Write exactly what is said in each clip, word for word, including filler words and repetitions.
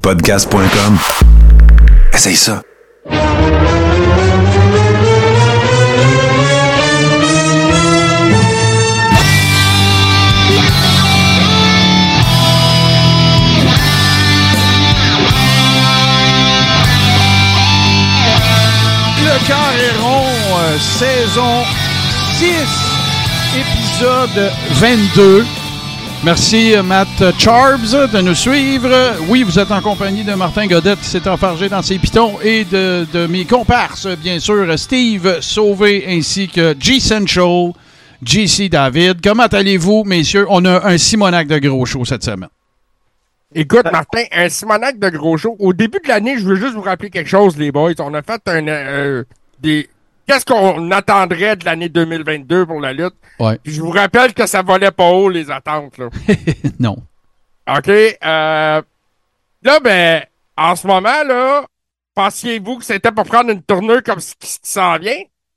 podcast point com. Essaye ça. Le Carré Rond, euh, saison six, épisode vingt-deux. Merci, Matt Charbs, de nous suivre. Oui, vous êtes en compagnie de Martin Godette qui s'est enfargé dans ses pitons et de, de mes comparses, bien sûr, Steve Sauvé ainsi que G. Central, J C David. Comment allez-vous, messieurs? On a un Simonac de gros show cette semaine. Écoute, Martin, un Simonac de gros show. Au début de l'année, je veux juste vous rappeler quelque chose, les boys. On a fait un euh, des... Qu'est-ce qu'on attendrait de l'année deux mille vingt-deux pour la lutte? Ouais. Puis je vous rappelle que ça volait pas haut, les attentes, là. Non. OK. Euh, là, ben, en ce moment, là, pensiez-vous que c'était pour prendre une tournure comme ce qui s'en vient?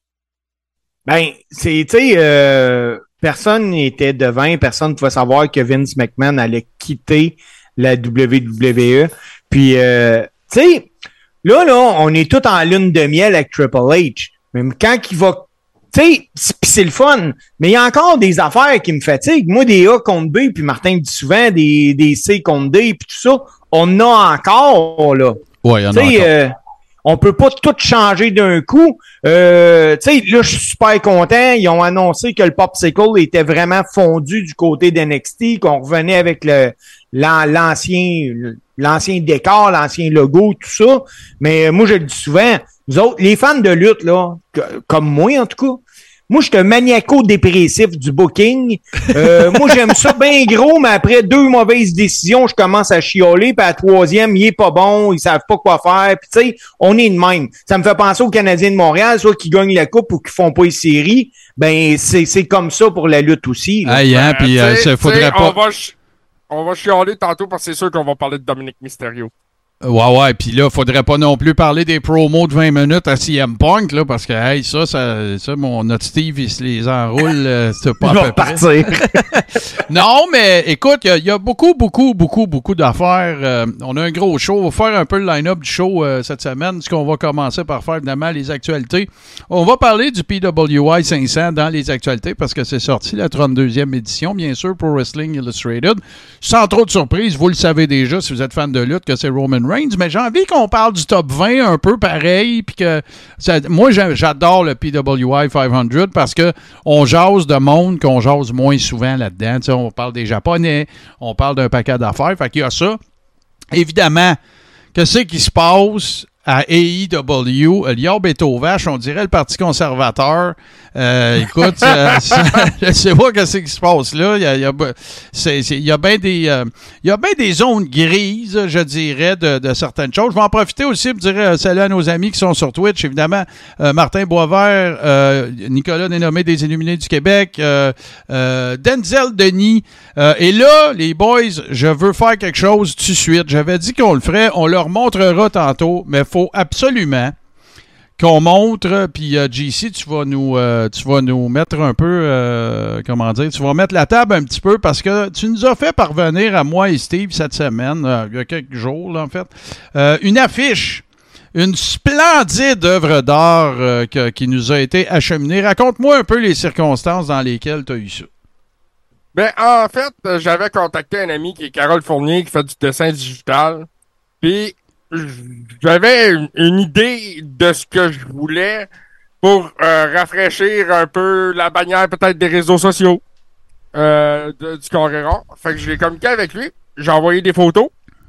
Ben, c'est, tu sais, euh, personne n'était devin, personne ne pouvait savoir que Vince McMahon allait quitter la W W E. Puis, euh, tu sais, là, là, on est tous en lune de miel avec Triple H. Même quand il va... Tu sais, pis c'est le fun, mais il y a encore des affaires qui me fatiguent. Moi, des A contre B, puis Martin dit souvent des, des C contre D, puis tout ça, on a encore, là. Oui, il y en a t'sais, encore. Euh, on peut pas tout changer d'un coup. Euh, tu sais, là, je suis super content. Ils ont annoncé que le Popsicle était vraiment fondu du côté d'N X T, qu'on revenait avec le l'an, l'ancien l'ancien décor, l'ancien logo, tout ça. Mais moi, je le dis souvent, nous autres, les fans de lutte, là, que, comme moi en tout cas, moi, je suis un maniaco-dépressif du booking. Euh, moi, j'aime ça bien gros, mais après deux mauvaises décisions, je commence à chialer, puis à la troisième, il est pas bon, ils savent pas quoi faire, puis tu sais, on est de même. Ça me fait penser aux Canadiens de Montréal, soit qui gagnent la coupe ou qui font pas les séries. Ben, c'est, c'est comme ça pour la lutte aussi. Là. Aïe, hein, puis euh, ça faudrait pas... On va, ch- on va chialer tantôt parce que c'est sûr qu'on va parler de Dominic Mysterio. Ouais, ouais, puis là, faudrait pas non plus parler des promos de vingt minutes à C M Punk, là, parce que, hey, ça, ça, ça mon, notre Steve, il se les enroule, euh, c'est pas à peu près. Partir. Non, mais écoute, il y, y a beaucoup, beaucoup, beaucoup, beaucoup d'affaires. Euh, on a un gros show. On va faire un peu le line-up du show euh, cette semaine, ce qu'on va commencer par faire, évidemment, les actualités. On va parler du P W I cinq cents dans les actualités, parce que c'est sorti la trente-deuxième édition, bien sûr, pour Wrestling Illustrated. Sans trop de surprise, vous le savez déjà, si vous êtes fan de lutte, que c'est Roman Reigns. Mais j'ai envie qu'on parle du top vingt un peu pareil. Puis que ça, moi, j'adore le P W I cinq cents parce que on jase de monde qu'on jase moins souvent là-dedans. T'sais, on parle des Japonais, on parle d'un paquet d'affaires. Fait qu'il y a ça. Évidemment, qu'est-ce qui se passe à A E W? L'Yorb est aux vaches, on dirait le Parti conservateur. Euh, écoute, euh, ça, je sais pas qu'est-ce qui se passe là. Il y a, il y a, c'est, c'est, il y a bien des, euh, il y a bien des zones grises, je dirais, de, de certaines choses. Je vais en profiter aussi pour dire euh, salut à nos amis qui sont sur Twitch. Évidemment, euh, Martin Boisvert, euh, Nicolas Dénommé des Illuminés du Québec, euh, euh, Denzel Denis. Euh, et là, les boys, je veux faire quelque chose tout de suite. J'avais dit qu'on le ferait. On leur montrera tantôt, mais il faut absolument qu'on montre, puis euh, J C, tu vas nous euh, tu vas nous mettre un peu, euh, comment dire, tu vas mettre la table un petit peu, parce que tu nous as fait parvenir à moi et Steve cette semaine, euh, il y a quelques jours, là, en fait, euh, une affiche, une splendide œuvre d'art euh, que, qui nous a été acheminée. Raconte-moi un peu les circonstances dans lesquelles tu as eu ça. Ben, en fait, j'avais contacté un ami qui est Carole Fournier, qui fait du dessin digital, puis j'avais une, une idée de ce que je voulais pour euh, rafraîchir un peu la bannière peut-être des réseaux sociaux euh, de, du Carré-Rond. Fait que je l'ai communiqué avec lui. J'ai envoyé des photos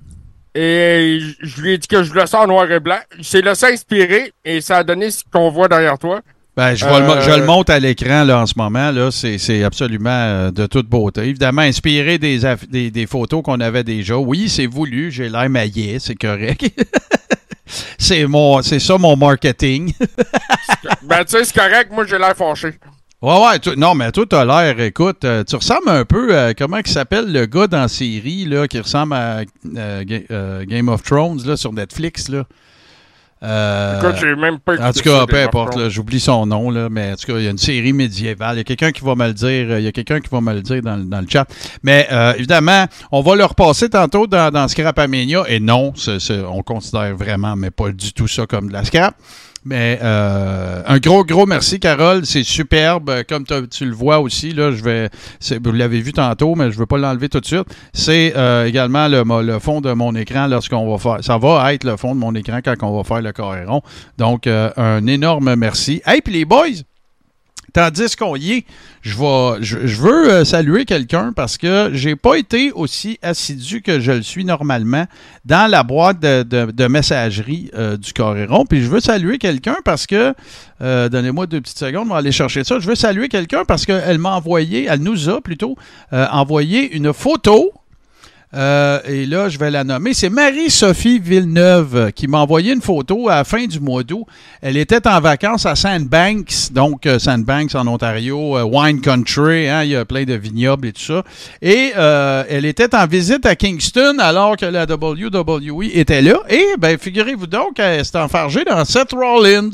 et je lui ai dit que je le sens en noir et blanc. Il s'est laissé inspirer et ça a donné ce qu'on voit derrière toi. Ben, je, euh, le, je le monte à l'écran là, en ce moment. Là, c'est, c'est absolument euh, de toute beauté. Évidemment, inspiré des, des, des photos qu'on avait déjà. Oui, c'est voulu. J'ai l'air maillet, c'est correct. c'est, mon, c'est ça mon marketing. Ben, tu sais, c'est correct. Moi, j'ai l'air fâché. Ouais, ouais. Tu, non, mais toi, t'as l'air, écoute, euh, tu ressembles un peu à, comment il s'appelle le gars dans la série, là, qui ressemble à euh, euh, Game of Thrones, là, sur Netflix, là. Euh, Écoute, j'ai même pas écouté En tout cas, ça, peu des importe, morceaux. là, j'oublie son nom, là, mais en tout cas, il y a une série médiévale. Il y a quelqu'un qui va me le dire. Il y a quelqu'un qui va me le dire dans, dans le chat. Mais euh, évidemment, on va le repasser tantôt dans, dans Scrapamania. Et non, c'est, c'est, on considère vraiment, mais pas du tout ça comme de la scrap. Mais euh, un gros, gros merci, Carole. C'est superbe. Comme tu le vois aussi, là, je vais. Vous l'avez vu tantôt, mais je ne veux pas l'enlever tout de suite. C'est euh, également le, le fond de mon écran lorsqu'on va faire. Ça va être le fond de mon écran quand on va faire le carré rond. Donc, euh, un énorme merci. Hey, puis les boys! Tandis qu'on y est, je, vais, je, je veux euh, saluer quelqu'un parce que j'ai pas été aussi assidu que je le suis normalement dans la boîte de, de, de messagerie euh, du Carré rond. Puis je veux saluer quelqu'un parce que, euh, donnez-moi deux petites secondes, on va aller chercher ça. Je veux saluer quelqu'un parce qu'elle m'a envoyé, elle nous a plutôt euh, envoyé une photo. Euh, et là, je vais la nommer. C'est Marie-Sophie Villeneuve qui m'a envoyé une photo à la fin du mois d'août. Elle était en vacances à Sandbanks, donc euh, Sandbanks en Ontario, euh, Wine Country, hein, il y a plein de vignobles et tout ça. Et euh, elle était en visite à Kingston alors que la W W E était là. Et ben, figurez-vous donc, elle s'est enfargée dans Seth Rollins.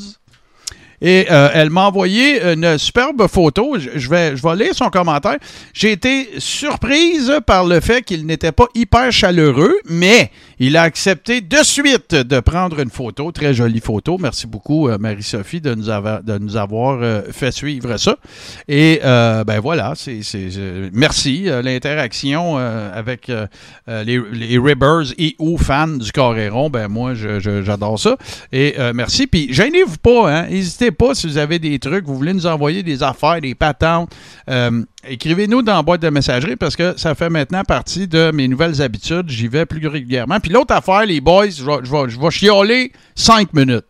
Et euh, elle m'a envoyé une superbe photo. Je, je, vais, je vais lire son commentaire. J'ai été surprise par le fait qu'il n'était pas hyper chaleureux, mais il a accepté de suite de prendre une photo. Très jolie photo. Merci beaucoup, euh, Marie-Sophie, de nous avoir, de nous avoir euh, fait suivre ça. Et euh, ben voilà, c'est, c'est, c'est merci. Euh, l'interaction euh, avec euh, les, les Ribbers et ou fans du Carré rond, ben moi, je, je, j'adore ça. Et euh, merci. Puis, gênez-vous pas, hein. N'hésitez pas si vous avez des trucs, vous voulez nous envoyer des affaires, des patentes, euh, écrivez-nous dans la boîte de messagerie parce que ça fait maintenant partie de mes nouvelles habitudes. J'y vais plus régulièrement. Puis l'autre affaire, les boys, je vais, je vais, je vais chialer cinq minutes.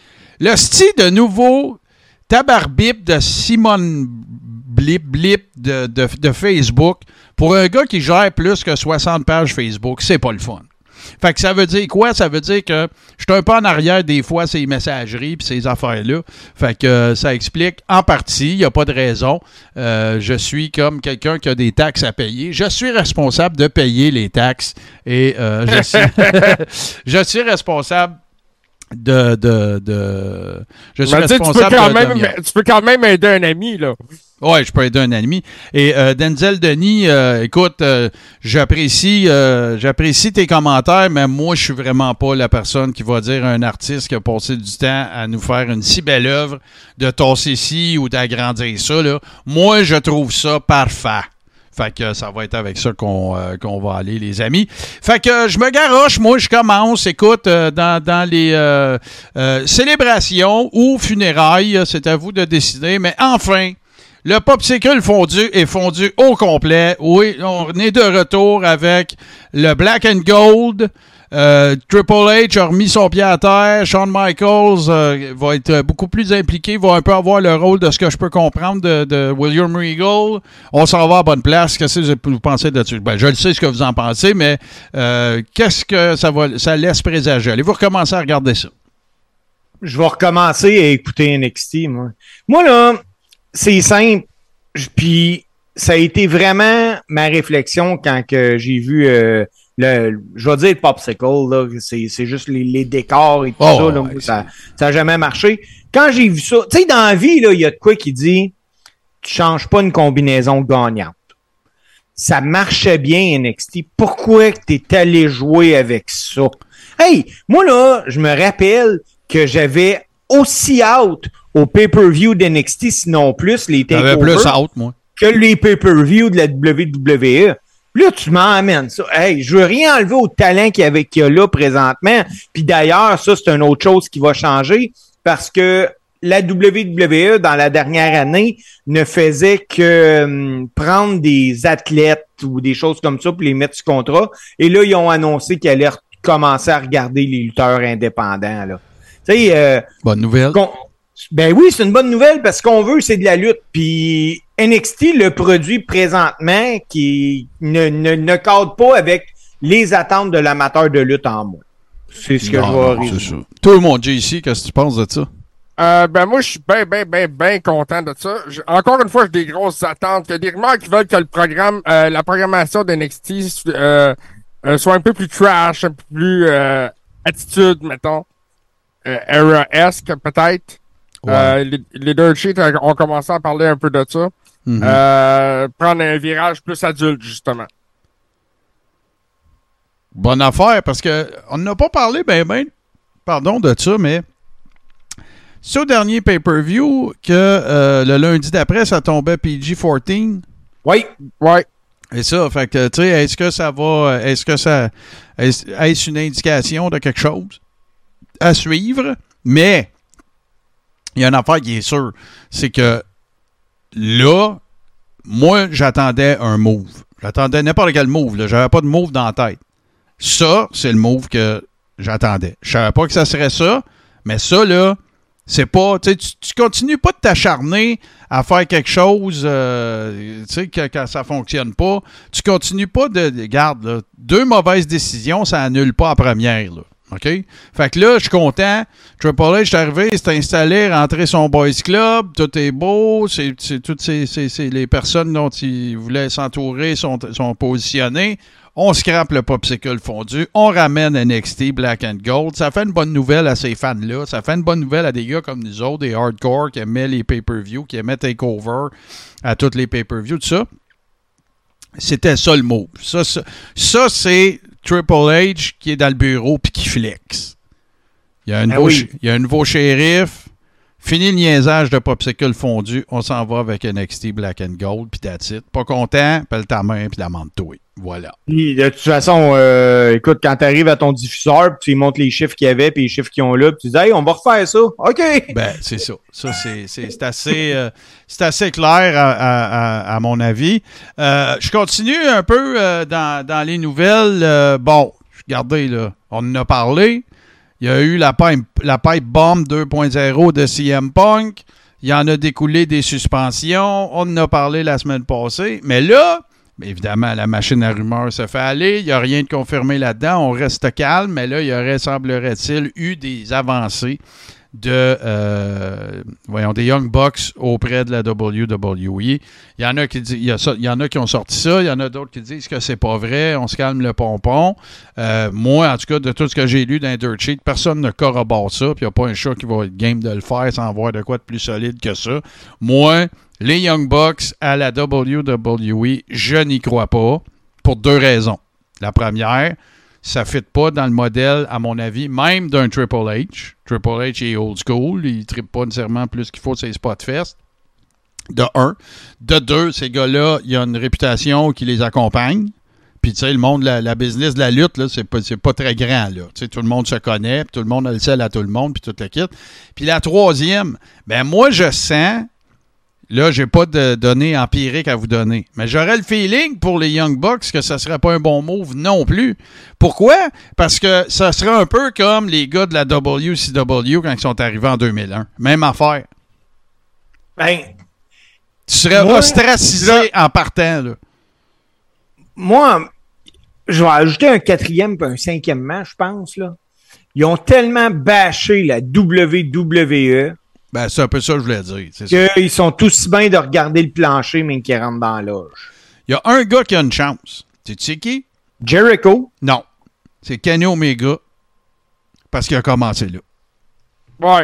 Le style de nouveau tabarbip de Simone Blip Blip de, de, de Facebook, pour un gars qui gère plus que soixante pages Facebook, c'est pas le fun. Fait que ça veut dire quoi? Ça veut dire que je suis un peu en arrière des fois ces messageries et ces affaires-là. Fait que euh, ça explique en partie, il n'y a pas de raison. Euh, je suis comme quelqu'un qui a des taxes à payer. Je suis responsable de payer les taxes et euh, je suis je suis responsable de... de, de je suis Mais responsable tu peux, quand de, même, de... tu peux quand même aider un ami, là. Ouais, je peux aider un ami. Et euh, Denzel Denis, euh, écoute, euh, j'apprécie euh, j'apprécie tes commentaires, mais moi, je suis vraiment pas la personne qui va dire à un artiste qui a passé du temps à nous faire une si belle œuvre de tasser ci ou d'agrandir ça, là. Moi, je trouve ça parfait. Fait que ça va être avec ça qu'on, euh, qu'on va aller, les amis. Fait que euh, je me garoche, moi, je commence, écoute, euh, dans, dans les euh, euh, célébrations ou funérailles, c'est à vous de décider, mais enfin... Le popsicle fondu est fondu au complet. Oui, on est de retour avec le Black and Gold. Euh, Triple H a remis son pied à terre. Shawn Michaels euh, va être beaucoup plus impliqué, va un peu avoir le rôle de ce que je peux comprendre de, de William Regal. On s'en va à bonne place. Qu'est-ce que vous pensez là-dessus? Ben, je le sais ce que vous en pensez, mais euh, qu'est-ce que ça va, ça laisse présager? Allez-vous recommencer à regarder ça? Je vais recommencer à écouter N X T, moi. Moi, là... C'est simple, puis ça a été vraiment ma réflexion quand que j'ai vu euh, le, je vais dire le popsicle, là, c'est, c'est juste les, les décors et tout oh, ça, là, ouais, ça, ça a jamais marché. Quand j'ai vu ça, tu sais, dans la vie, là, il y a de quoi qui dit, tu changes pas une combinaison gagnante. Ça marchait bien, N X T. Pourquoi t'es allé jouer avec ça? Hey, moi, là, je me rappelle que j'avais aussi hâte au pay-per-view d'N X T, sinon plus, les takeovers, j'avais plus hâte, moi, que les pay-per-view de la W W E. Puis là, tu m'emmènes ça. Hey, je veux rien enlever au talent qu'il y, avait, qu'il y a là présentement. Puis d'ailleurs, ça, c'est une autre chose qui va changer parce que la W W E, dans la dernière année, ne faisait que hum, prendre des athlètes ou des choses comme ça pour les mettre sous contrat. Et là, ils ont annoncé qu'ils allaient commencer à regarder les lutteurs indépendants, là. Tu sais, euh, bonne nouvelle. Ben oui, c'est une bonne nouvelle parce qu'on veut, c'est de la lutte. Puis N X T, le produit présentement, qui ne, ne, ne cadre pas avec les attentes de l'amateur de lutte en moi. C'est ce que non, je vais non, résumer. Tout le monde, J C, qu'est-ce que tu penses de ça? Euh, ben moi, je suis bien, bien, bien, bien content de ça. Je, encore une fois, j'ai des grosses attentes. Il y a des rumeurs qui veulent que le programme, euh, la programmation de N X T euh, euh, soit un peu plus trash, un peu plus euh, attitude, mettons. euh, era-esque, peut-être. Ouais. Euh, les, les dirt sheets ont commencé à parler un peu de ça. Mm-hmm. Euh, prendre un virage plus adulte, justement. Bonne affaire, parce que on n'a pas parlé, ben, ben, pardon de ça, mais c'est au dernier pay-per-view que euh, le lundi d'après, ça tombait P G quatorze. Oui. Ouais. Et ça, fait que, tu sais, est-ce que ça va, est-ce que ça, est-ce, est-ce une indication de quelque chose à suivre? Mais, il y a une affaire qui est sûre, c'est que là, moi, j'attendais un move. J'attendais n'importe quel move, là. J'avais pas de move dans la tête. Ça, c'est le move que j'attendais. Je savais pas que ça serait ça, mais ça, là, c'est pas... Tu, tu continues pas de t'acharner à faire quelque chose, euh, tu sais, que, quand ça fonctionne pas. Tu continues pas de... Regarde, là, deux mauvaises décisions, ça annule pas la première, là. OK? Fait que là, je suis content. Triple H est arrivé, il s'est installé, rentré son Boys Club, tout est beau, c'est, c'est toutes ces, ces, ces, les personnes dont il voulait s'entourer sont, sont positionnées. On scrape le popsicle fondu, on ramène N X T Black and Gold. Ça fait une bonne nouvelle à ces fans-là. Ça fait une bonne nouvelle à des gars comme nous autres, des hardcore qui aimaient les pay-per-view, qui aimaient TakeOver à tous les pay-per-view, tout ça. C'était ça le mot. Ça, ça, ça c'est Triple H qui est dans le bureau puis qui flex. Il y a un nouveau, ah oui. il y a un nouveau shérif. Fini le niaisage de popsicle fondu. On s'en va avec N X T Black and Gold puis that's it. Pas content, pèle ta main puis la toi. Voilà. Puis, de toute façon, euh, écoute, quand tu arrives à ton diffuseur, puis tu lui montres les chiffres qu'il y avait puis les chiffres qu'ils ont là, puis tu dis « Hey, on va refaire ça. OK! » Ben, c'est ça. Ça, c'est, c'est, c'est, assez, euh, c'est assez clair à, à, à, à mon avis. Euh, je continue un peu euh, dans, dans les nouvelles. Euh, bon, regardez, là, on en a parlé. Il y a eu la pipe, la pipe bomb deux point zéro de C M Punk. Il y en a découlé des suspensions. On en a parlé la semaine passée. Mais là... Mais évidemment, la machine à rumeurs se fait aller. Il n'y a rien de confirmé là-dedans. On reste calme. Mais là, il y aurait, semblerait-il, eu des avancées de, euh, voyons, des Young Bucks auprès de la W W E. Il y en a qui disent, il y, a ça, il y en a qui ont sorti ça. Il y en a d'autres qui disent que c'est pas vrai. On se calme le pompon. Euh, moi, en tout cas, de tout ce que j'ai lu dans les dirt sheet, personne ne corrobore ça. Puis il n'y a pas un chat qui va être game de le faire sans voir de quoi de plus solide que ça. Moi, les Young Bucks à la W W E, je n'y crois pas pour deux raisons. La première, ça ne fit pas dans le modèle, à mon avis, même d'un Triple H. Triple H est old school, il ne trippe pas nécessairement plus qu'il faut de ses Spotfest. De un. De deux, ces gars-là, il y a une réputation qui les accompagne. Puis, tu sais, le monde, la, la business de la lutte, là, c'est pas, c'est pas très grand, là. Tu sais, tout le monde se connaît, puis tout le monde a le sel à tout le monde, puis tout le kit. Puis la troisième, ben moi, je sens... Là, j'ai pas de données empiriques à vous donner. Mais j'aurais le feeling pour les Young Bucks que ça serait pas un bon move non plus. Pourquoi? Parce que ça serait un peu comme les gars de la W C W quand ils sont arrivés en deux mille un. Même affaire. Ben, tu serais moi, ostracisé là, en partant, là. Moi, je vais ajouter un quatrième et un cinquième match, je pense, là. Ils ont tellement bâché la W W E. Ben, c'est un peu ça que je voulais dire. C'est qu'ils sont tous bien de regarder le plancher, mais qu'ils rentrent dans la loge. Il y a un gars qui a une chance. Tu sais qui? Jericho? Non. C'est Kenny Omega. Parce qu'il a commencé là. Ouais.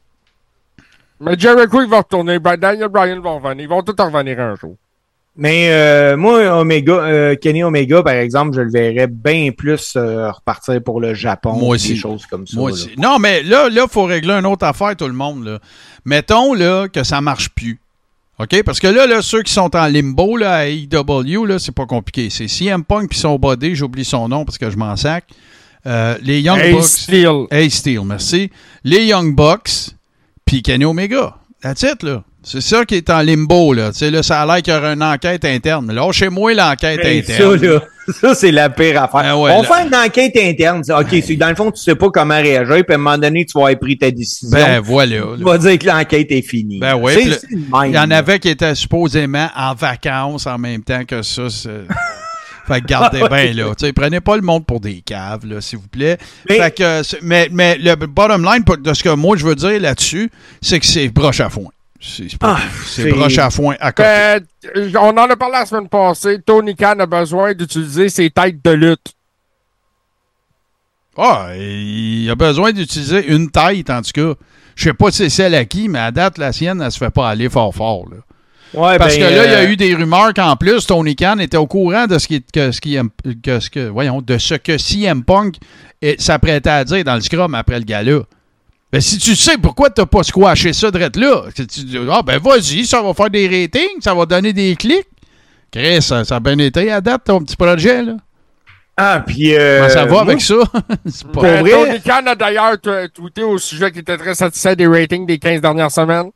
Mais Jericho, il va retourner. Daniel Bryan va revenir. Ils vont tous revenir un jour. Mais euh, moi, Omega, euh, Kenny Omega, par exemple, je le verrais bien plus euh, repartir pour le Japon. Moi aussi. Des choses comme ça. Moi là. aussi. Non, mais là, il faut régler une autre affaire, tout le monde. Là. Mettons là, que ça marche plus. OK? Parce que là, là, ceux qui sont en limbo là, à A E W, là, c'est pas compliqué. C'est C M Punk puis son body, j'oublie son nom parce que je m'en sac. Euh, les Young Ace Bucks. Steel. Ace Steel, merci. Les Young Bucks puis Kenny Omega. That's it, là. C'est ça qui est en limbo, là. Tu sais, là, ça a l'air qu'il y aura une enquête interne. Mais là, chez moi, l'enquête hey, interne. Ça, là, ça, c'est la pire affaire. Ben ouais, on là. fait une enquête interne. OK, c'est dans le fond, tu sais pas comment réagir, puis à un moment donné, tu vas avoir pris ta décision. Ben voilà. Tu vas dire que l'enquête est finie. Ben oui. C'est, c'est il y en avait qui étaient supposément en vacances en même temps que ça. C'est... Fait que gardez bien, là. T'sais, prenez pas le monde pour des caves, là, s'il vous plaît. Mais, fait que, mais, mais le bottom line de ce que moi je veux dire là-dessus, c'est que c'est broche à foin. C'est, c'est, pas, ah, c'est, c'est broche à foin à côté. Euh, on en a parlé la semaine passée. Tony Khan a besoin d'utiliser ses têtes de lutte. Ah, il il a besoin d'utiliser une tête, en tout cas. Je sais pas si c'est celle à qui, mais à date, la sienne, elle se fait pas aller fort fort, là. Ouais, Parce ben, que là, il y a euh, eu des rumeurs qu'en plus, Tony Khan était au courant de ce qui, que, ce qui que ce que, voyons, de ce que C M Punk est- s'apprêtait à dire dans le scrum après le gala. Ben, si tu sais pourquoi t'as pas squashé ça drette là, tu dis, ah ben vas-y, ça va faire des ratings, ça va donner des clics. Chris, ça, ça a bien été à date, ton petit projet, là. Ah, puis... Euh, Ben, ça va moi, avec ça. C'est pas... Pour Euh, vrai? Tony Khan a d'ailleurs t- tweeté au sujet qu'il était très satisfait des ratings des quinze dernières semaines.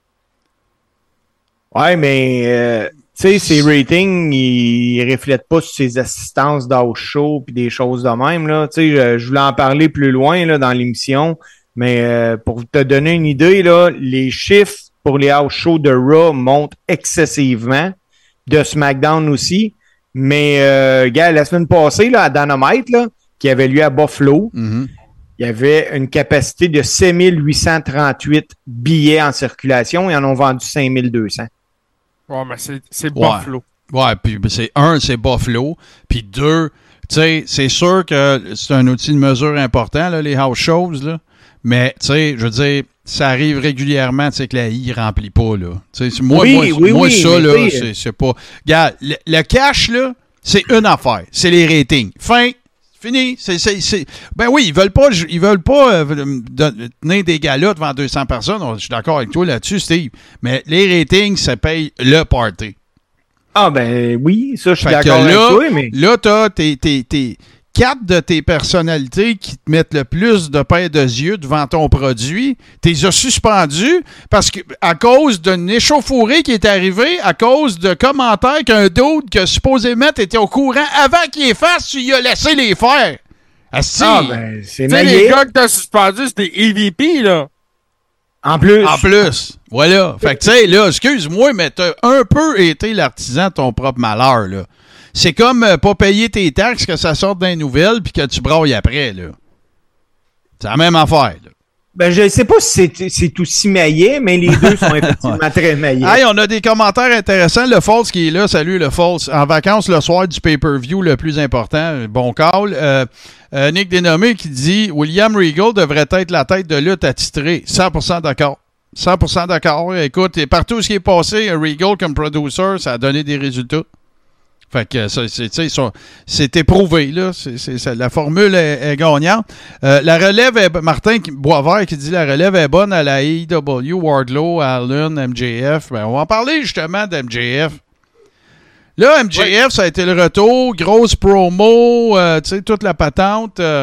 Ouais, mais... Euh, tu sais, ses ratings, ils reflètent pas sur ses assistances d'house show puis des choses de même, là. Tu sais, je, je voulais en parler plus loin, là, dans l'émission, mais euh, pour te donner une idée, là, les chiffres pour les house shows de Raw montent excessivement, de SmackDown aussi, mais, euh, gars, la semaine passée, là, à Dynamite, là, qui avait lieu à Buffalo, Mhm. il y avait une capacité de sept mille huit cent trente-huit billets en circulation, ils en ont vendu cinq mille deux cents. Ouais, mais c'est, c'est Ouais. Buffalo. Ouais, puis c'est un, c'est Buffalo, puis deux, tu sais, c'est sûr que c'est un outil de mesure important, là, les house shows, là, mais, tu sais, je veux dire, ça arrive régulièrement, tu sais, que la I remplit pas, là. Tu sais, moi, Oui, moi, oui, moi oui, ça, mais là, tu sais- c'est, c'est pas... Regarde, le, le cash, là, c'est une affaire, c'est les ratings. Fin, fini, c'est... c'est, c'est... Ben oui, ils veulent pas, ils veulent pas euh, de- tenir des galas devant deux cents personnes, je suis d'accord avec toi là-dessus, Steve, mais les ratings, ça paye le party. Ah ben oui, ça je suis Fait que d'accord avec là, toi, mais là, t'as tes, tes, tes quatre de tes personnalités qui te mettent le plus de paire de yeux devant ton produit. T'es suspendus parce que à cause d'une échauffourée qui est arrivée, à cause de commentaires qu'un dude que supposément t'étais au courant avant qu'il les fasse, tu y as laissé les faire. Asti, ah ben c'est Tu sais, les maillé. gars que t'as suspendus, c'était E V P, là. En plus, en plus. Voilà. Fait que, tu sais, là, excuse-moi, mais t'as un peu été l'artisan de ton propre malheur, là. C'est comme euh, pas payer tes taxes, que ça sorte dans les nouvelles, puis que tu brailles après, là. C'est la même affaire, là. ben je sais pas si c'est, c'est aussi maillet, mais les deux sont effectivement très maillés. Hey, on a des commentaires intéressants. Le False qui est là. Salut, le False. En vacances le soir du pay-per-view le plus important. Bon call. Euh, euh, Nick Dénommé qui dit William Regal devrait être la tête de lutte attitrée. cent pour cent d'accord. cent pour cent d'accord. Écoute, et partout où ce qui est passé, Regal comme producer, ça a donné des résultats. Fait que ça, c'est, tu sais, c'est éprouvé, là. C'est, c'est, c'est, la formule est, est gagnante. Euh, la relève est... Martin qui, Boisvert qui dit la relève est bonne à la A E W, Wardlow, Allen, M J F. Ben, on va en parler justement d'M J F. Là, M J F, ouais. Ça a été le retour. Grosse promo, euh, tu sais, toute la patente. Euh,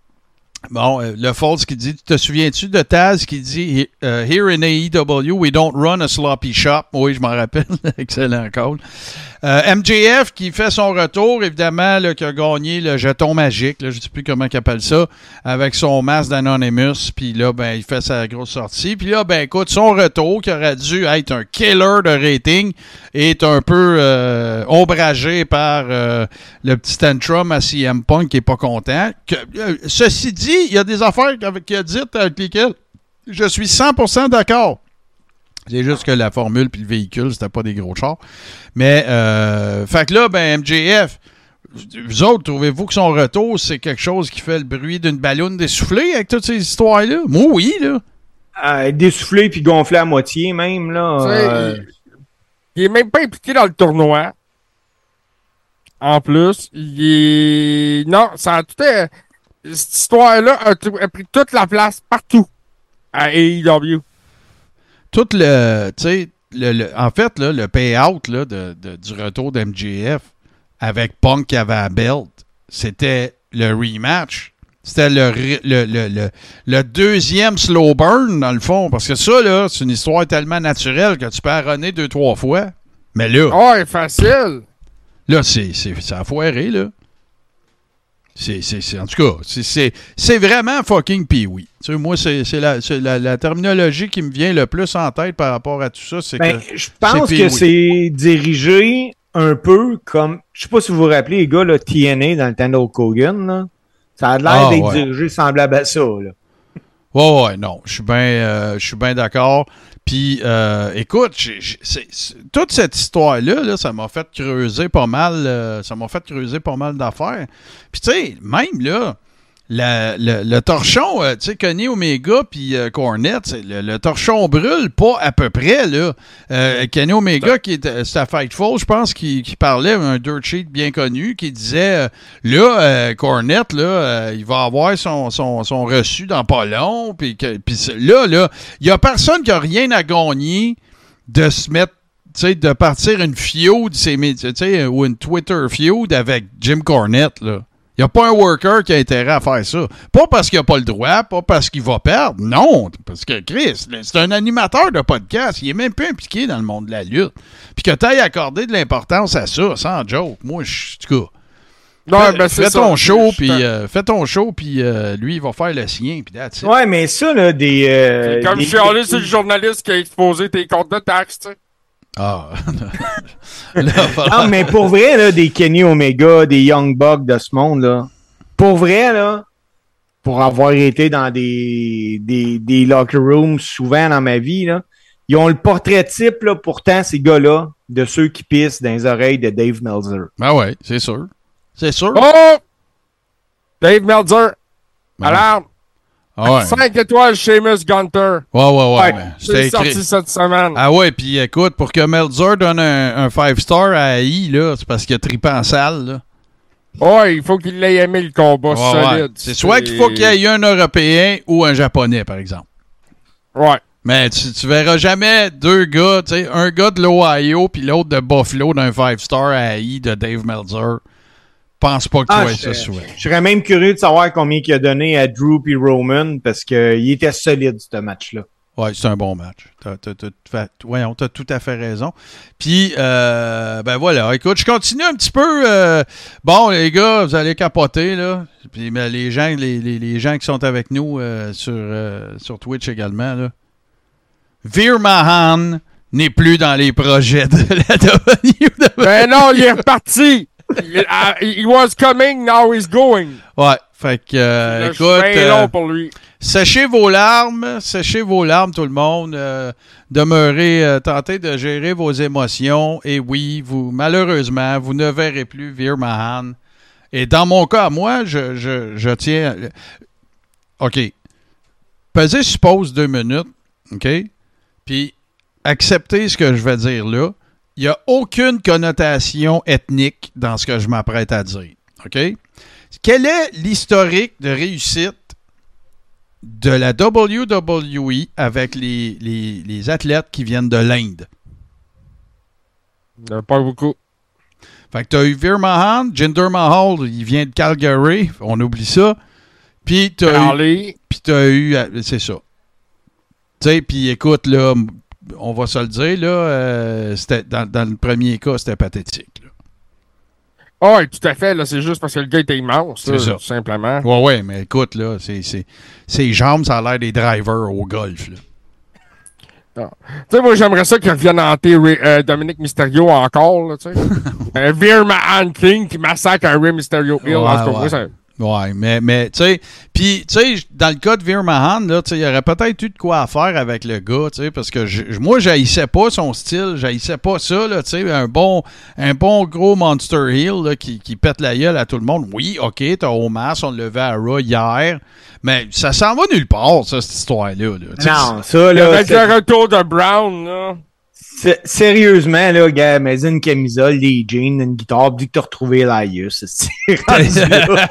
Bon, euh, le False qui dit, te souviens-tu de Taz qui dit uh, Here in A E W, we don't run a sloppy shop. Oui, je m'en rappelle. Excellent call. Euh, M J F qui fait son retour, évidemment, là, qui a gagné le jeton magique, là, je ne sais plus comment il appelle ça, avec son masque d'Anonymous. Puis là, ben, il fait sa grosse sortie. Puis là, ben, écoute, son retour, qui aurait dû être un killer de rating, est un peu euh, ombragé par euh, le petit tantrum à C M Punk qui n'est pas content. Que, euh, ceci dit, il y a des affaires qu'il a dites avec lesquelles je suis cent pour cent d'accord. C'est juste que la formule puis le véhicule, c'était pas des gros chars. Mais, euh, fait que là, ben, M J F, vous autres, trouvez-vous que son retour, c'est quelque chose qui fait le bruit d'une balloune dessoufflée avec toutes ces histoires-là? Moi, oui, là. Euh, dessoufflé puis gonflé à moitié, même, là. Euh... Il, il est même pas impliqué dans le tournoi. En plus, il est... Non, ça a tout... est... Cette histoire-là a, t- a pris toute la place partout à A E W. Tout le, tu sais, le, le, en fait, là, le payout là, de, de, du retour d'M J F avec Punk qui avait la belt, c'était le rematch. C'était le, le, le, le, le deuxième slow burn, dans le fond. Parce que ça, là, c'est une histoire tellement naturelle que tu peux arronner deux, trois fois. Mais là... Oh, c'est facile! Là, c'est, c'est, ça a foiré, là. C'est, c'est, c'est, en tout cas, c'est, c'est, c'est vraiment fucking pee-wee. Tu sais, moi, c'est, c'est, la, c'est la, la terminologie qui me vient le plus en tête par rapport à tout ça. C'est ben, que je pense c'est que c'est dirigé un peu comme... Je sais pas si vous vous rappelez, les gars, là, T N A dans le temps d'Hulk Hogan, là. Ça a l'air ah, d'être ouais. dirigé semblable à ça, là. Ouais, ouais, non. Je suis bien euh, je suis bien d'accord. Puis, euh, écoute, j'ai, j'ai, c'est, c'est, toute cette histoire-là, là, ça m'a fait creuser pas mal, euh, ça m'a fait creuser pas mal d'affaires. Puis, tu sais, même là, la, le, le torchon, euh, tu sais, Kenny Omega puis euh, Cornette, le, le torchon brûle pas à peu près, là. Euh, Kenny Omega, qui est c'était à Fightful, je pense, qui, qui parlait, un dirt sheet bien connu, qui disait, euh, là, euh, Cornette, là, euh, il va avoir son, son, son reçu dans pas long, puis là, là, il y a personne qui a rien à gagner de se mettre, tu sais, de partir une feud, tu sais, ou une Twitter feud avec Jim Cornette, là. Il n'y a pas un worker qui a intérêt à faire ça. Pas parce qu'il n'a pas le droit, pas parce qu'il va perdre. Non, parce que Chris, c'est un animateur de podcast. Il est même pas impliqué dans le monde de la lutte. Puis que tu ailles accorder de l'importance à ça, sans joke. Moi, je, en tout cas, non, fais, ben, fais, ça, ton show, je, puis, je... euh, fais ton show, puis euh, lui, il va faire le sien, puis that's it. Ouais, mais ça, là, des... Euh, comme des... je suis allé sur le journaliste qui a exposé tes comptes de taxes, tu sais. Ah. Là, voilà. Non, mais pour vrai, là, des Kenny Omega, des Young Bucks de ce monde, là, pour vrai, là, pour avoir été dans des, des, des locker rooms souvent dans ma vie, là, ils ont le portrait type, là, pourtant, ces gars-là, de ceux qui pissent dans les oreilles de Dave Meltzer. Ben ouais, c'est sûr. C'est sûr. Oh! Dave Meltzer. Ben Alarme. Ah ouais. cinq étoiles Seamus Gunter. Ouais, ouais, ouais. ouais Ben, c'est sorti écrit. Cette semaine. Ah ouais, puis écoute, pour que Meltzer donne un five star à A I, là, c'est parce qu'il a trippé en salle, là. Ouais, il faut qu'il ait aimé le combat ouais, solide. Ouais. C'est soit qu'il faut qu'il y ait un Européen ou un Japonais, par exemple. Ouais. Mais tu, tu verras jamais deux gars, tu sais, un gars de l'Ohio puis l'autre de Buffalo d'un five star à A I de Dave Meltzer. Pense pas que tu ah, vois ça souvent. Je serais même curieux de savoir combien il a donné à Drew et Roman parce qu'il était solide, ce match-là. Oui, c'est un bon match. T'as, t'as, t'as, t'as, ouais, on t'a tout à fait raison. Puis, euh, ben voilà. Écoute, je continue un petit peu. Euh, bon, les gars, vous allez capoter, là. Puis, mais les gens, les, les, les gens qui sont avec nous euh, sur, euh, sur Twitch également, là. Veer Mahan n'est plus dans les projets de la W W E. Ben non, il est reparti. He was coming, now he's going. Ouais, fait que, euh, écoute, euh, long pour lui. Séchez vos larmes, séchez vos larmes, tout le monde. Euh, demeurez, euh, tentez de gérer vos émotions. Et oui, vous, malheureusement, vous ne verrez plus Veer Mahan. Et dans mon cas, moi, je, je, je tiens... OK. Pesez sur pause deux minutes, OK? Puis, acceptez ce que je vais dire là. Il n'y a aucune connotation ethnique dans ce que je m'apprête à dire. OK? Quel est l'historique de réussite de la W W E avec les, les, les athlètes qui viennent de l'Inde? Pas beaucoup. Fait que tu as eu Veer Mahan, Jinder Mahal, il vient de Calgary, on oublie ça. Puis tu as eu... Puis tu as eu... C'est ça. Tu sais, puis écoute, là... On va se le dire, là, euh, c'était, dans, dans le premier cas, c'était pathétique. Ah oui, tout à fait. Là, c'est juste parce que le gars était immense, c'est là, ça. Tout simplement. Oui, oui, mais écoute, là, c'est, c'est, ses jambes, ça a l'air des drivers au golf. Là. Ah. Tu sais, moi, j'aimerais ça qu'il revienne hanter euh, Dominique Mysterio encore, là, tu sais. Un Veer Mahan King qui massacre un Rey Mysterio Hill. Ouais, en tout cas, ouais. moi, ça... Ouais, mais, mais tu sais, puis, tu sais, dans le cas de Veer Mahan, là, tu sais, il y aurait peut-être eu de quoi à faire avec le gars, tu sais, parce que je, moi, j'haïssais pas son style, j'haïssais pas ça, là, tu sais, un bon, un bon gros Monster Heel, là, qui, qui pète la gueule à tout le monde. Oui, OK, t'as Omas, on le levait à Raw hier, mais ça s'en va nulle part, ça, cette histoire-là, là. Non, ça, là. Avec le retour de Brown, là. C'est, sérieusement, là, gars, mets une camisole, des jeans, une guitare, dis que t'as retrouvé Laius. C'est rendu là.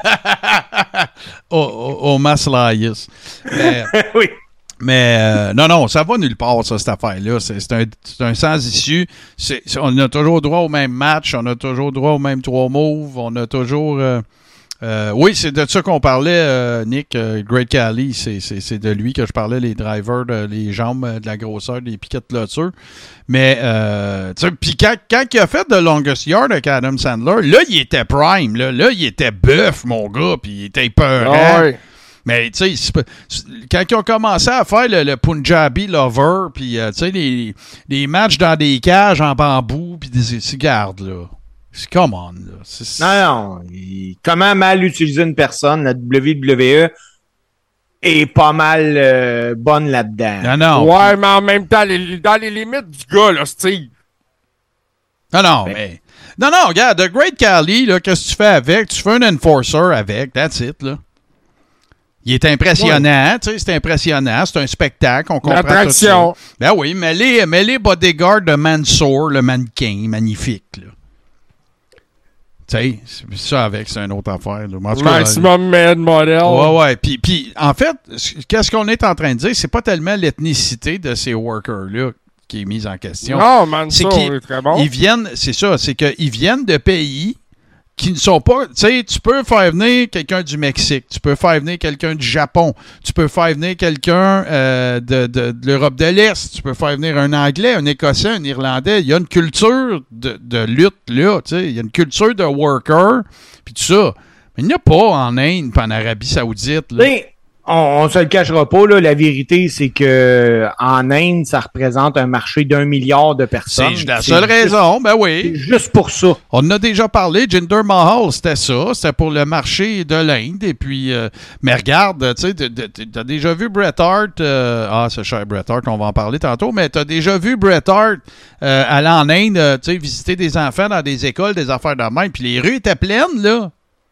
oh, oh, oh, Mas Laius. Mais, oui. Mais euh, non, non, ça va nulle part, ça, cette affaire-là. C'est, c'est, un, c'est un sans-issue. C'est, c'est, on a toujours droit au même match, on a toujours droit aux mêmes trois moves, on a toujours... Euh, Euh, oui, c'est de ça qu'on parlait, euh, Nick. Euh, Great Khali, c'est, c'est, c'est de lui que je parlais, les drivers, de, les jambes, de la grosseur, des piquets de clôture. Mais, euh, tu sais, puis quand, quand il a fait de Longest Yard avec Adam Sandler, là, il était prime, là, là il était bœuf, mon gars, puis il était peurant. Oh, oui. Mais, tu sais, quand ils ont commencé à faire le, le Punjabi Lover, puis, euh, tu sais, les, les matchs dans des cages en bambou, puis des cigares, là. Come on, là. C'est... Non, non. Il... Comment mal utiliser une personne, la W W E est pas mal euh, bonne là-dedans. Non, non. Ouais, mais en même temps, les, dans les limites du gars, là, Steve. Non, non, ben... mais... Non, non, regarde, The Great Khali, là, qu'est-ce que tu fais avec? Tu fais un enforcer avec, that's it, là. Il est impressionnant, tu sais, c'est impressionnant, c'est un spectacle, on comprend L'attraction. tout ça. Ben oui, mais les, mais les bodyguards de Mansour, le mannequin, magnifique, là. Tu sais, c'est ça avec, c'est une autre affaire. Là. En tout cas, Maximum made model. ouais, ouais. Puis, puis, en fait, qu'est-ce qu'on est en train de dire? C'est pas tellement l'ethnicité de ces workers-là qui est mise en question. Non, Mansour c'est qu'ils, est très bon. Ils viennent, c'est ça, c'est qu'ils viennent de pays qui ne sont pas... Tu sais, tu peux faire venir quelqu'un du Mexique, tu peux faire venir quelqu'un du Japon, tu peux faire venir quelqu'un euh, de, de, de l'Europe de l'Est, tu peux faire venir un Anglais, un Écossais, un Irlandais. Il y a une culture de, de lutte, là, tu sais. Il y a une culture de worker, puis tout ça. Mais il n'y a pas en Inde et en Arabie Saoudite, là. Mais, on, on se le cachera pas, là. La vérité, c'est que en Inde, ça représente un marché d'un milliard de personnes. C'est la C'est seule juste- raison, ben oui. C'est juste pour ça. On en a déjà parlé, Jinder Mahal, c'était ça, c'était pour le marché de l'Inde, et puis, euh, mais regarde, tu sais, t'as déjà vu Bret Hart, euh, ah, c'est cher Bret Hart, on va en parler tantôt, mais t'as déjà vu Bret Hart euh, aller en Inde, euh, tu sais, visiter des enfants dans des écoles, des affaires de même, puis les rues étaient pleines, là.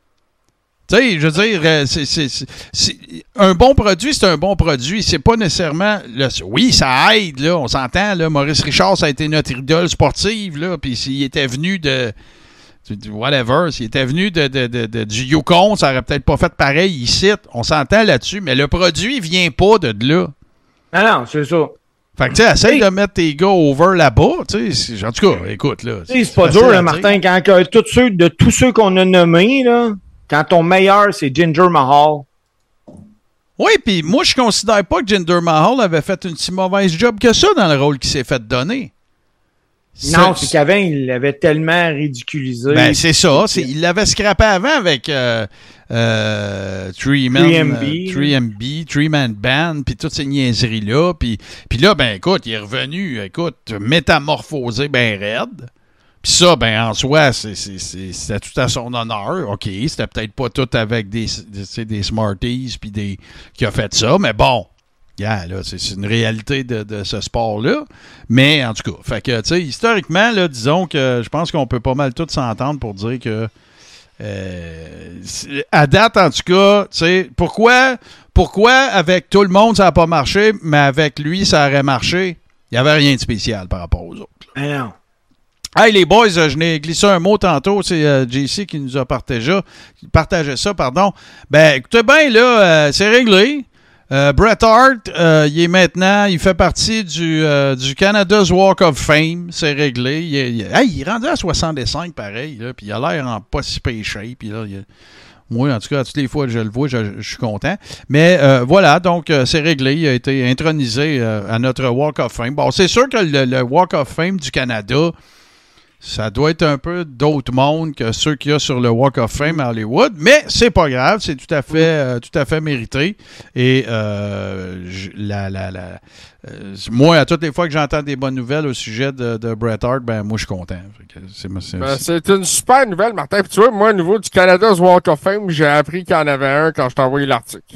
Tu sais, je veux dire, euh, c'est, c'est, c'est, c'est- un bon produit, c'est un bon produit. C'est pas nécessairement... Là, oui, ça aide, là, on s'entend. Là, Maurice Richard, ça a été notre idole sportive. Là, puis s'il était venu de... Whatever, s'il était venu de, de, de, de- du Yukon, ça aurait peut-être pas fait pareil ici. On s'entend là-dessus, mais le produit vient pas de là. Non, non, c'est ça. Fait que, tu sais, essaye Hey. de mettre tes gars over là-bas. Tu sais, c'est- en tout cas, écoute, là. Tu sais, c'est pas facile dur, à là, dire. Martin, quand que tous ceux, de tous ceux qu'on a nommés, là, quand ton meilleur, c'est Jinder Mahal. Oui, puis moi, je considère pas que Jinder Mahal avait fait une si mauvaise job que ça dans le rôle qu'il s'est fait donner. Non, c'est qu'avant, il l'avait tellement ridiculisé. Ben, c'est ça. C'est, il l'avait scrappé avant avec euh, euh, three Man, three M B. euh, three M B, three Man Band, puis toutes ces niaiseries-là. Puis, puis là, ben écoute, il est revenu, écoute, métamorphosé ben raide. Puis ça, ben en soi, c'est, c'est, c'est, c'était tout à son honneur. OK, c'était peut-être pas tout avec des, des, des Smarties puis des qui a fait ça, mais bon. Yeah, là, c'est, c'est une réalité de, de ce sport-là. Mais en tout cas, fait que, tu sais, historiquement, là, disons que je pense qu'on peut pas mal tous s'entendre pour dire que euh, à date, en tout cas, tu sais, pourquoi, pourquoi avec tout le monde ça n'a pas marché, mais avec lui ça aurait marché? Il n'y avait rien de spécial par rapport aux autres. Ah non. Hey les boys, euh, je n'ai glissé un mot tantôt, c'est euh, J C qui nous a partagé, partagé ça, pardon. Ben écoutez bien, là, euh, c'est réglé. Euh, Bret Hart, euh, il est maintenant, il fait partie du, euh, du Canada's Walk of Fame, c'est réglé. Il est, il est, hey, il est rendu à soixante-cinq pareil, là, puis il a l'air en pas si pay shape. Puis là, il a, moi, en tout cas, toutes les fois que je le vois, je, je suis content. Mais euh, voilà, donc euh, c'est réglé. Il a été intronisé euh, à notre Walk of Fame. Bon, c'est sûr que le, le Walk of Fame du Canada, ça doit être un peu d'autres mondes que ceux qu'il y a sur le Walk of Fame à Hollywood, mais c'est pas grave, c'est tout à fait, euh, tout à fait mérité. Et euh, je- la, la, la, euh, moi, à toutes les fois que j'entends des bonnes nouvelles au sujet de, de Bret Hart, ben moi je suis content. Fait que c'est, c'est, Ben, c'est une super nouvelle, Martin. Puis tu vois, moi, au niveau du Canada's Walk of Fame, j'ai appris qu'il y en avait un quand je t'ai envoyé l'article.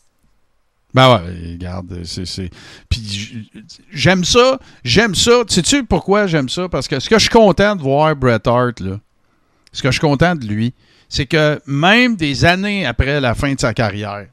Ben ouais, regarde, c'est, c'est... Puis j- j'aime ça, j'aime ça. Sais-tu pourquoi j'aime ça? Parce que ce que je suis content de voir Bret Hart, là, ce que je suis content de lui, c'est que même des années après la fin de sa carrière,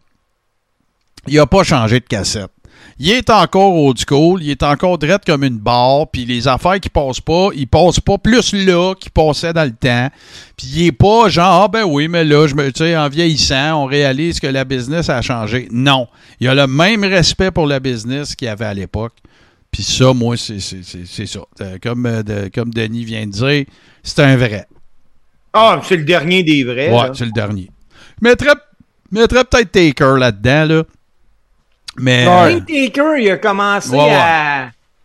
il n'a pas changé de cassette. Il est encore old school, il est encore drette comme une barre, puis les affaires qui passent pas, il passe pas plus là qu'il passait dans le temps. Puis il est pas genre, ah ben oui, mais là, je me, tu sais, en vieillissant, on réalise que la business a changé. Non. Il a le même respect pour la business qu'il y avait à l'époque. Puis ça, moi, c'est, c'est, c'est, c'est ça. Euh, Comme, euh, de, comme Denis vient de dire, c'est un vrai. Ah, c'est le dernier des vrais. Ouais, là. c'est le dernier. Je mettrais, je mettrais peut-être Taker là-dedans, là. Mais. Ouais. euh, Taker, il a commencé Ouais, ouais. à...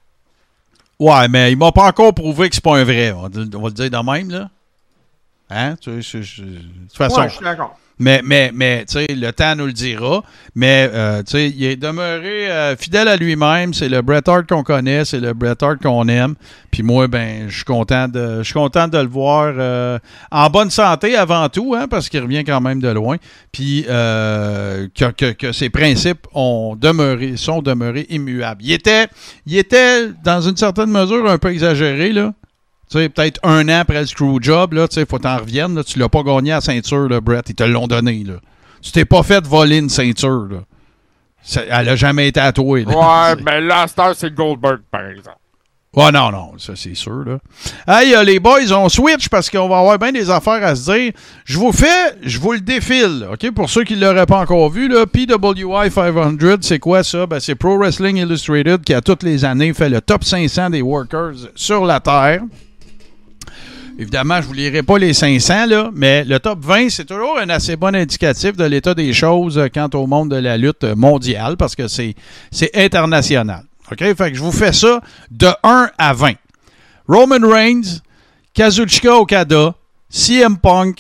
Ouais, mais il m'a pas encore prouvé que c'est pas un vrai. On va, on va le dire de même, là. Hein? Tu sais, je- je- de toute façon. Ouais, je suis d'accord. Mais, mais, mais tu sais, le temps nous le dira. Mais, euh, tu sais, il est demeuré euh, fidèle à lui-même. C'est le Bret Hart qu'on connaît, c'est le Bret Hart qu'on aime. Puis moi, ben, je suis content de, je suis content de le voir euh, en bonne santé avant tout, hein, parce qu'il revient quand même de loin. Puis euh, que, que, que ses principes ont demeuré, sont demeurés immuables. Il était, il était, dans une certaine mesure, un peu exagéré, là. Tu sais, peut-être un an après le Screwjob, là, tu sais, faut t'en revienne, là, tu l'as pas gagné à la ceinture, là, Brett, ils te l'ont donné, là. Tu t'es pas fait voler une ceinture, là. Ça, elle a jamais été à toi, là. Ouais, ben là, à cette heure, c'est Goldberg, par exemple. Ouais, non, non, ça c'est sûr, là. Hey, euh, les boys, on switch parce qu'on va avoir bien des affaires à se dire. Je vous fais, je vous le défile, OK? Pour ceux qui ne l'auraient pas encore vu, là, P W I cinq cents, c'est quoi ça? Ben, c'est Pro Wrestling Illustrated qui, à toutes les années, fait le top cinq cents des workers sur la Terre. Évidemment, je ne vous lirai pas les cinq cents, là, mais le top vingt, c'est toujours un assez bon indicatif de l'état des choses quant au monde de la lutte mondiale parce que c'est, c'est international. OK? Fait que je vous fais ça de un à vingt. Roman Reigns, Kazuchika Okada, C M Punk,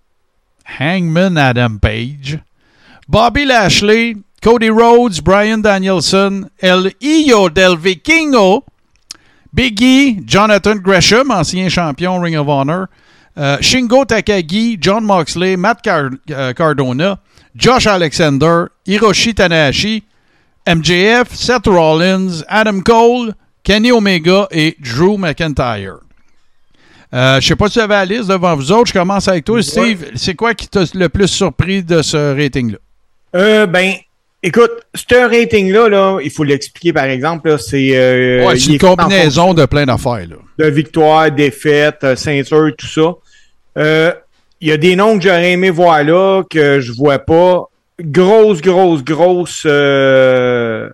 Hangman Adam Page, Bobby Lashley, Cody Rhodes, Bryan Danielson, El Hijo del Vikingo, Big E, Jonathan Gresham, ancien champion Ring of Honor, euh, Shingo Takagi, John Moxley, Matt Car- euh, Cardona, Josh Alexander, Hiroshi Tanahashi, M J F, Seth Rollins, Adam Cole, Kenny Omega et Drew McIntyre. Euh, je sais pas si vous avez la liste devant vous autres. Je commence avec toi, Steve. Ouais. C'est quoi qui t'a le plus surpris de ce rating-là? Euh, ben, écoute, ce rating-là, là, il faut l'expliquer par exemple. Là, c'est euh, ouais, c'est une combinaison de plein d'affaires. Là. De victoires, défaites, ceinture, tout ça. Euh, il y a des noms que j'aurais aimé voir là, que je vois pas. Grosse, grosse, grosse... Euh...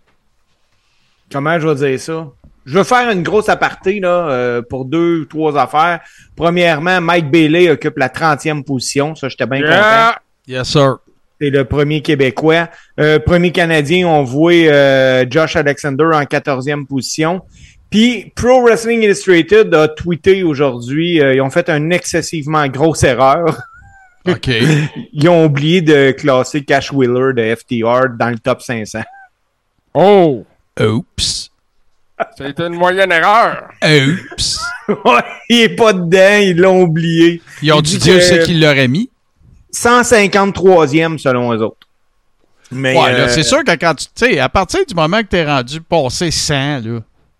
Comment je vais dire ça? Je veux faire une grosse aparté là, euh, pour deux ou trois affaires. Premièrement, Mike Bailey occupe la trentième position. Ça, j'étais bien yeah. content. Yes, sir. C'est le premier Québécois. Euh, premier Canadien, on voit euh, Josh Alexander en quatorzième position. Puis, Pro Wrestling Illustrated a tweeté aujourd'hui, euh, ils ont fait une excessivement grosse erreur. OK. Ils ont oublié de classer Cash Wheeler de F T R dans le top cinq cents. Oh! Oups! C'était une moyenne erreur. Oups! Ouais, il est pas dedans, ils l'ont oublié. Ils ont dû dire c'est qui l'aurait mis. cent cinquante-troisième selon eux autres. Mais ouais, euh... là, c'est sûr que quand tu... Tu sais, à partir du moment que t'es rendu passé cent, là...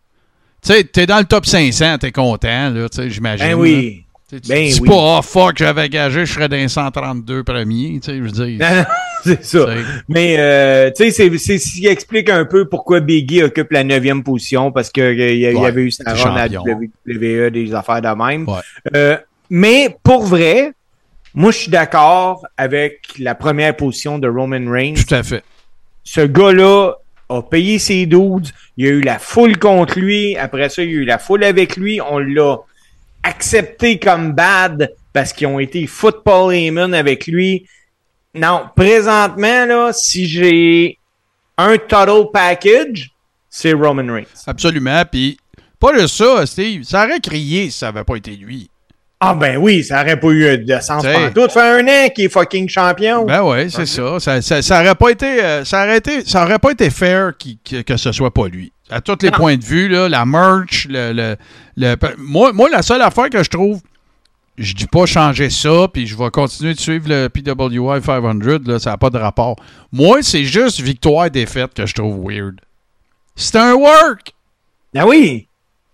Tu sais, t'es dans le top cinq cents, t'es content, là, tu sais, j'imagine. Ben oui. Là. Tu ben dis oui. pas, oh fuck, j'avais gagé, je serais dans les cent trente-deux premiers, tu sais, je veux dire. Non, non, c'est ça. T'sais. Mais, euh, tu sais, c'est, c'est ce qui explique un peu pourquoi Biggie occupe la neuvième position, parce qu'il y, y, ouais, y avait eu sa run à W W E, des affaires de même. Ouais. Euh, mais, pour vrai, moi, je suis d'accord avec la première position de Roman Reigns. Tout à fait. Ce gars-là a payé ses dudes, il y a eu la foule contre lui, après ça, il y a eu la foule avec lui, on l'a accepté comme bad parce qu'ils ont été football Heyman avec lui. Non, présentement, là, si j'ai un total package, c'est Roman Reigns. Absolument, puis pas juste ça, Steve, ça aurait crié si ça n'avait pas été lui. Ah ben oui, ça aurait pas eu de sens pantoute. Ça fait un an qu'il est fucking champion. Ben ouais, c'est ça. Ça, ça, ça aurait pas été, euh, ça aurait été, ça aurait pas été fair qui, qui, que ce soit pas lui. À tous les non. points de vue, là, la merch, le, le, le moi, moi, la seule affaire que je trouve, je dis pas changer ça, puis je vais continuer de suivre le P W I cinq cents, là, ça n'a pas de rapport. Moi, c'est juste victoire-défaite que je trouve weird. C'est un work! Ah oui!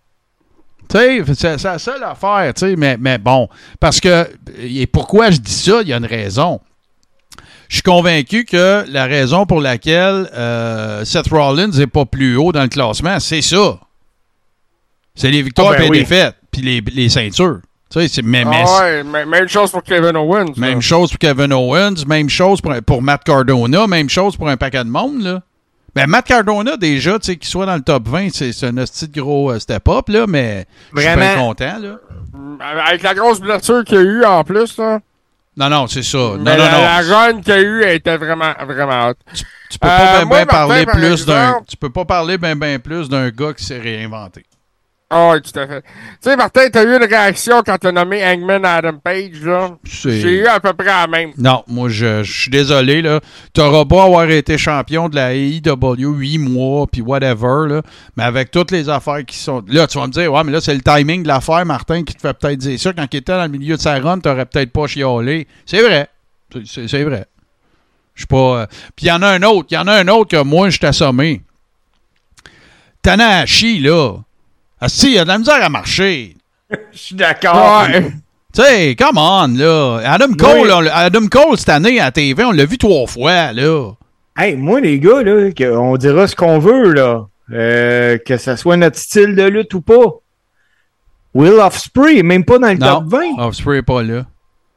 Tu sais, c'est, c'est la seule affaire, tu sais, mais, mais bon, parce que, et pourquoi je dis ça, il y a une raison. Je suis convaincu que la raison pour laquelle euh, Seth Rollins n'est pas plus haut dans le classement, c'est ça. C'est les victoires et oh ben les oui. défaites, puis les, les ceintures. Tu sais, c'est même, ah ouais, même chose pour Kevin Owens. Même là. chose pour Kevin Owens, même chose pour, pour Matt Cardona, même chose pour un paquet de monde, là. Ben, Matt Cardona, déjà, tu sais, qu'il soit dans le top vingt, c'est, c'est un hostie de gros uh, step-up, là, mais je suis bien content, là. Avec la grosse blessure qu'il y a eu, en plus, là. Non, non, c'est ça. Non, mais non, la, non. La run qu'il y a eu, elle était vraiment, vraiment haute. Tu, tu peux pas euh, bien ben parler Martin, plus exemple, d'un... Tu peux pas parler bien, bien plus d'un gars qui s'est réinventé. Ah oui, tout à fait. Tu sais, Martin, t'as eu une réaction quand t'as nommé Hangman Adam Page, là. C'est... J'ai eu à peu près la même. Non, moi, je, je suis désolé, là. T'auras beau avoir été champion de la A E W huit mois, puis whatever, là. Mais avec toutes les affaires qui sont... Là, tu vas me dire, ouais, mais là, c'est le timing de l'affaire, Martin, qui te fait peut-être dire ça. Quand il était dans le milieu de sa run, t'aurais peut-être pas chialé. C'est vrai. C'est, c'est, c'est vrai. Je suis pas... Euh... Puis il y en a un autre. Il y en a un autre que moi, je t'ai assommé. Tanahashi, là... Ah si, il y a de la misère à marcher. Je suis d'accord. Ouais. Tu sais, come on, là. Adam Cole, oui. on, Adam Cole, cette année, à la T V, on l'a vu trois fois, là. Hey, moi, les gars, là, on dira ce qu'on veut, là. Euh, que ça soit notre style de lutte ou pas. Will Ospreay, même pas dans le non, top vingt. Ospreay n'est pas là.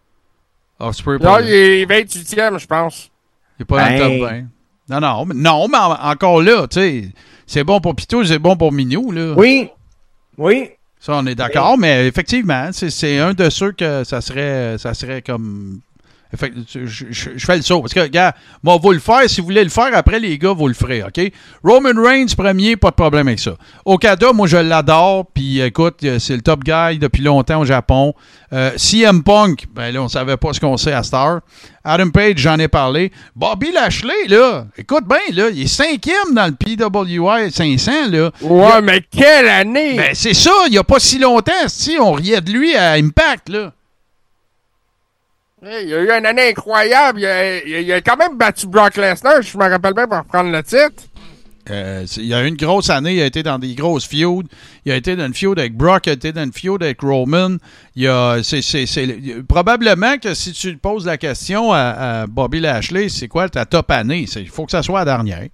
Ospreay pas non, là. Il est vingt-huitième, je pense. Il n'est pas ben... dans le top vingt. Non, non, mais, non, mais encore là, tu sais, c'est bon pour Pitou, c'est bon pour Minou, là. Oui, oui. Ça, on est d'accord, mais effectivement, c'est, c'est un de ceux que ça serait, ça serait comme... Je, je, je fais le saut. Parce que, gars, moi, vous le faire. Si vous voulez le faire, après, les gars, vous le ferez, OK? Roman Reigns, premier, pas de problème avec ça. Okada, moi, je l'adore. Puis, écoute, c'est le top guy depuis longtemps au Japon. Euh, C M Punk, ben là, on savait pas ce qu'on sait à Star. Adam Page, j'en ai parlé. Bobby Lashley, là, écoute bien, là, il est cinquième dans le P W I cinq cents, là. Ouais, a... mais quelle année! Ben, c'est ça, il y a pas si longtemps, si on riait de lui à Impact, là. Hey, il a eu une année incroyable. Il a, il a, il a quand même battu Brock Lesnar, je me rappelle bien, pour reprendre le titre. Euh, il a eu une grosse année. Il a été dans des grosses feuds. Il a été dans une feud avec Brock. Il a été dans une feud avec Roman. Il a, c'est, c'est, c'est, probablement que si tu poses la question à, à Bobby Lashley, c'est quoi ta top année? Il faut que ça soit la dernière.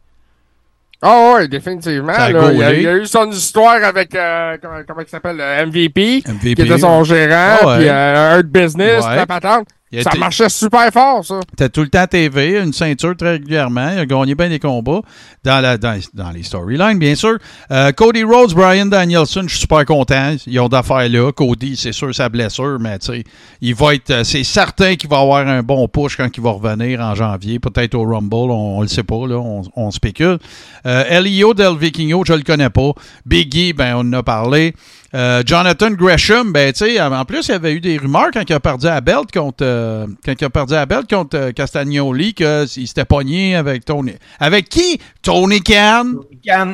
Ah oh, oui, définitivement. Là, il, a, il a eu son histoire avec, euh, comment, comment il s'appelle, le M V P, M V P, qui était son gérant, oh, ouais. puis euh, Hurt Business, ouais. la patente. Ça été... marchait super fort, ça. T'as tout le temps T V, une ceinture très régulièrement. Il a gagné bien des combats dans, la, dans, dans les storylines, bien sûr. Euh, Cody Rhodes, Bryan Danielson, je suis super content. Ils ont d'affaires là. Cody, c'est sûr, sa blessure, mais tu sais, il va être, c'est certain qu'il va avoir un bon push quand il va revenir en janvier, peut-être au Rumble, on, on le sait pas, là, on, on spécule. Euh, Elio Del Vikingo, je le connais pas. Biggie, ben, on en a parlé. Euh, Jonathan Gresham, ben tu sais, en plus, il y avait eu des rumeurs quand il a perdu la belt contre euh, quand il a perdu la belt contre euh, Castagnoli qu'il s'était pogné avec Tony. Avec qui? Tony Khan. Tony Khan.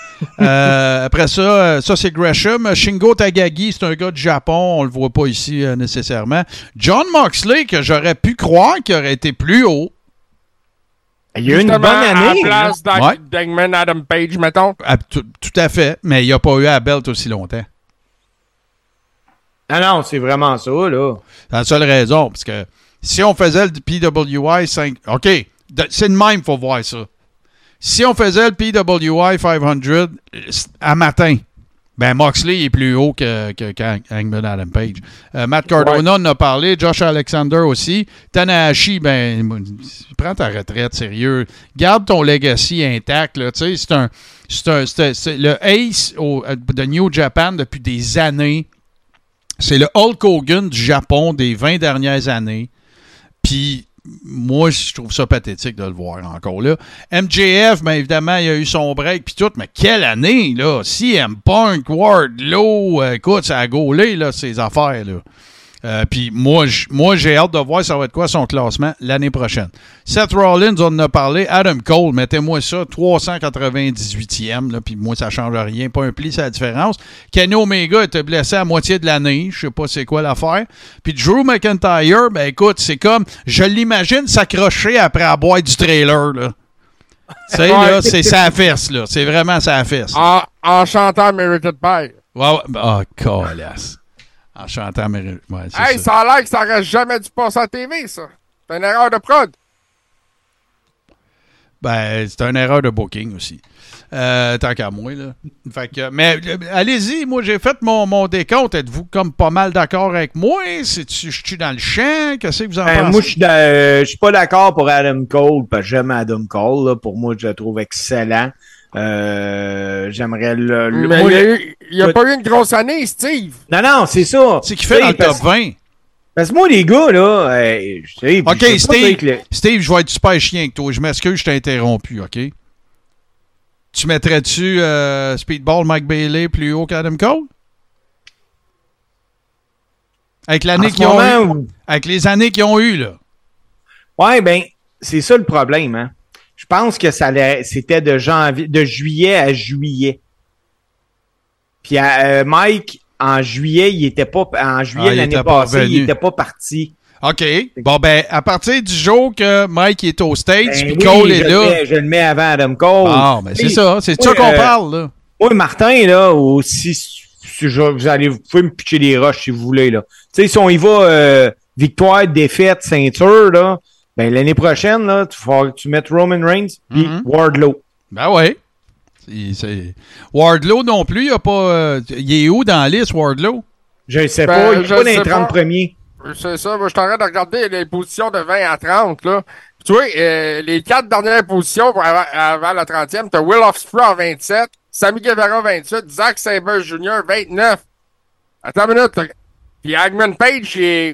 euh, après ça, ça c'est Gresham. Shingo Takagi, c'est un gars du Japon, on le voit pas ici euh, nécessairement. John Moxley, que j'aurais pu croire qu'il aurait été plus haut. Il y a eu une bonne année. À la place ouais. d'Eggman Adam Page, mettons. Ah, tout, tout à fait, mais il n'a pas eu la belt aussi longtemps. Ah non, c'est vraiment ça, là. C'est la seule raison, parce que si on faisait le P W I cinq... OK, c'est de même, il faut voir ça. Si on faisait le P W I cinq cents à matin, ben Moxley est plus haut que, que, qu'Hangman Adam Page. Euh, Matt Cardona en a parlé, Josh Alexander aussi. Tanahashi, ben, prends ta retraite, sérieux. Garde ton legacy intact, là, tu sais, c'est un... C'est, un, c'est, c'est le ace au, de New Japan depuis des années. C'est le Hulk Hogan du Japon des vingt dernières années. Puis, moi, je trouve ça pathétique de le voir encore là. M J F, bien évidemment, il a eu son break, puis tout. Mais quelle année, là! C M Punk, Wardlow, euh, écoute, ça a gaulé, là, ces affaires, là. Euh, puis moi, j- moi, j'ai hâte de voir ça va être quoi son classement l'année prochaine. Seth Rollins, on en a parlé. Adam Cole, mettez-moi ça, trois cent quatre-vingt-dix-huitième, là, puis moi, ça change rien. Pas un pli, c'est la différence. Kenny Omega était blessé à moitié de l'année. Je sais pas c'est quoi l'affaire. Puis Drew McIntyre, ben écoute, c'est comme, je l'imagine s'accrocher après à boire du trailer, là. Tu sais, là, c'est sa fesse, là. C'est vraiment sa fesse. En, en chantant Merited Pie. Ouais, ouais. Ah, colasse. En chantant, mais. Ouais, c'est hey, ça. ça a l'air que ça aurait jamais dû passer à la T V, ça. C'est une erreur de prod. Ben, c'est une erreur de booking aussi. Euh, tant qu'à moi, là. Fait que, mais euh, allez-y, moi j'ai fait mon, mon décompte. Êtes-vous comme pas mal d'accord avec moi? Je suis dans le champ? Qu'est-ce que vous en Ben, pensez? moi, je suis euh, suis pas d'accord pour Adam Cole, parce que j'aime Adam Cole. Là. Pour moi, je le trouve excellent. Euh, j'aimerais le... le Mais moi, il n'y a, a pas eu une grosse année, Steve. Non, non, c'est ça. C'est qu'il fait dans le top vingt. Parce que moi, les gars, là, euh, je sais... OK, je Steve, le... Steve, je vais être super chien avec toi. Je m'excuse, je t'ai interrompu, OK? Tu mettrais-tu euh, Speedball Mike Bailey plus haut qu'Adam Cole? Avec l'année qu'ils ont eu. Où... Avec les années qu'ils ont eu, là. Ouais, ben, c'est ça le problème, hein. Je pense que ça c'était de janvier, de juillet à juillet. Puis euh, Mike, en juillet, il était pas, en juillet ah, l'année passée, il était pas parti. OK. Bon, ben, à partir du jour que Mike est au States, ben puis oui, Cole est là. Mets, je le mets avant Adam Cole. Ah, ben, c'est ça. C'est ça qu'on euh, parle, là. Oui, Martin, là, aussi je, je, vous allez, vous pouvez me pitcher des rushs si vous voulez, là. Tu sais, si on y va, euh, victoire, défaite, ceinture, là, ben, l'année prochaine, là, tu faut que tu mettes Roman Reigns puis Mm-hmm. Wardlow. Ben ouais. C'est, c'est... Wardlow non plus, il a pas. Euh... Il est où dans la liste, Wardlow? Je ne sais Ben, pas, il est je pas dans les sais trente pas. premiers. C'est ça, moi, je suis en train de regarder les positions de vingt à trente, là. Tu vois, euh, les quatre dernières positions pour avant, avant la trentième, t'as Will Ospreay en vingt-sept, Sammy Guevara vingt-huit, Zack Sabre junior vingt-neuf. Attends une minute. Puis Hangman Page, il est,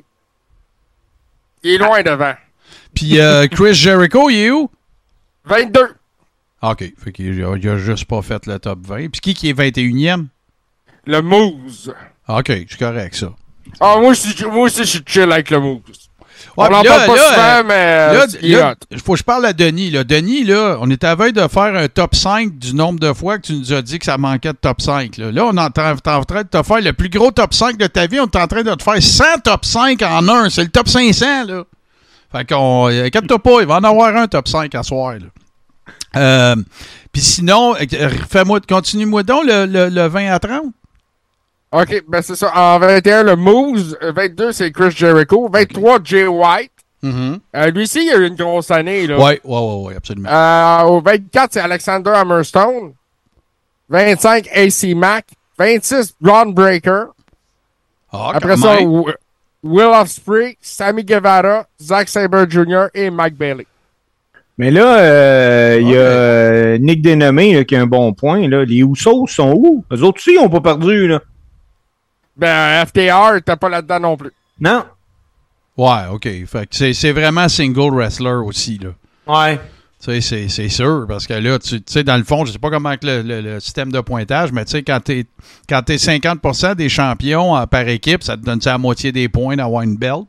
il est loin devant. Puis euh, Chris Jericho, il est où? vingt-deux. OK. Fait qu'il a, il a juste pas fait le top vingt. Puis qui qui est vingt et unième? Le Moose. OK, c'est correct, ça. Ah, moi aussi, moi aussi, je suis chill avec le Moose. Ouais, On n'en puis là, parle pas là, souvent, euh, mais Là, euh, il est là, hot. faut que je parle à Denis. Là. Denis, là, on est à veille de faire un top cinq du nombre de fois que tu nous as dit que ça manquait de top cinq. Là, là on est en train, en train de te faire le plus gros top cinq de ta vie. On est en train de te faire cent top cinq en un. C'est le top cinq cents, là. Fait qu'on, inquiète-toi pas, il va en avoir un top cinq à soir, là. Euh, Puis sinon, fais-moi, continue-moi donc le, le, le vingt à trente. OK, ben c'est ça. En vingt et un, le Moose. vingt-deux, c'est Chris Jericho. vingt-trois, Jay White. Mm-hmm. Euh, lui aussi, il a eu une grosse année, là. Oui, oui, oui, ouais, absolument. Euh, au vingt-quatre, c'est Alexander Hammerstone. vingt-cinq, A C Mack. vingt-six, Braun Breaker. Ah, Après quand ça, même. Will Ospreay, Sammy Guevara, Zack Sabre junior et Mike Bailey. Mais là, euh, il y Ouais. a euh, Nick Dénommé là, qui a un bon point. Là. Les Usos sont où? Eux autres aussi, ils n'ont pas perdu. Là. Ben, F T R, t'es pas là-dedans non plus. Non? Ouais, OK. Fait que c'est, c'est vraiment single wrestler aussi, là. Ouais. Tu sais, c'est, c'est sûr, parce que là, tu sais, dans le fond, je sais pas comment que le, le, le système de pointage, mais tu sais, quand t'es, quand t'es cinquante pour cent des champions euh, par équipe, ça te donne la moitié des points d'avoir une belt.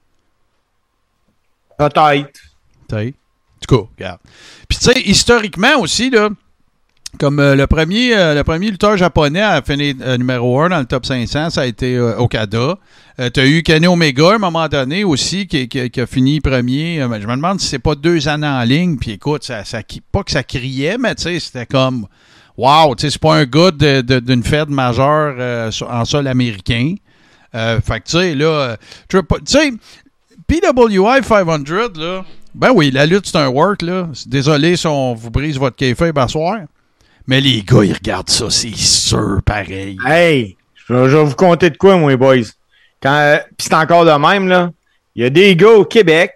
Peut-être. Tu sais. En tout cas, regarde. Puis tu sais, historiquement aussi, là, comme euh, le premier euh, le premier lutteur japonais à finir euh, numéro un dans le top cinq cents, ça a été euh, Okada. Euh, tu as eu Kenny Omega à un moment donné aussi qui, qui, qui a fini premier. Euh, je me demande si c'est pas deux années en ligne. Puis écoute, ça, ça, pas que ça criait, mais tu sais, c'était comme wow, tu sais, c'est pas un gars de, de, d'une fête majeure euh, en sol américain. Euh, fait que tu sais, là, tu sais, P W I cinq cents, là, ben oui, la lutte, c'est un work, là. Désolé si on vous brise votre kayfabe à soir. Mais les gars, ils regardent ça, c'est sûr, pareil. Hey, je vais, je vais vous conter de quoi, moi, boys. Quand, euh, Puis c'est encore de même, là. Il y a des gars au Québec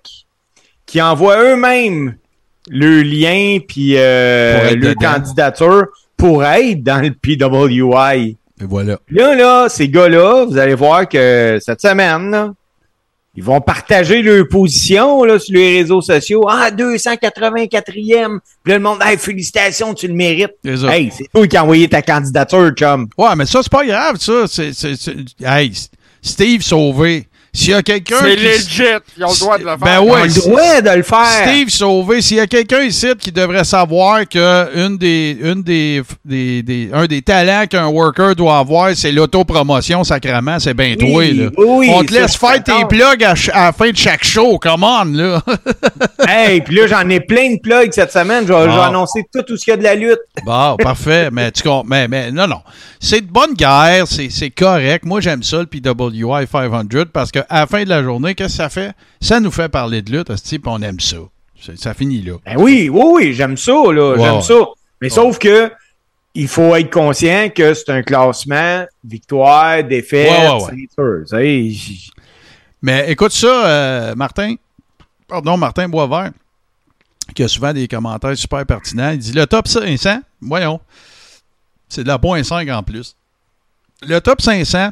qui envoient eux-mêmes le lien puis euh, le candidature pour être dans le P W I. Et voilà. Là, là, ces gars-là, vous allez voir que cette semaine, là, ils vont partager leur position là, sur les réseaux sociaux. Ah, deux cent quatre-vingt-quatrième. Puis là, le monde, hey, félicitations, tu le mérites. C'est ça. Hey, c'est toi qui as envoyé ta candidature, chum. Ouais, mais ça, c'est pas grave, ça. C'est, c'est, c'est... Hey, Steve Sauvé. S'il y a quelqu'un C'est qui... legit. Ils ont le droit de le faire. Ben On a ouais, le c'est- droit de le faire. Steve Sauvé, s'il y a quelqu'un ici qui devrait savoir que une des, une des, des, des, un des talents qu'un worker doit avoir, c'est l'autopromotion, sacrément, c'est bien toi, Oui, là. oui, On te ça, laisse je faire suis tes d'accord. plugs à, ch- à la fin de chaque show, come on, là. Hey, puis là, j'en ai plein de plugs cette semaine. Je vais, je vais Ah. annoncer tout, tout ce qu'il y a de la lutte. Bon, parfait, mais tu comprends, mais, mais non, non. C'est de bonne guerre, c'est, c'est correct. Moi, j'aime ça, le P W I cinq cents, parce qu'à la fin de la journée, qu'est-ce que ça fait? Ça nous fait parler de lutte, hostie, puis on aime ça. C'est- ça finit là. Ben oui, oui, oui, j'aime ça, là. Ouais, j'aime ouais. ça. Mais sauf que il faut être conscient que c'est un classement, victoire, défaite, Ouais, ouais, ouais. ceinture. Tu sais, j- Mais écoute ça, euh, Martin, pardon, Martin Boisvert, qui a souvent des commentaires super pertinents. Il dit le top cinq cents, voyons, c'est de la point cinq en plus. Le top cinq cents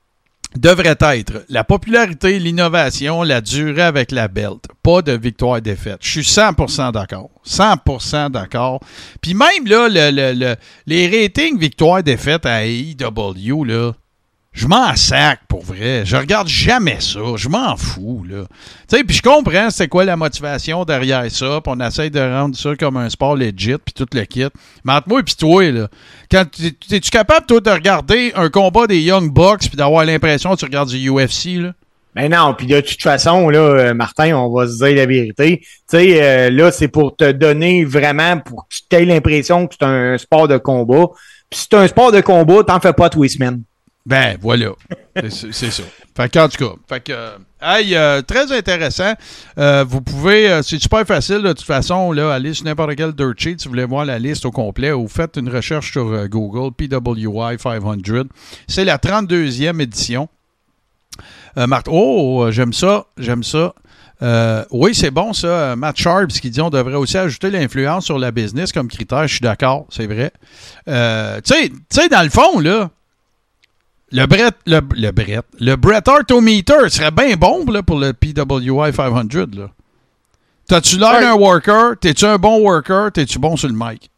devrait être la popularité, l'innovation, la durée avec la belt. Pas de victoire-défaite. Je suis cent pour cent d'accord. cent pour cent d'accord. Puis même là, le, le, le- les ratings victoire-défaite à A E W, là, je m'en sac pour vrai. Je regarde jamais ça. Je m'en fous, là. Tu sais, puis je comprends c'est quoi la motivation derrière ça, puis on essaie de rendre ça comme un sport legit, puis tout le kit. Mais entre moi et toi, là, quand t'es- t'es-tu capable, toi, de regarder un combat des Young Bucks puis d'avoir l'impression que tu regardes du U F C, là? Ben non, puis de toute façon, là, euh, Martin, on va se dire la vérité. Tu sais, euh, là, c'est pour te donner vraiment, pour que tu aies l'impression que c'est un sport de combat. Puis si c'est un sport de combat, t'en fais pas tous les semaines. Ben, voilà. C'est, c'est ça. Fait qu'en tout cas, fait que, euh, hey, euh, très intéressant. Euh, vous pouvez, euh, c'est super facile de toute façon, là, aller sur n'importe quel dirt sheet si vous voulez voir la liste au complet ou faites une recherche sur euh, Google, P W I cinq cents. C'est la trente-deuxième édition. Euh, Marthe, oh, j'aime ça, j'aime ça. Euh, oui, c'est bon ça. Matt Sharps qui dit on devrait aussi ajouter l'influence sur la business comme critère. Je suis d'accord, c'est vrai. Euh, tu sais, dans le fond, là, le Brett, le, le Brett, le Bret Hart-O-Meter serait bien bon là, pour le P W I cinq cents. Là. T'as-tu l'air ouais. d'un worker? T'es-tu un bon worker? T'es-tu bon sur le mic?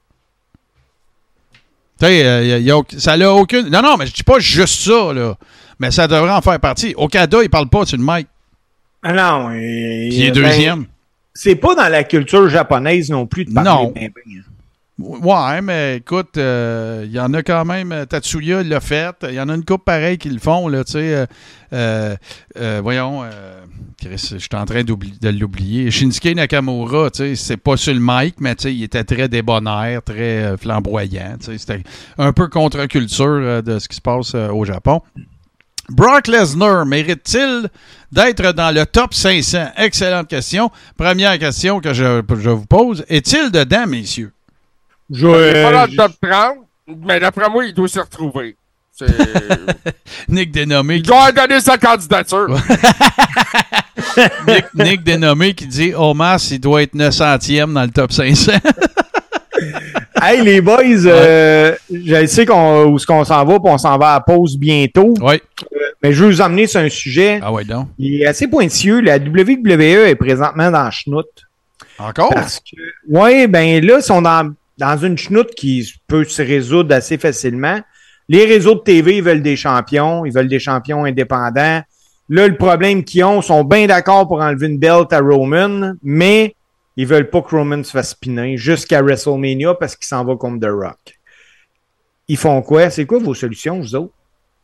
Tu sais, euh, y a, ça n'a aucune... Non, non, mais je dis pas juste ça, là. Mais ça devrait en faire partie. Okada, il parle pas sur le mic. Ah non. Et, Puis il est ben, deuxième. C'est pas dans la culture japonaise non plus de parler. Non. Ben, ben. Ouais, mais écoute, il euh, y en a quand même. Tatsuya l'a fait. Il y en a une couple pareille qui le font, là, tu sais. Euh, euh, euh, voyons, euh, Chris, je suis en train de l'oublier. Shinsuke Nakamura, tu sais, c'est pas sur le mic, mais tu sais, il était très débonnaire, très euh, flamboyant. Tu sais, c'était un peu contre-culture euh, de ce qui se passe euh, au Japon. Brock Lesnar mérite-t-il d'être dans le top cinq cents? Excellente question. Première question que je, je vous pose. Est-il dedans, messieurs? Je, il est pas dans le top trente, mais d'après moi, il doit s'y retrouver. C'est... Nick Dénommé. Il doit donner sa candidature. Nick, Nick Dénommé qui dit Omas, il doit être neuf centième dans le top cinq cents. Hey, les boys, euh, je sais qu'on, où est-ce qu'on s'en va, puis on s'en va à pause bientôt. Oui. Euh, mais je veux vous emmener sur un sujet. Ah ouais, donc. Il est assez pointilleux. La W W E est présentement dans la chenoute. Encore? Parce que, ouais, ben là, ils sont dans, dans une chenoute qui peut se résoudre assez facilement. Les réseaux de T V, ils veulent des champions. Ils veulent des champions indépendants. Là, le problème qu'ils ont, ils sont bien d'accord pour enlever une belt à Roman, mais ils veulent pas que Roman se fasse spinner jusqu'à WrestleMania parce qu'il s'en va comme The Rock. Ils font quoi? C'est quoi vos solutions, vous autres?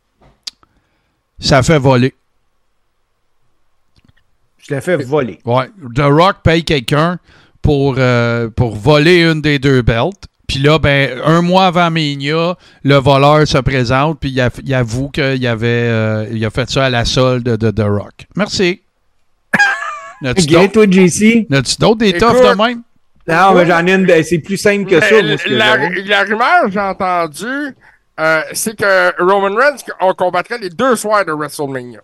Ça fait voler. Je l'ai fait voler. Ouais. The Rock paye quelqu'un pour, euh, pour voler une des deux belts. Puis là, ben, un mois avant Mania, le voleur se présente puis il, a, il avoue qu'il avait, euh, il a fait ça à la solde de The Rock. Merci. N'as-tu Gay, toi, J C? N'as-tu d'autres des Écoute, toughs de même? Non, mais j'en ai une. Ben, c'est plus simple que ça. Moi, ce que la, j'avoue. la rumeur, j'ai entendu, euh, c'est que Roman Reigns, on combattrait les deux soirs de WrestleMania.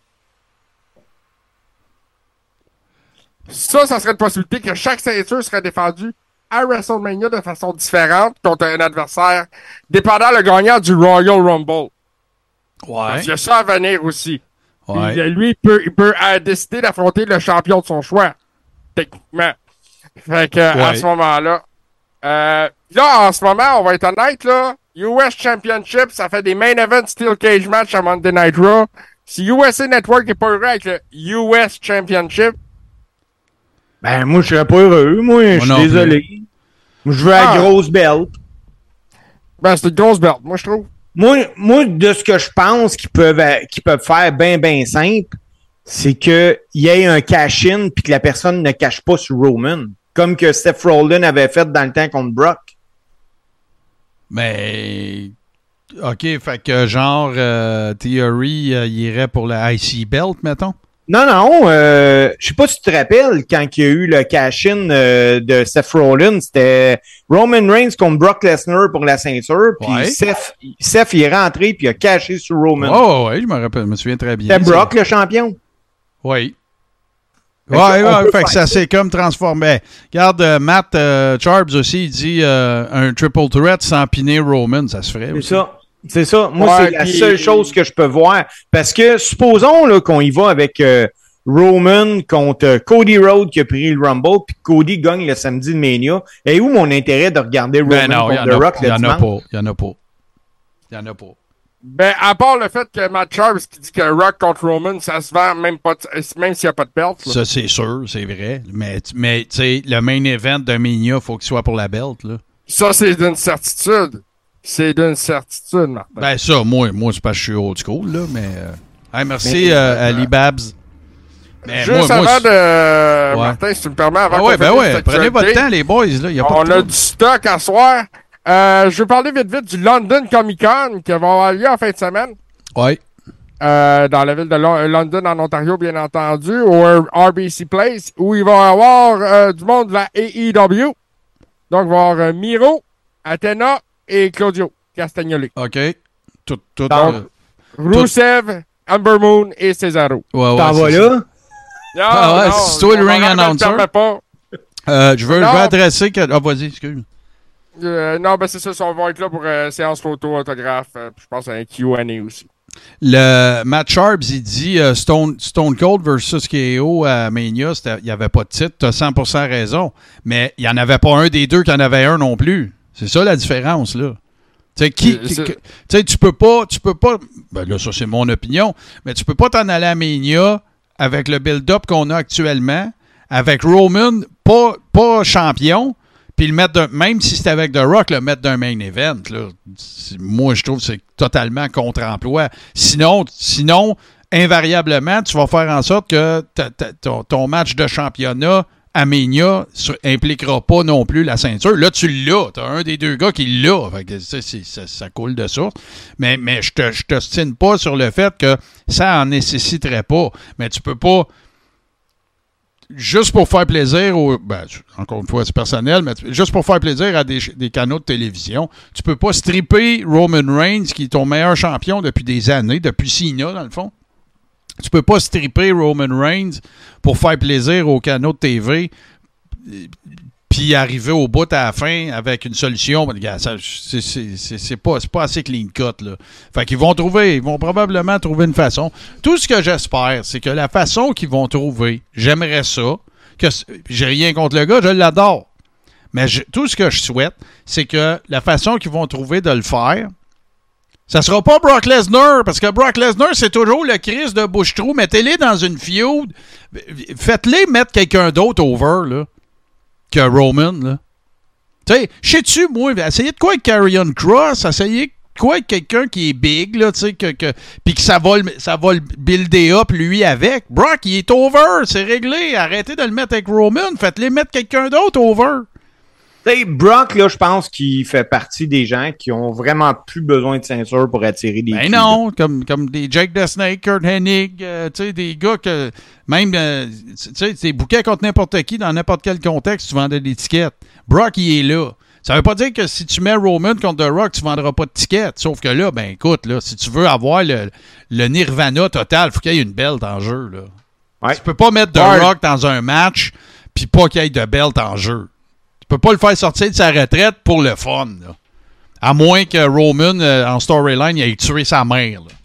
Ça, ça serait une possibilité que chaque ceinture serait défendue à WrestleMania de façon différente contre un adversaire, dépendant le gagnant du Royal Rumble. Ouais. Il y a ça à venir aussi. Ouais. Puis, lui, il peut, il peut euh, décider d'affronter le champion de son choix, techniquement. Fait que, ouais. À ce moment-là, euh, là, en ce moment, on va être honnête, là, U S Championship, ça fait des main event steel cage match à Monday Night Raw. Si U S A Network est pas heureux avec le U S Championship, ben, moi, je serais pas heureux. Moi, je suis désolé. Plus. Moi, je veux ah. la grosse belt. Ben, c'est une grosse belt, moi, je trouve. Moi, moi, de ce que je pense qu'ils peuvent, qu'ils peuvent faire bien, bien simple, c'est qu'il y ait un cash-in puis que la personne ne cache pas sur Roman. Comme que Seth Rollins avait fait dans le temps contre Brock. Mais... OK, fait que genre, euh, Theory, euh, il irait pour la I C belt, mettons? Non, non, euh, je sais pas si tu te rappelles, quand il y a eu le cash-in euh, de Seth Rollins, c'était Roman Reigns contre Brock Lesnar pour la ceinture, puis ouais. Seth, Seth il est rentré puis il a caché sur Roman. Oh, oui, je me rappelle, je me souviens très bien. C'était Brock c'est... le champion. Oui. Oui, ouais, ouais, fait que ça s'est comme transformé. Regarde, euh, Matt euh, Sharps aussi, il dit euh, un triple threat sans piner Roman, ça se ferait c'est aussi. Ça. C'est ça. Moi, ouais, c'est la pis... seule chose que je peux voir. Parce que, supposons là, qu'on y va avec euh, Roman contre euh, Cody Rhodes qui a pris le Rumble, puis Cody gagne le samedi de Mania. Et où mon intérêt de regarder Roman ben non, contre The Rock le dimanche? Il n'y en a pas. Il n'y en a pas. Il n'y en a pas. Ben, à part le fait que Matt Sharp qui dit que Rock contre Roman, ça se vend même pas, t- même s'il n'y a pas de belt. Là. Ça, c'est sûr, c'est vrai. Mais, mais tu sais, le main event d'un Mania, il faut qu'il soit pour la belt, là. Ça, c'est d'une certitude. C'est d'une certitude, Martin. Ben ça, moi, moi c'est parce que je suis old school, là, mais... Euh... Hey, merci, mais, euh, Ali Babs. Mais Juste moi, moi, avant de... Ouais. Martin, si tu me permets, avant ah qu'on ouais, ben ouais, prenez votre temps, les boys, là, y a pas on de a du stock à soir. Euh, je vais parler vite vite du London Comic Con qui va avoir lieu en fin de semaine. Oui. euh, dans la ville de Lo- London, en Ontario, bien entendu, au R B C Place, où il va y avoir euh, du monde de la A E W. Donc, il va y avoir euh, Miro, Athena et Claudio Castagnoli. OK. Tout, tout, Donc, euh, Rusev, Amber Moon et Cesaro. ouais, ouais, T'en vas c'est là? Non, Ah ouais, non, c'est toi le on ring en announcer? parle pas. Euh, je veux, je Non. veux adresser... Que... Ah, vas-y, excuse. Euh, non, ben c'est ça, on va être là pour euh, séance photo, autographe, euh, puis je pense à un Q and A aussi. Le Matt Sharps, il dit euh, Stone, Stone Cold versus K O à Mania, il n'y avait pas de titre. Tu as cent pour cent raison. Mais il n'y en avait pas un des deux qui en avait un non plus. C'est ça la différence, là. Tu sais, qui, qui, qui- tu sais, tu peux pas, tu peux pas, ben là, ça c'est mon opinion, mais tu peux pas t'en aller à Mania avec le build-up qu'on a actuellement, avec Roman, pas, pas champion, puis le mettre d'un, même si c'était avec The Rock, le mettre d'un main event, là, c'est- moi je trouve que c'est totalement contre-emploi. Sinon, sinon, invariablement, tu vas faire en sorte que ta- ta- ton, ton match de championnat à Mania sur- impliquera pas non plus la ceinture. Là, tu l'as. Tu as un des deux gars qui l'a. Fait que, c'est- c'est- ça, ça coule de source. Mais, mais je te, je t'ostine pas sur le fait que ça en nécessiterait pas. Mais tu peux pas, juste pour faire plaisir, aux, ben, encore une fois, c'est personnel, mais tu- juste pour faire plaisir à des, des canaux de télévision, tu peux pas stripper Roman Reigns, qui est ton meilleur champion depuis des années, depuis Cena, dans le fond. Tu peux pas stripper Roman Reigns pour faire plaisir aux canaux de T V euh, puis arriver au bout à la fin avec une solution. Regarde, ça, c'est, c'est, c'est, c'est pas, c'est pas assez clean cut, là. Fait qu'ils vont trouver, ils vont probablement trouver une façon. Tout ce que j'espère, c'est que la façon qu'ils vont trouver, j'aimerais ça, que j'ai rien contre le gars, je l'adore. Mais je, tout ce que je souhaite, c'est que la façon qu'ils vont trouver de le faire, ça sera pas Brock Lesnar, parce que Brock Lesnar, c'est toujours le Chris de Bush-Trou. Mettez-les dans une feud. Faites-les mettre quelqu'un d'autre over, là, que Roman, là. Tu sais, je sais-tu, moi, essayez de quoi avec Karrion Kross, essayez de quoi avec quelqu'un qui est big, là, tu sais, que, que, puis que ça va, le, ça va le builder up, lui, avec. Brock, il est over, c'est réglé. Arrêtez de le mettre avec Roman. Faites-les mettre quelqu'un d'autre over. T'sais, Brock, là, je pense qu'il fait partie des gens qui ont vraiment plus besoin de ceinture pour attirer des Ben culs, non, comme, comme des Jake the Snake, Kurt Hennig, euh, tu sais, des gars que même, euh, tu sais, t'es bouquet contre n'importe qui, dans n'importe quel contexte, tu vendais des tickets. Brock, il est là. Ça veut pas dire que si tu mets Roman contre The Rock, tu vendras pas de tickets. Sauf que là, ben écoute, là, si tu veux avoir le, le nirvana total, faut qu'il y ait une belt en jeu, là. Ouais. Tu peux pas mettre The Ouais. Rock dans un match puis pas qu'il y ait de belt en jeu. Tu peux pas le faire sortir de sa retraite pour le fun, là. À moins que Roman, euh, en storyline, il ait tué sa mère, là.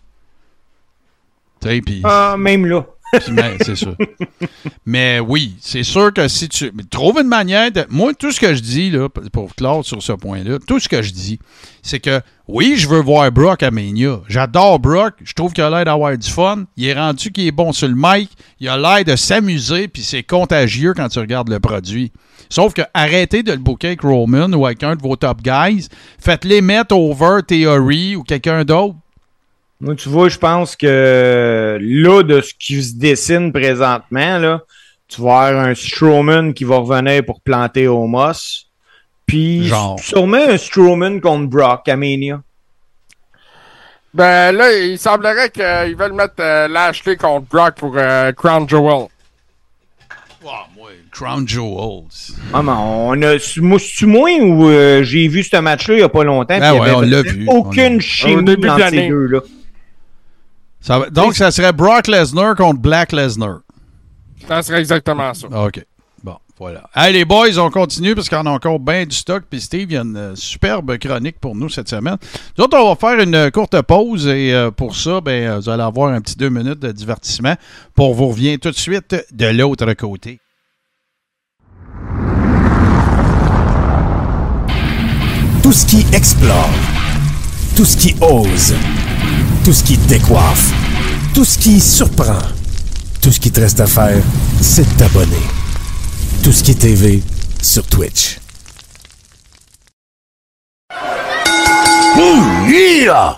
Tu sais, puis... Ah, même là. Puis, mais, c'est sûr. Mais oui, c'est sûr que si tu mais trouves une manière de... Moi, tout ce que je dis, là, pour clore sur ce point-là, tout ce que je dis, c'est que oui, je veux voir Brock à Mania. J'adore Brock. Je trouve qu'il a l'air d'avoir du fun. Il est rendu qu'il est bon sur le mic. Il a l'air de s'amuser, puis c'est contagieux quand tu regardes le produit. Sauf que arrêtez de le booker avec Roman ou avec un de vos top guys. Faites-les mettre over Theory ou quelqu'un d'autre. Moi, tu vois, je pense que là, de ce qui se dessine présentement, là, tu vas avoir un Strowman qui va revenir pour planter Omos. Puis Genre. sûrement un Strowman contre Brock à Mania. Ben là, il semblerait qu'ils veulent mettre euh, Lashley contre Brock pour euh, Crown Jewel. Wow, moi, Crown Jewels. Ah, mais on a. Moi, c'est-tu moi ou euh, j'ai vu ce match-là il n'y a pas longtemps? Ben puis il y ouais, avait on l'a vu, aucune on l'a- Au chimie début de entre ces l'année. deux-là. Ça va- donc, ça serait Brock Lesnar contre Black Lesnar. Ça serait exactement ça. OK. Bon, voilà. Hey, les boys, on continue parce qu'on a encore bien du stock. Puis Steve, il y a une euh, superbe chronique pour nous cette semaine. Nous autres, on va faire une euh, courte pause et euh, pour ça, ben, euh, vous allez avoir un petit deux minutes de divertissement pour vous revient tout de suite de l'autre côté. Tout ce qui explore, tout ce qui ose, tout ce qui décoiffe, tout ce qui surprend, tout ce qui te reste à faire, c'est de t'abonner. Tout ce qui est T V sur Twitch. Ouh, yeah!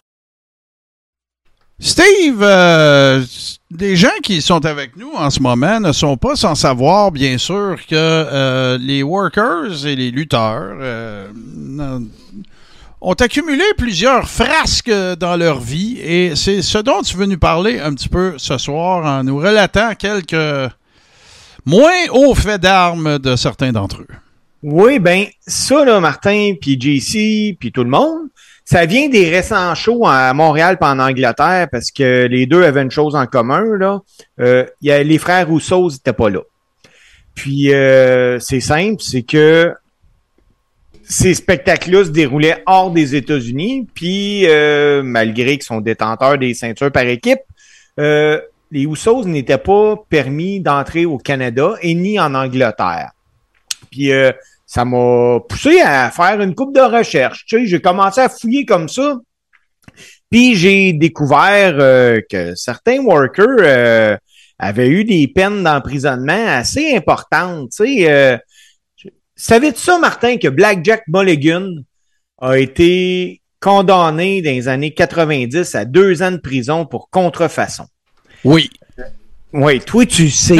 Steve, euh, les gens qui sont avec nous en ce moment ne sont pas sans savoir, bien sûr, que euh, les workers et les lutteurs euh, ont accumulé plusieurs frasques dans leur vie et c'est ce dont tu veux nous parler un petit peu ce soir en nous relatant quelques moins hauts faits d'armes de certains d'entre eux. Oui, ben ça, là, Martin, puis J C, puis tout le monde, ça vient des récents shows à Montréal puis en Angleterre parce que les deux avaient une chose en commun, là. Euh, y a, les frères Rousseau n'étaient pas là. Puis euh, c'est simple, c'est que ces spectacles-là se déroulaient hors des États-Unis, puis euh, malgré qu'ils sont détenteurs des ceintures par équipe, euh, les Usos n'étaient pas permis d'entrer au Canada et ni en Angleterre. Puis euh, ça m'a poussé à faire une couple de recherches. Tu sais, j'ai commencé à fouiller comme ça, puis j'ai découvert euh, que certains workers euh, avaient eu des peines d'emprisonnement assez importantes. Tu sais, euh, savais-tu ça, Martin, que Blackjack Mulligan a été condamné dans les années quatre-vingt-dix à deux ans de prison pour contrefaçon? Oui. Oui, toi, tu sais.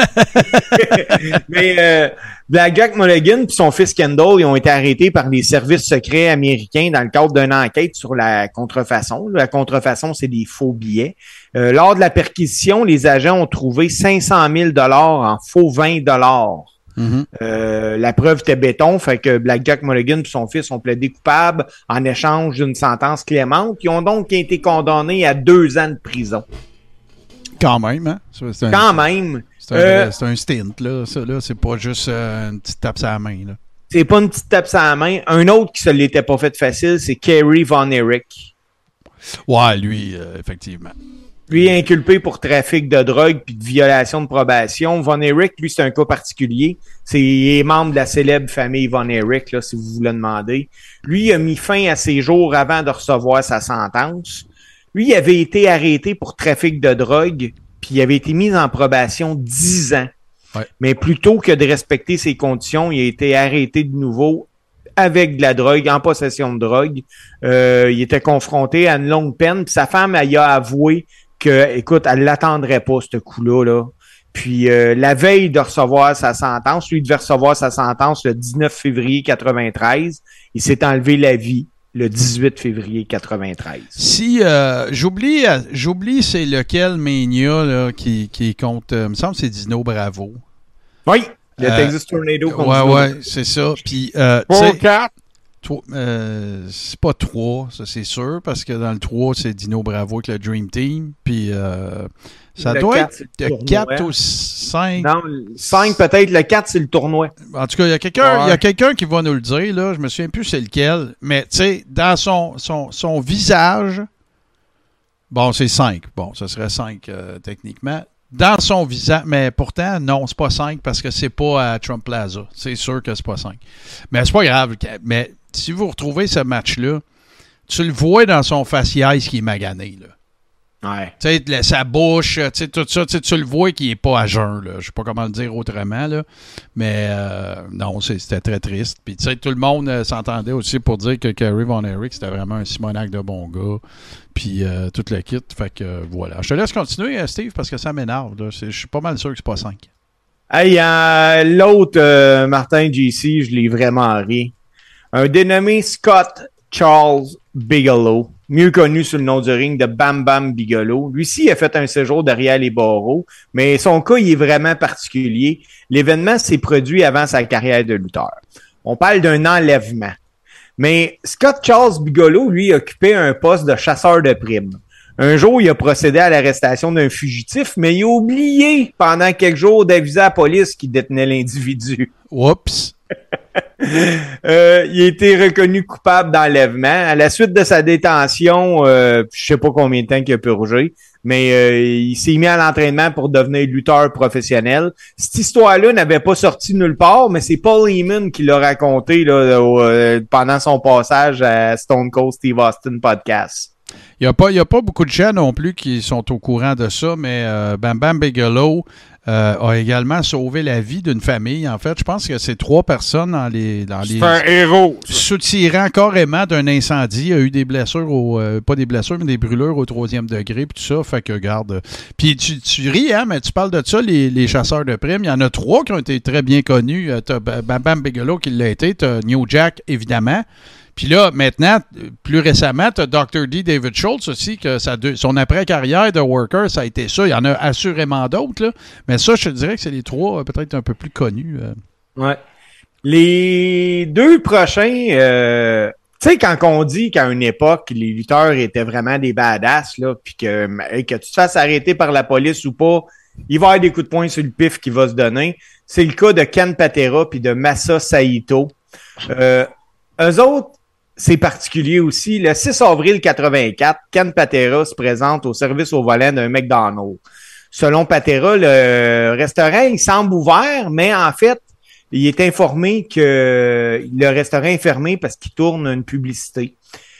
Mais euh, Blackjack Mulligan et son fils Kendall, ils ont été arrêtés par les services secrets américains dans le cadre d'une enquête sur la contrefaçon. La contrefaçon, c'est des faux billets. Euh, lors de la perquisition, les agents ont trouvé cinq cent mille dollars en faux vingt dollars. Mm-hmm. Euh, la preuve était béton, fait que Blackjack Mulligan et son fils ont plaidé coupable en échange d'une sentence clémente. Ils ont donc été condamnés à deux ans de prison. Quand même, hein? C'est un, Quand même. C'est un, euh, c'est un stint, là. Ça, là, c'est pas juste euh, une petite tape sur la main, là. C'est pas une petite tape sur la main. Un autre qui se l'était pas fait facile, c'est Kerry Von Erich. Ouais, lui, euh, effectivement. Lui est inculpé pour trafic de drogue puis de violation de probation. Von Erich, lui, c'est un cas particulier. C'est il est membre de la célèbre famille Von Erich, là, si vous vous le demandez. Lui, il a mis fin à ses jours avant de recevoir sa sentence. Lui, il avait été arrêté pour trafic de drogue, puis il avait été mis en probation dix ans. Ouais. Mais plutôt que de respecter ses conditions, il a été arrêté de nouveau avec de la drogue, en possession de drogue. Euh, il était confronté à une longue peine, puis sa femme, elle a avoué que, écoute, elle l'attendrait pas, ce coup-là, là. Puis euh, la veille de recevoir sa sentence, lui devait recevoir sa sentence le dix-neuf février quatre-vingt-treize. Il s'est enlevé la vie le dix-huit février quatre-vingt-treize. Si euh, j'oublie, j'oublie c'est lequel Mania là, qui, qui compte, euh, il me semble que c'est Dino Bravo. Oui, le euh, Texas Tornado. Ouais, Dino. ouais, c'est ça. Puis, euh, Pour quatre. Euh, c'est pas trois, ça c'est sûr, parce que dans le trois, c'est Dino Bravo avec le Dream Team. Puis euh, ça le doit quatre, être de quatre au cinq. Non, cinq peut-être. Le quatre, c'est le tournoi. En tout cas, il y a quelqu'un ouais. il y a quelqu'un qui va nous le dire, là. Je me souviens plus c'est lequel. Mais tu sais, dans son, son, son visage, bon, c'est cinq. Bon, ça serait cinq euh, techniquement. Dans son visage, mais pourtant, non, c'est pas cinq parce que c'est pas à Trump Plaza. C'est sûr que c'est pas cinq. Mais c'est pas grave. Mais si vous retrouvez ce match-là, tu le vois dans son faciès qui est magané, là. Ouais. Tu sais, sa bouche, tu sais, tout ça, tu le vois qu'il n'est pas à jeun, là. Je sais pas comment le dire autrement, là. Mais euh, non, c'était très triste. Puis, tu sais, tout le monde euh, s'entendait aussi pour dire que Kerry Von Erich, c'était vraiment un Simonac de bon gars. Puis, euh, tout le kit. Fait que, euh, voilà. Je te laisse continuer, Steve, parce que ça m'énerve, là. Je suis pas mal sûr que c'est pas cinq. Hey, euh, l'autre, euh, Martin J C, je l'ai vraiment ri. Un dénommé Scott Charles Bigelow, mieux connu sous le nom du ring de Bam Bam Bigelow. Lui-ci a fait un séjour derrière les barreaux, mais son cas, il est vraiment particulier. L'événement s'est produit avant sa carrière de lutteur. On parle d'un enlèvement. Mais Scott Charles Bigelow, lui, occupait un poste de chasseur de primes. Un jour, il a procédé à l'arrestation d'un fugitif, mais il a oublié pendant quelques jours d'aviser la police qui détenait l'individu. Oups! euh, il a été reconnu coupable d'enlèvement. À la suite de sa détention, euh, je sais pas combien de temps qu'il a purgé, mais euh, il s'est mis à l'entraînement pour devenir lutteur professionnel. Cette histoire-là n'avait pas sorti nulle part, mais c'est Paul Heyman qui l'a raconté là, euh, pendant son passage à Stone Cold Steve Austin Podcast. Il n'y a, a pas beaucoup de gens non plus qui sont au courant de ça, mais euh, Bam Bam Bigelow euh, a également sauvé la vie d'une famille. En fait, je pense que c'est trois personnes dans les... Dans c'est les un héros. Ça. Soutirant carrément d'un incendie. Il a eu des blessures, au, euh, pas des blessures, mais des brûlures au troisième degré, puis tout ça. Fait que, regarde... Puis tu, tu ris, hein, mais tu parles de ça, les, les chasseurs de primes. Il y en a trois qui ont été très bien connus. Tu as Bam Bam Bigelow qui l'a été. Tu as New Jack, évidemment. Puis là, maintenant, plus récemment, tu as docteur D. David Schultz aussi, que ça, son après-carrière de worker, ça a été ça. Il y en a assurément d'autres, là. Mais ça, je te dirais que c'est les trois peut-être un peu plus connus. Euh. Ouais. Les deux prochains, euh, tu sais, quand on dit qu'à une époque, les lutteurs étaient vraiment des badass, là, puis que, que tu te fasses arrêter par la police ou pas, il va y avoir des coups de poing sur le pif qui va se donner. C'est le cas de Ken Patera puis de Masa Saito. Euh, eux autres, c'est particulier aussi. Le six avril quatre-vingt-quatre, Ken Patera se présente au service au volant d'un McDonald's. Selon Patera, le restaurant, il semble ouvert, mais en fait, il est informé que le restaurant est fermé parce qu'il tourne une publicité.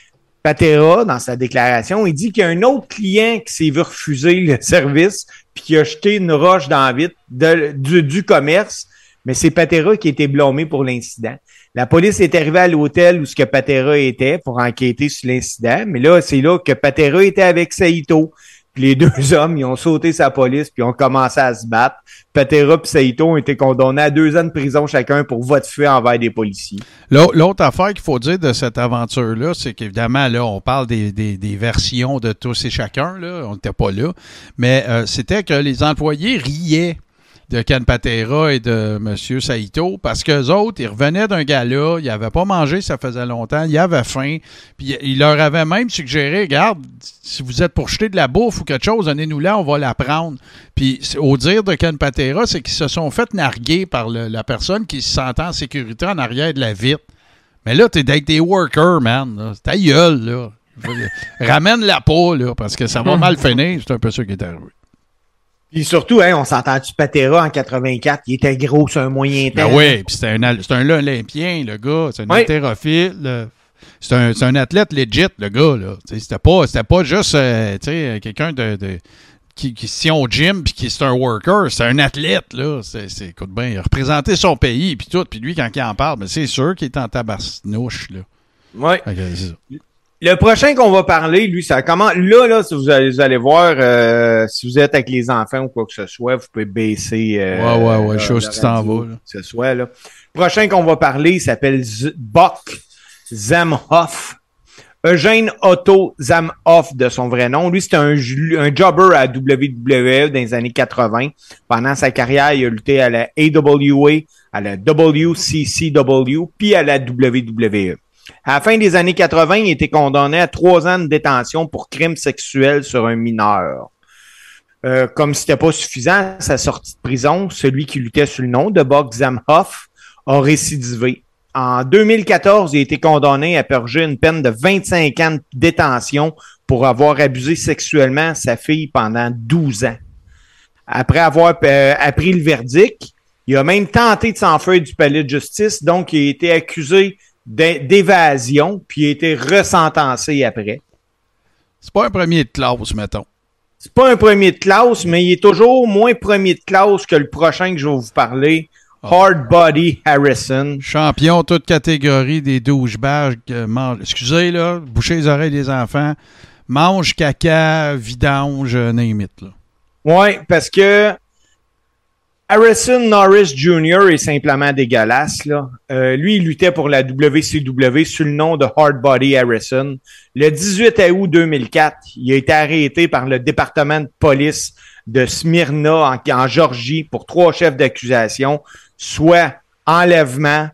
Patera, dans sa déclaration, il dit qu'il y a un autre client qui s'est vu refuser le service puis qui a jeté une roche dans la vitre de, du, du commerce, mais c'est Patera qui a été blâmé pour l'incident. La police est arrivée à l'hôtel où ce que Patera était pour enquêter sur l'incident, mais là, c'est là que Patera était avec Saito. Puis les deux hommes, ils ont sauté sa police puis ont commencé à se battre. Patera et Saito ont été condamnés à deux ans de prison chacun pour voie de fait envers des policiers. L'autre affaire qu'il faut dire de cette aventure-là, c'est qu'évidemment, là, on parle des, des, des versions de tous et chacun, là, on n'était pas là, mais euh, c'était que les employés riaient de Ken Patera et de M. Saito, parce qu'eux autres, ils revenaient d'un gala, ils n'avaient pas mangé, ça faisait longtemps, ils avaient faim, puis ils leur avaient même suggéré, regarde, si vous êtes pour jeter de la bouffe ou quelque chose, donnez-nous là, on va la prendre. Puis au dire de Ken Patera, c'est qu'ils se sont fait narguer par le, la personne qui se sentait en sécurité en arrière de la vitre. Mais là, t'es d'être des workers, man. Là. C'est ta gueule, là. Ramène-la pas, là, parce que ça va mal finir. C'est un peu ça qui est arrivé. Puis surtout, hein, on s'entend-tu Patera en quatre-vingt-quatre, il était gros sur un moyen temps. Ben oui, puis c'était un, c'est un Olympien, le gars. C'est un oui. haltérophile. C'est un, c'est un athlète legit, le gars. Là. C'était pas, c'était pas juste euh, quelqu'un de, de qui, qui se tient au gym puis qui c'est un worker. C'est un athlète. Là. C'est, c'est, écoute bien, il a représenté son pays puis tout. Puis lui, quand il en parle, ben, c'est sûr qu'il est en tabarnouche. Là. Oui. Okay, c'est ça. Le prochain qu'on va parler, lui, ça commence. Là, là, si vous allez, vous allez voir, euh, si vous êtes avec les enfants ou quoi que ce soit, vous pouvez baisser. Euh, ouais, ouais, ouais, euh, chose qui t'en va. Là. Que ce soit, là. Le prochain qu'on va parler s'appelle Z- Buck Zamhoff. Eugène Otto Zamhoff, de son vrai nom. Lui, c'était un, un jobber à W W E dans les années quatre-vingts. Pendant sa carrière, il a lutté à la A W A, à la W C C W, puis à la W W E. À la fin des années quatre-vingts, il a été condamné à trois ans de détention pour crime sexuel sur un mineur. Euh, comme c'était pas suffisant, sa sortie de prison, celui qui luttait sous le nom de Buck Zamhoff a récidivé. En deux mille quatorze, il a été condamné à purger une peine de vingt-cinq ans de détention pour avoir abusé sexuellement sa fille pendant douze ans. Après avoir euh, appris le verdict, il a même tenté de s'enfuir du palais de justice, donc il a été accusé d'évasion, puis il a été resentencé après. C'est pas un premier de classe, mettons. C'est pas un premier de classe, mais il est toujours moins premier de classe que le prochain que je vais vous parler, oh. Hard Body Harrison. Champion toute catégorie des douchebags. Euh, mange, excusez, là, boucher les oreilles des enfants. Mange, caca, vidange, name it, là. Ouais, parce que Harrison Norris junior est simplement dégueulasse, là. Euh, lui, il luttait pour la W C W sous le nom de Hard Body Harrison. Le dix-huit août deux mille quatre, il a été arrêté par le département de police de Smyrna en, en Georgie pour trois chefs d'accusation, soit enlèvement.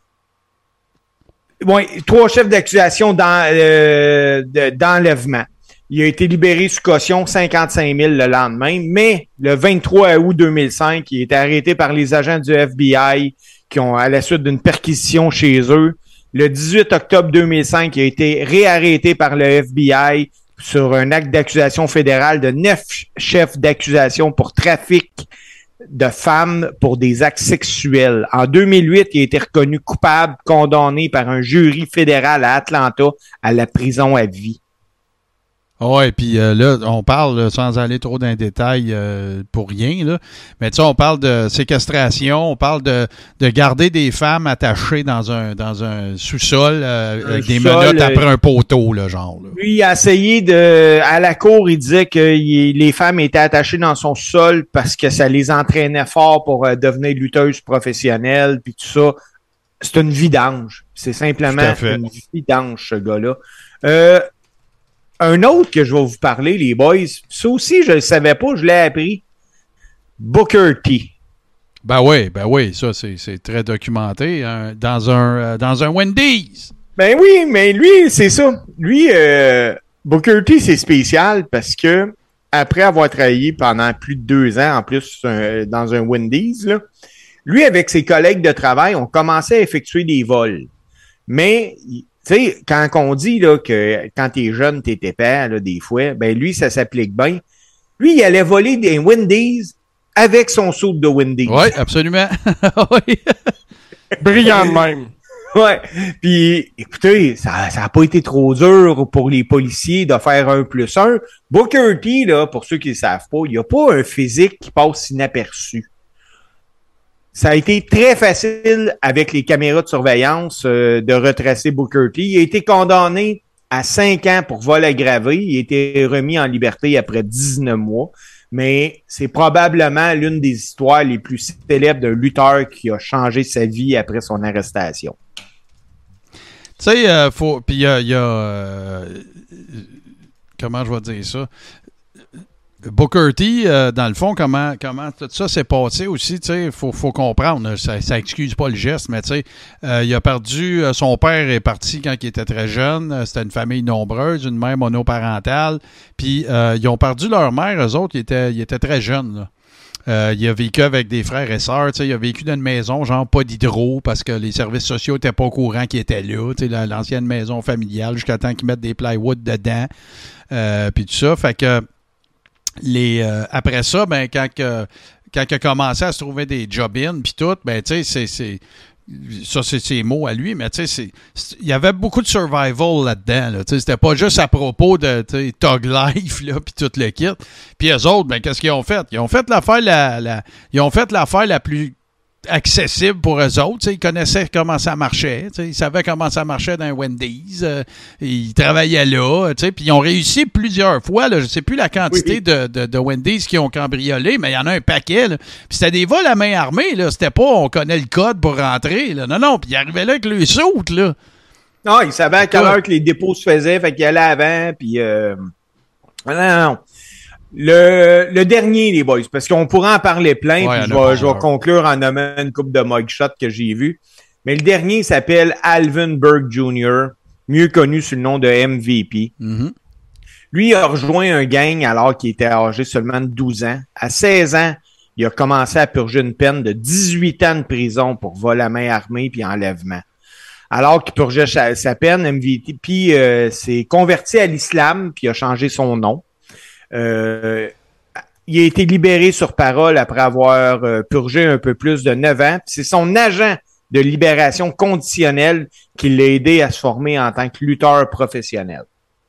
Ouais, trois chefs d'accusation dans, euh, de, d'enlèvement. Il a été libéré sous caution cinquante-cinq mille le lendemain, mais le vingt-trois août deux mille cinq, il a été arrêté par les agents du F B I qui ont, à la suite d'une perquisition chez eux. Le dix-huit octobre deux mille cinq, il a été réarrêté par le F B I sur un acte d'accusation fédérale de neuf chefs d'accusation pour trafic de femmes pour des actes sexuels. En deux mille huit, il a été reconnu coupable, condamné par un jury fédéral à Atlanta à la prison à vie. Oui, puis euh, là, on parle, sans aller trop dans les détails euh, pour rien, là, mais tu sais, on parle de séquestration, on parle de, de garder des femmes attachées dans un dans un sous-sol euh, un avec des menottes après euh, un poteau, là, genre. Là. Lui, il a essayé de... À la cour, il disait que il, les femmes étaient attachées dans son sol parce que ça les entraînait fort pour euh, devenir lutteuses professionnelles, puis tout ça. c'est une vidange. C'est simplement une vidange, ce gars-là. Euh, un autre que je vais vous parler, les boys, ça aussi, je ne le savais pas, je l'ai appris. Booker T. Ben oui, ben oui, ça, c'est, c'est très documenté hein, dans, un, euh, dans un Wendy's. Ben oui, mais lui, c'est ça. Lui, euh, Booker T, c'est spécial parce que après avoir travaillé pendant plus de deux ans, en plus, euh, dans un Wendy's, là, lui, avec ses collègues de travail, ont commencé à effectuer des vols. Mais, tu sais, quand on dit là, que quand t'es jeune, t'es épais, là, des fois, ben lui, ça s'applique bien. Lui, il allait voler des Wendy's avec son saut de Wendy's. Oui, absolument. Oui. Brillant de même. Ouais. Puis, écoutez, ça n'a pas été trop dur pour les policiers de faire un plus un. Booker T, là, pour ceux qui ne le savent pas, il n'y a pas un physique qui passe inaperçu. Ça a été très facile avec les caméras de surveillance euh, de retracer Booker T. Il a été condamné à cinq ans pour vol aggravé. Il a été remis en liberté après dix-neuf mois. Mais c'est probablement l'une des histoires les plus célèbres d'un lutteur qui a changé sa vie après son arrestation. Tu sais, euh, faut. Puis il y a. Y a euh, comment je vais dire ça? Booker T, euh, dans le fond, comment, comment tout ça s'est passé aussi, tu sais, il faut, faut comprendre, ça, ça excuse pas le geste, mais tu sais, euh, il a perdu, euh, son père est parti quand il était très jeune, euh, c'était une famille nombreuse, une mère monoparentale, puis euh, ils ont perdu leur mère, eux autres, ils étaient, ils étaient très jeunes, là. Euh, il a vécu avec des frères et sœurs, tu sais, il a vécu dans une maison, genre pas d'hydro, parce que les services sociaux n'étaient pas au courant qu'ils étaient là, tu sais, l'ancienne maison familiale, jusqu'à temps qu'ils mettent des plywood dedans, euh, puis tout ça, fait que Les, euh, après ça, ben, quand, que, quand il a commencé à se trouver des job-in puis tout, ben, tu sais, c'est, c'est, ça, c'est ses mots à lui, mais tu sais, il y avait beaucoup de survival là-dedans, là, tu sais, c'était pas juste à propos de, tu sais, Tug Life, là, puis tout le kit. Puis eux autres, ben, qu'est-ce qu'ils ont fait? Ils ont fait l'affaire la, la, ils ont fait l'affaire la plus accessible pour eux autres. T'sais, ils connaissaient comment ça marchait. Ils savaient comment ça marchait dans un Wendy's. Euh, ils travaillaient là. Puis ils ont réussi plusieurs fois. Là, je ne sais plus la quantité oui, oui. De, de, de Wendy's qu'ils ont cambriolé, mais il y en a un paquet. Puis c'était des vols à main armée. Là. C'était pas on connaît le code pour rentrer. Là. Non, non. Puis ils arrivaient là avec le saute. Là. Non, ils savaient à quelle heure que les dépôts se faisaient. Fait qu'ils allaient avant. Puis euh... non, non, non. Le, le dernier, les boys, parce qu'on pourrait en parler plein, ouais, puis je vais, je vais conclure en nommant une coupe de mugshots que j'ai vu. Mais le dernier s'appelle Alvin Berg junior, mieux connu sous le nom de M V P. Mm-hmm. Lui, il a rejoint un gang alors qu'il était âgé seulement de douze ans. À seize ans, il a commencé à purger une peine de dix-huit ans de prison pour vol à main armée puis enlèvement. Alors qu'il purgeait sa, sa peine, M V P euh, s'est converti à l'islam puis a changé son nom. Euh, il a été libéré sur parole après avoir euh, purgé un peu plus de neuf ans. C'est son agent de libération conditionnelle qui l'a aidé à se former en tant que lutteur professionnel.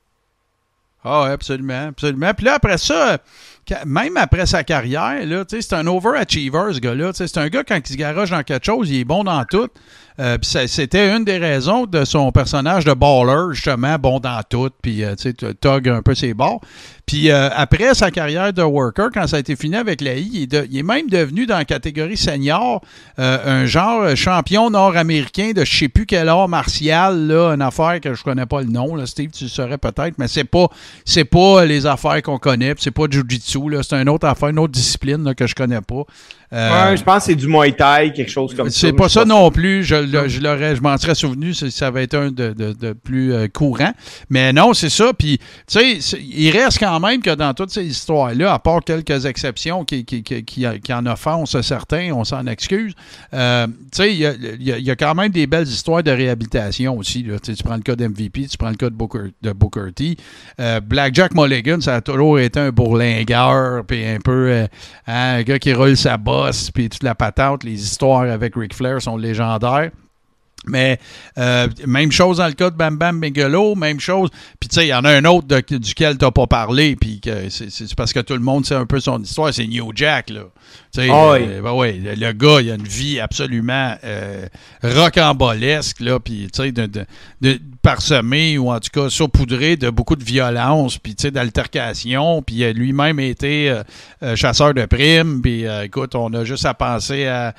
Ah, oui, absolument, absolument. Puis là, après ça, même après sa carrière, là, c'est un overachiever, ce gars-là. C'est un gars, quand il se garoche dans quelque chose, il est bon dans tout. Euh, puis c'était une des raisons de son personnage de baller, justement, bon dans tout, puis euh, tu sais, tug un peu ses bords. Puis euh, après sa carrière de worker, quand ça a été fini avec la I, il est, de, il est même devenu dans la catégorie senior euh, un genre champion nord-américain de je sais plus quel art martial, là, une affaire que je connais pas le nom, là, Steve, tu le saurais peut-être, mais c'est pas c'est pas les affaires qu'on connaît, c'est pas Jiu-Jitsu, là, c'est une autre affaire, une autre discipline là, que je connais pas. Euh, ouais, je pense que c'est du Muay Thai, quelque chose comme c'est ça. C'est pas ça pas non plus. Je, le, je, l'aurais, je m'en serais souvenu si ça avait été un de, de, de plus euh, courant. Mais non, c'est ça. Puis, tu sais, il reste quand même que dans toutes ces histoires-là, à part quelques exceptions qui, qui, qui, qui, qui en offensent certains, on s'en excuse, euh, tu sais, il y a, y, a, y a quand même des belles histoires de réhabilitation aussi. Là. Tu prends le cas d'M V P, tu prends le cas de Booker, de Booker T. Euh, Blackjack Mulligan, ça a toujours été un bourlingueur, puis un peu euh, hein, un gars qui roule sa bosse, puis toute la patente, les histoires avec Ric Flair sont légendaires. Mais euh, même chose dans le cas de Bam Bam Bigelow, même chose. Puis tu sais, il y en a un autre de, duquel tu n'as pas parlé, puis que c'est, c'est parce que tout le monde sait un peu son histoire, c'est New Jack, là. Tu sais, oh, oui. Euh, ben ouais, le, le gars, il a une vie absolument euh, rocambolesque, là, puis tu sais, de, de, de, parsemé ou en tout cas saupoudré de beaucoup de violence, puis tu sais, d'altercation, puis il a lui-même été euh, euh, chasseur de primes, puis euh, écoute, on a juste à penser à,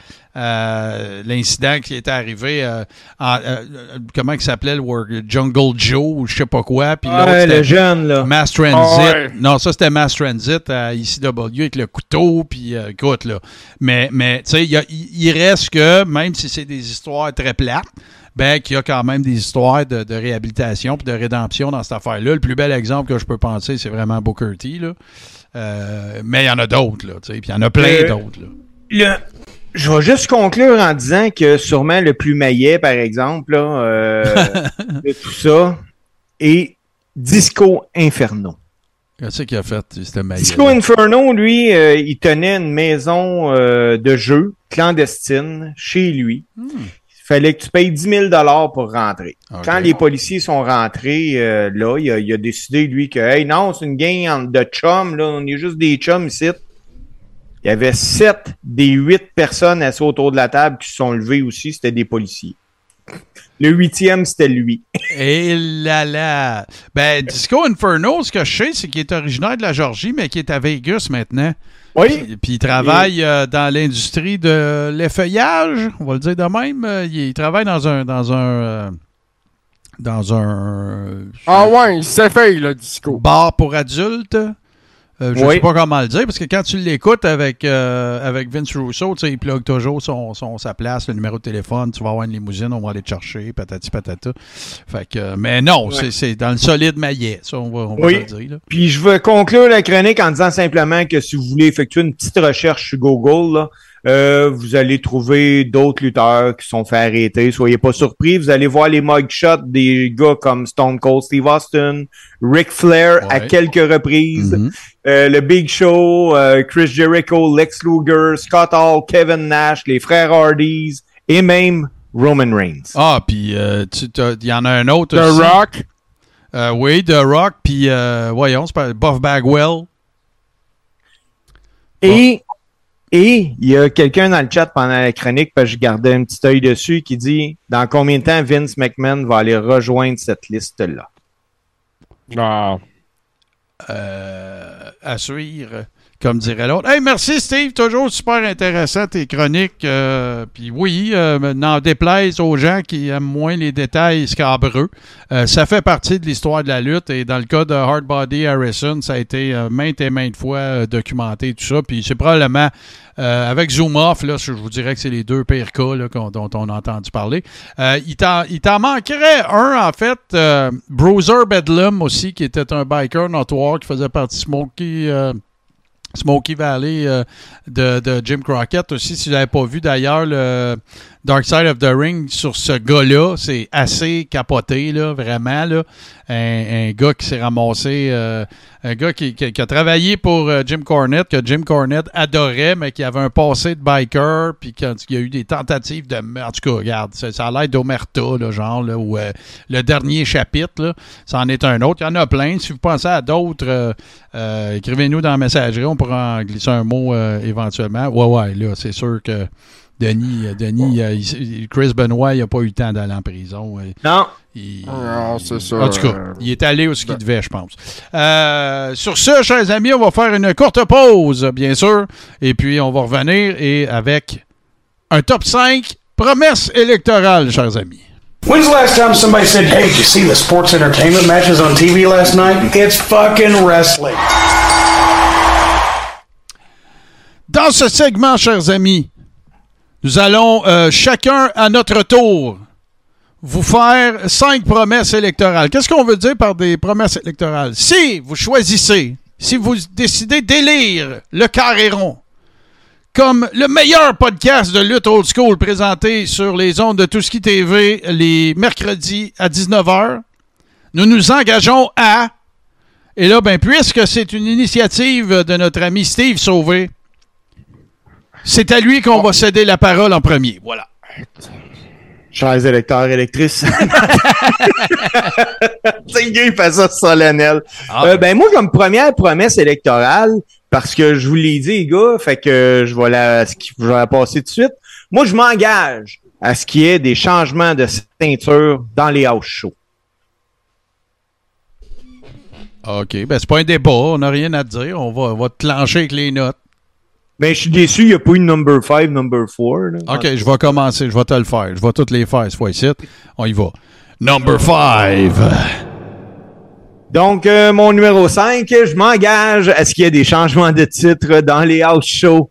à l'incident qui était arrivé, euh, en, euh, comment il s'appelait, le work, Jungle Joe, ou je sais pas quoi, puis l'autre, Ouais, c'était le jeune, là. Mass Transit. Oh, ouais. Non, ça, c'était Mass Transit à I C W avec le couteau, puis euh, écoute, là. Mais, mais tu sais, il, il reste que, même si c'est des histoires très plates, ben, qu'il y a quand même des histoires de, de réhabilitation puis de rédemption dans cette affaire-là. Le plus bel exemple que je peux penser, c'est vraiment Booker T, là. Euh, mais il y en a d'autres, là, tu sais, puis il y en a plein Euh, d'autres, là. Le... Je vais juste conclure en disant que sûrement le plus maillet, par exemple, là, euh, de tout ça, est Disco Inferno. Qu'est-ce qu'il a fait, c'était maillot? Disco Inferno, lui, euh, il tenait une maison euh, de jeu clandestine chez lui. Hmm. Il fallait que tu payes dix mille dollars pour rentrer. Ok. Quand les policiers sont rentrés, euh, là, il a, il a décidé, lui, que, hey, non, c'est une gang de chums, là, on est juste des chums ici. Il y avait sept des huit personnes assises autour de la table qui se sont levées aussi, c'était des policiers. Le huitième, c'était lui. Et là là! Ben, Disco Inferno, ce que je sais, c'est qu'il est originaire de la Georgie, mais qu'il est à Vegas maintenant. Oui. Puis il travaille euh, dans l'industrie de l'effeuillage, on va le dire de même. Euh, Il, il travaille dans un dans un euh, dans un euh, Ah ouais, il s'effeuille, le disco. bar pour adultes. Euh, je ne Oui. sais pas comment le dire, parce que quand tu l'écoutes avec, euh, avec Vince Russo, tu sais, il plug toujours son, son, sa place, le numéro de téléphone, tu vas avoir une limousine, on va aller te chercher, patati patata. Fait que, euh, mais non, Ouais. c'est, c'est dans le solide maillet, ça, on va, on va Oui. te le dire. Là. Puis je veux conclure la chronique en disant simplement que si vous voulez effectuer une petite recherche sur Google, là, euh, vous allez trouver d'autres lutteurs qui sont fait arrêter. Soyez pas surpris. Vous allez voir les mugshots des gars comme Stone Cold Steve Austin, Ric Flair à Ouais. quelques reprises, Mhm. euh, le Big Show, euh, Chris Jericho, Lex Luger, Scott Hall, Kevin Nash, les frères Hardys et même Roman Reigns. Ah, puis euh, tu t'as- il y en a un autre The aussi. Rock. Euh, oui, The Rock, puis euh, voyons, c'est pas Buff Bagwell. Et et il y a quelqu'un dans le chat pendant la chronique, parce que je gardais un petit œil dessus, qui dit dans combien de temps Vince McMahon va aller rejoindre cette liste-là. Non. Euh, à suivre, comme dirait l'autre. Hey, merci Steve, toujours super intéressant tes chroniques. Euh, Puis oui, euh, n'en déplaise aux gens qui aiment moins les détails scabreux. Euh, ça fait partie de l'histoire de la lutte et dans le cas de Hardbody Harrison, ça a été euh, maintes et maintes fois euh, documenté tout ça. Puis c'est probablement euh, avec Zoom Off, là, je vous dirais que c'est les deux pires cas là, qu'on- dont on a entendu parler. Euh, il t'en il t'en manquerait un, en fait, euh, Bruiser Bedlam aussi, qui était un biker notoire qui faisait partie de Smokey... Euh, Smokey Valley euh, de, de Jim Crockett aussi. Si vous n'avez pas vu d'ailleurs le Dark Side of the Ring sur ce gars-là, c'est assez capoté, là, vraiment. Là. Un, un gars qui s'est ramassé, euh, un gars qui, qui, qui a travaillé pour euh, Jim Cornette, que Jim Cornette adorait, mais qui avait un passé de biker, puis qu'il y a eu des tentatives de meurtre. En tout cas, regarde, ça, ça a l'air d'Omerta, là, genre, là, ou euh, le dernier chapitre, là, ça en est un autre. Il y en a plein. Si vous pensez à d'autres, euh, euh, écrivez-nous dans la messagerie, on pourra en glisser un mot euh, éventuellement. Ouais, ouais, là, c'est sûr que Denis, euh, Denis euh, il- Chris Benoit, il n'a pas eu le temps d'aller en prison. Euh, Non. il- Non, c'est ça. En tout cas, euh, il est allé où ce qu'il devait, je pense. Euh, sur ce, chers amis, on va faire une courte pause, bien sûr, et puis on va revenir et avec un top cinq promesses électorales, chers amis. When's the last time somebody said, hey, did you see the sports entertainment matches on T V last night? It's fucking wrestling. Dans ce segment, chers amis, nous allons euh, chacun à notre tour vous faire cinq promesses électorales. Qu'est-ce qu'on veut dire par des promesses électorales? Si vous choisissez, si vous décidez d'élire le Carré rond comme le meilleur podcast de lutte old school présenté sur les ondes de Touski T V les mercredis à dix-neuf heures, nous nous engageons à, et là, ben, puisque c'est une initiative de notre ami Steve Sauvé, c'est à lui qu'on va céder la parole en premier. Voilà. Chers électeurs et électrices. C'est le gars, il fait ça solennel. Ah. Euh, ben, moi, comme première promesse électorale, parce que je vous l'ai dit, les gars, fait que je vais la, je vais la passer tout de suite. Moi, je m'engage à ce qu'il y ait des changements de ceinture dans les house shows. OK. Ben, c'est pas un débat. On n'a rien à te dire. On va, on va te clencher avec les notes. Ben, je suis déçu, il n'y a pas eu number five, number four. Là. OK, je vais commencer. Je vais te le faire. Je vais toutes les faire cette fois-ci. On y va. Number five. Donc, euh, mon numéro cinq, je m'engage à ce qu'il y ait des changements de titre dans les house shows.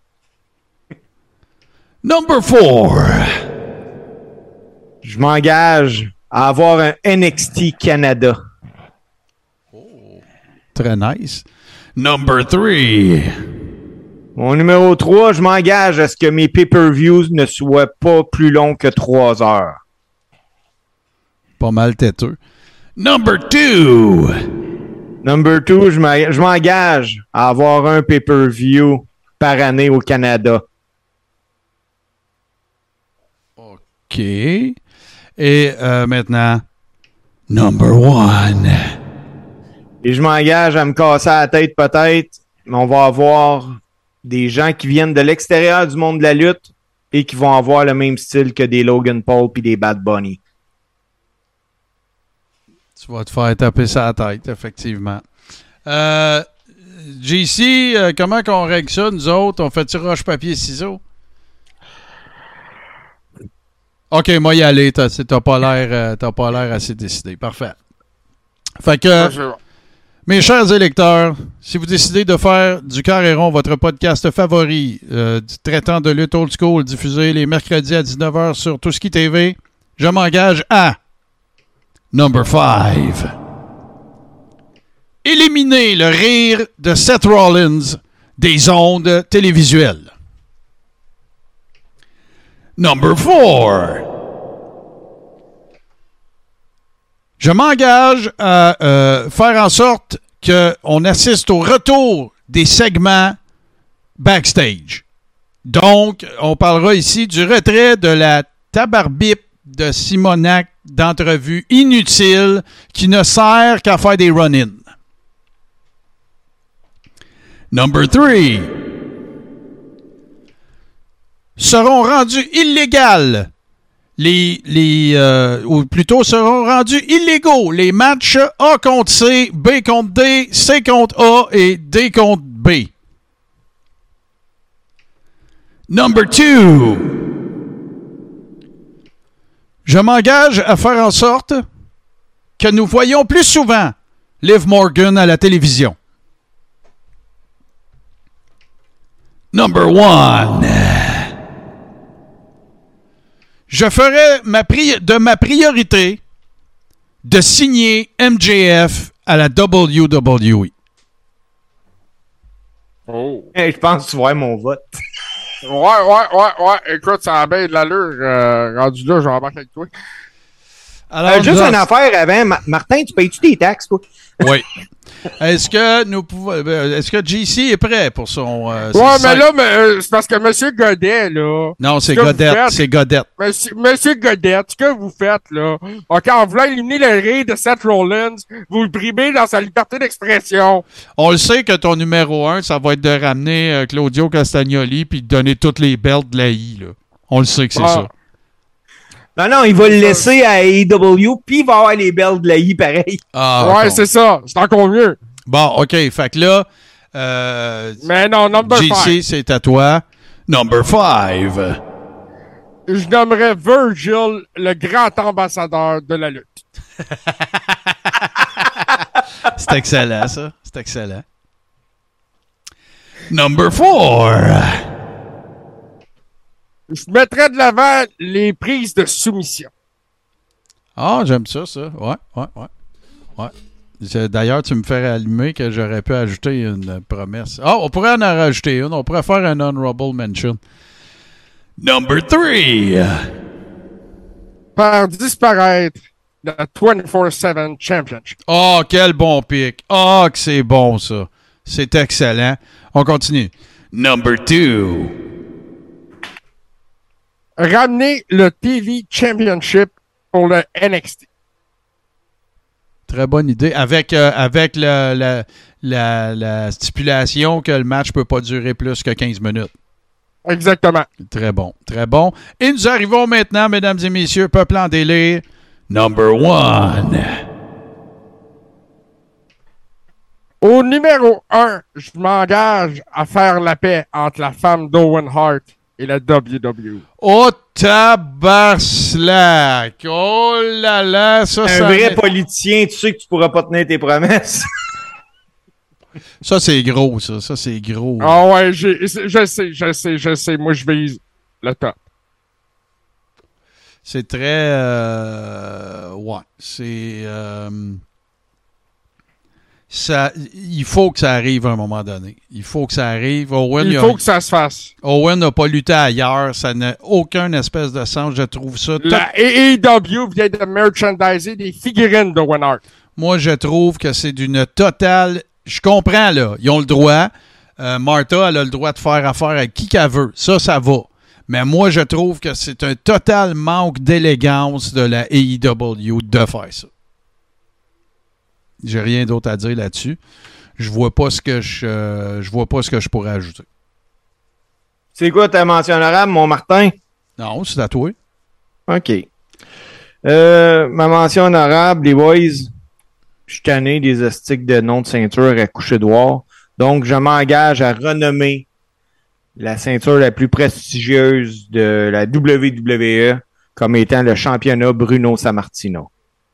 Number four. Je m'engage à avoir un N X T Canada. Très nice. Number three. Mon numéro trois, je m'engage à ce que mes pay-per-views ne soient pas plus longs que trois heures. Pas mal têteux. Number two. Number two, je m'eng- je m'engage à avoir un pay-per-view par année au Canada. OK. Et euh, maintenant, number one. Et je m'engage à me casser la tête peut-être, mais on va avoir des gens qui viennent de l'extérieur du monde de la lutte et qui vont avoir le même style que des Logan Paul puis des Bad Bunny. Tu vas te faire taper ça à la tête, effectivement. Euh, J C, euh, comment qu'on règle ça, nous autres? On fait-tu roche, papier, ciseaux? OK, moi y aller. T'as, t'as pas l'air, euh, t'as pas l'air assez décidé. Parfait. Fait que, Ah, je- mes chers électeurs, si vous décidez de faire du Carré rond votre podcast favori, euh, du traitant de lutte old school, diffusé les mercredis à dix-neuf heures sur Touski T V, je m'engage à Number five. Éliminer le rire de Seth Rollins des ondes télévisuelles. Number four. Je m'engage à euh, faire en sorte qu'on assiste au retour des segments backstage. Donc, on parlera ici du retrait de la tabarbip de Simonac d'entrevues inutiles qui ne sert qu'à faire des run-ins. Number three. Seront rendus illégales les, les euh, ou plutôt seront rendus illégaux les matchs A contre C, B contre D, C contre A et D contre B. Number two. Je m'engage à faire en sorte que nous voyons plus souvent Liv Morgan à la télévision. Number one. Je ferai ma pri- de ma priorité de signer M J F à la W W E. Oh. Hey, je pense que tu vois mon vote. Ouais, ouais, ouais, ouais. Écoute, ça a bien de l'allure. Euh, rendu là, j'embarque avec toi. Alors, Euh, juste nous une affaire avant. Ma- Martin, tu payes-tu des taxes, toi? Oui. Est-ce que nous pouvons. Est-ce que J C est prêt pour son. Euh, Ouais, ses mais cinq- là, mais, euh, c'est parce que M. Godet, là. Non, c'est ce que vous Godette. faites- C'est Godette. Monsieur, Monsieur Godet, ce que vous faites, là, OK, en voulant éliminer le rire de Seth Rollins, vous le brimez dans sa liberté d'expression. On le sait que ton numéro un, ça va être de ramener euh, Claudio Castagnoli puis de donner toutes les belts de la I. Là. On le sait que c'est Ah. ça. Non, non, il va le laisser à A E W, puis il va avoir les bells de la I pareil. Ah, ouais, d'accord. c'est ça. C'est encore mieux. Bon, OK. Fait que là, euh, Mais non, number J C, five. c'est à toi. Number five. Je nommerais Virgil le grand ambassadeur de la lutte. C'est excellent, ça. C'est excellent. Number four. Je mettrais de l'avant les prises de soumission. Ah, j'aime ça, ça. Ouais, ouais, ouais. Ouais. C'est- D'ailleurs, tu me fais allumer que j'aurais pu ajouter une promesse. Ah, on pourrait en rajouter une. On pourrait faire un honorable mention. Number three. Faire disparaître le vingt-quatre sept Championship. Oh, quel bon pic. Oh, que c'est bon, ça. C'est excellent. On continue. Number two. Ramener le T V Championship pour le N X T. Très bonne idée. Avec, euh, avec la, la, la, la stipulation que le match peut pas durer plus que quinze minutes. Exactement. Très bon, très bon. Et nous arrivons maintenant, mesdames et messieurs, peuple en délire. Number one. Au numéro un, je m'engage à faire la paix entre la femme d'Owen Hart et la W W E. Oh, tabarslack! Oh là là, ça, Un ça... vrai politicien, tu sais que tu pourras pas tenir tes promesses. Ça, c'est gros, ça. Ça, c'est gros. Ah ouais, j'ai, je sais, je sais, je sais. Moi, je vise le top. C'est très... Euh, ouais, c'est... Euh, ça, il faut que ça arrive à un moment donné. Il faut que ça arrive. Owen, il il faut a, que ça se fasse. Owen n'a pas lutté ailleurs. Ça n'a aucun espèce de sens. Je trouve ça... La A E W vient de merchandiser des figurines d'Owen Hart. Moi, je trouve que c'est d'une totale... Je comprends, là. Ils ont le droit. Euh, Martha, elle a le droit de faire affaire avec qui qu'elle veut. Ça, ça va. Mais moi, je trouve que c'est un total manque d'élégance de la A E W de faire ça. J'ai rien d'autre à dire là-dessus. Je vois pas ce que je euh, je vois pas ce que je pourrais ajouter. C'est quoi ta mention honorable, mon Martin? Non, c'est à toi. OK. Euh, ma mention honorable, les boys, je suis tanné des astiques de nom de ceinture à coucher d'oie. Donc, je m'engage à renommer la ceinture la plus prestigieuse de la W W E comme étant le championnat Bruno Sammartino.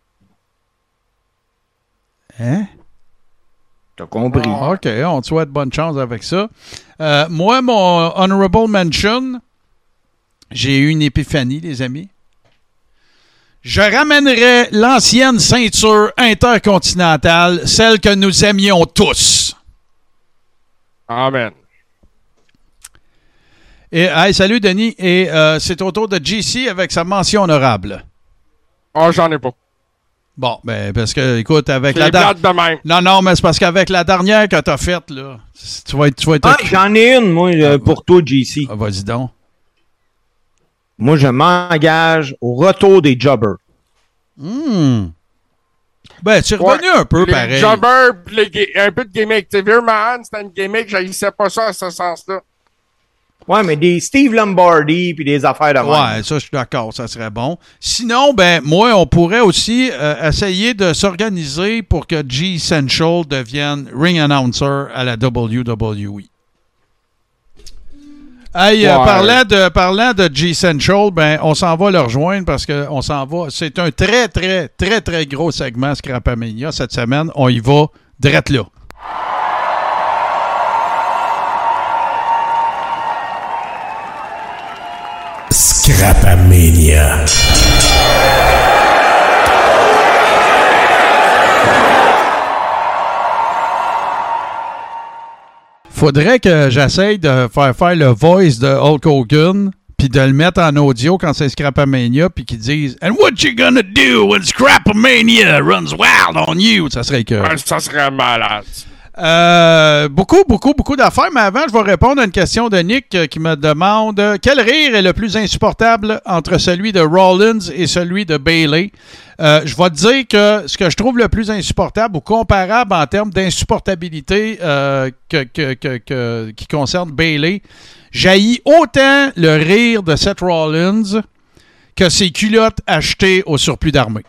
Hein? T'as compris. Ah, OK, on te souhaite bonne chance avec ça. Euh, moi, mon honorable mention, j'ai eu une épiphanie, les amis. Je ramènerai l'ancienne ceinture intercontinentale, celle que nous aimions tous. Amen. Et, hey, salut, Denis. Et euh, c'est au tour de G C avec sa mention honorable. Oh, j'en ai pas. Bon, ben, parce que, écoute, avec C'est la plate dernière... de même. Non, non, mais c'est parce qu'avec la dernière que t'as faite, là, tu vas être... Tu vas être... Ah, j'en ai une, moi, euh, pour toi, J C. Ah, vas-y donc. Moi, je m'engage au retour des jobbers. Hmm. Ben, tu es revenu Ouais, un peu les pareil. jobbers, les ga- un peu de gimmick. Tu sais, Veerman, c'était une gimmick, j'haïssais pas ça à ce sens-là. Ouais, mais des Steve Lombardi puis des affaires de même. Ouais, ça, je suis d'accord, ça serait bon. Sinon, ben, moi, on pourrait aussi euh, essayer de s'organiser pour que G Central devienne ring announcer à la W W E. Hey, euh, Ouais. parlant de parlant de G Central, ben, on s'en va le rejoindre parce qu'on s'en va. C'est un très, très, très, très gros segment Scrapamania cette semaine. On y va direct là. Scrapamania. Faudrait que j'essaye de faire faire le voice de Hulk Hogan puis de le mettre en audio quand c'est Scrapamania puis qu'ils disent « And what you gonna do when Scrapamania runs wild on you? » Ça serait que... Ouais, ça serait malade. Euh, beaucoup, beaucoup, beaucoup d'affaires, mais avant, je vais répondre à une question de Nick euh, qui me demande euh, quel rire est le plus insupportable entre celui de Rollins et celui de Bayley. Euh, je vais te dire que ce que je trouve le plus insupportable ou comparable en termes d'insupportabilité euh, que, que, que, que, qui concerne Bayley, j'haïs autant le rire de Seth Rollins que ses culottes achetées au surplus d'armée.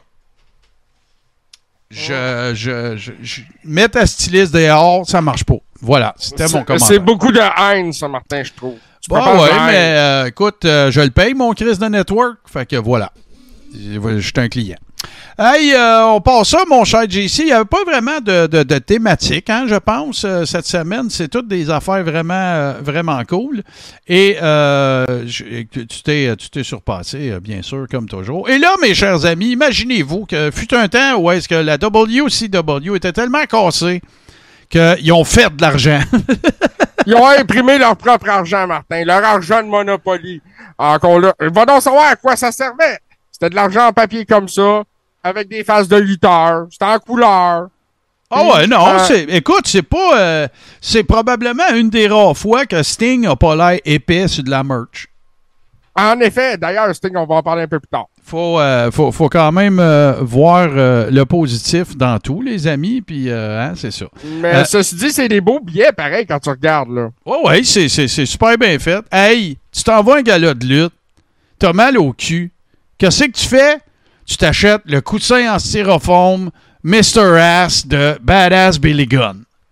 Je, je, je, je mets ta styliste dehors, ça marche pas. Voilà, c'était mon commentaire. C'est beaucoup de haine, ça, Martin, je trouve. Tu peux Bah pas ouais, faire mais haine. euh, écoute, euh, je le paye, mon Chris de Network. Fait que voilà. Je je suis un client. Hey, euh, on passe ça, mon cher J C. Il n'y avait pas vraiment de, de, de thématique, hein, je pense, euh, cette semaine. C'est toutes des affaires vraiment, euh, vraiment cool. Et euh, je- tu t'es tu t'es surpassé, euh, bien sûr, comme toujours. Et là, mes chers amis, imaginez-vous que fut un temps où est-ce que la W C W était tellement cassée qu'ils ont fait de l'argent. Ils ont imprimé leur propre argent, Martin. Leur argent de Monopoly. Encore là. Va donc savoir à quoi ça servait. C'était de l'argent en papier comme ça, avec des faces de lutteurs. C'était en couleur. Ah ouais, non, Euh, c'est, écoute, c'est pas... euh, c'est probablement une des rares fois que Sting n'a pas l'air épais sur de la merch. En effet, d'ailleurs, Sting, on va en parler un peu plus tard. Faut, euh, faut, faut quand même euh, voir euh, le positif dans tout, les amis, puis euh, hein, c'est ça. Mais Euh, ceci dit, c'est des beaux billets, pareil, quand tu regardes, là. Ouais, ouais, c'est, c'est, c'est super bien fait. Hey, tu t'envoies un gala de lutte, t'as mal au cul. Qu'est-ce que tu fais? Tu t'achètes le coussin en styrofoam mister Ass de Badass Billy Gunn.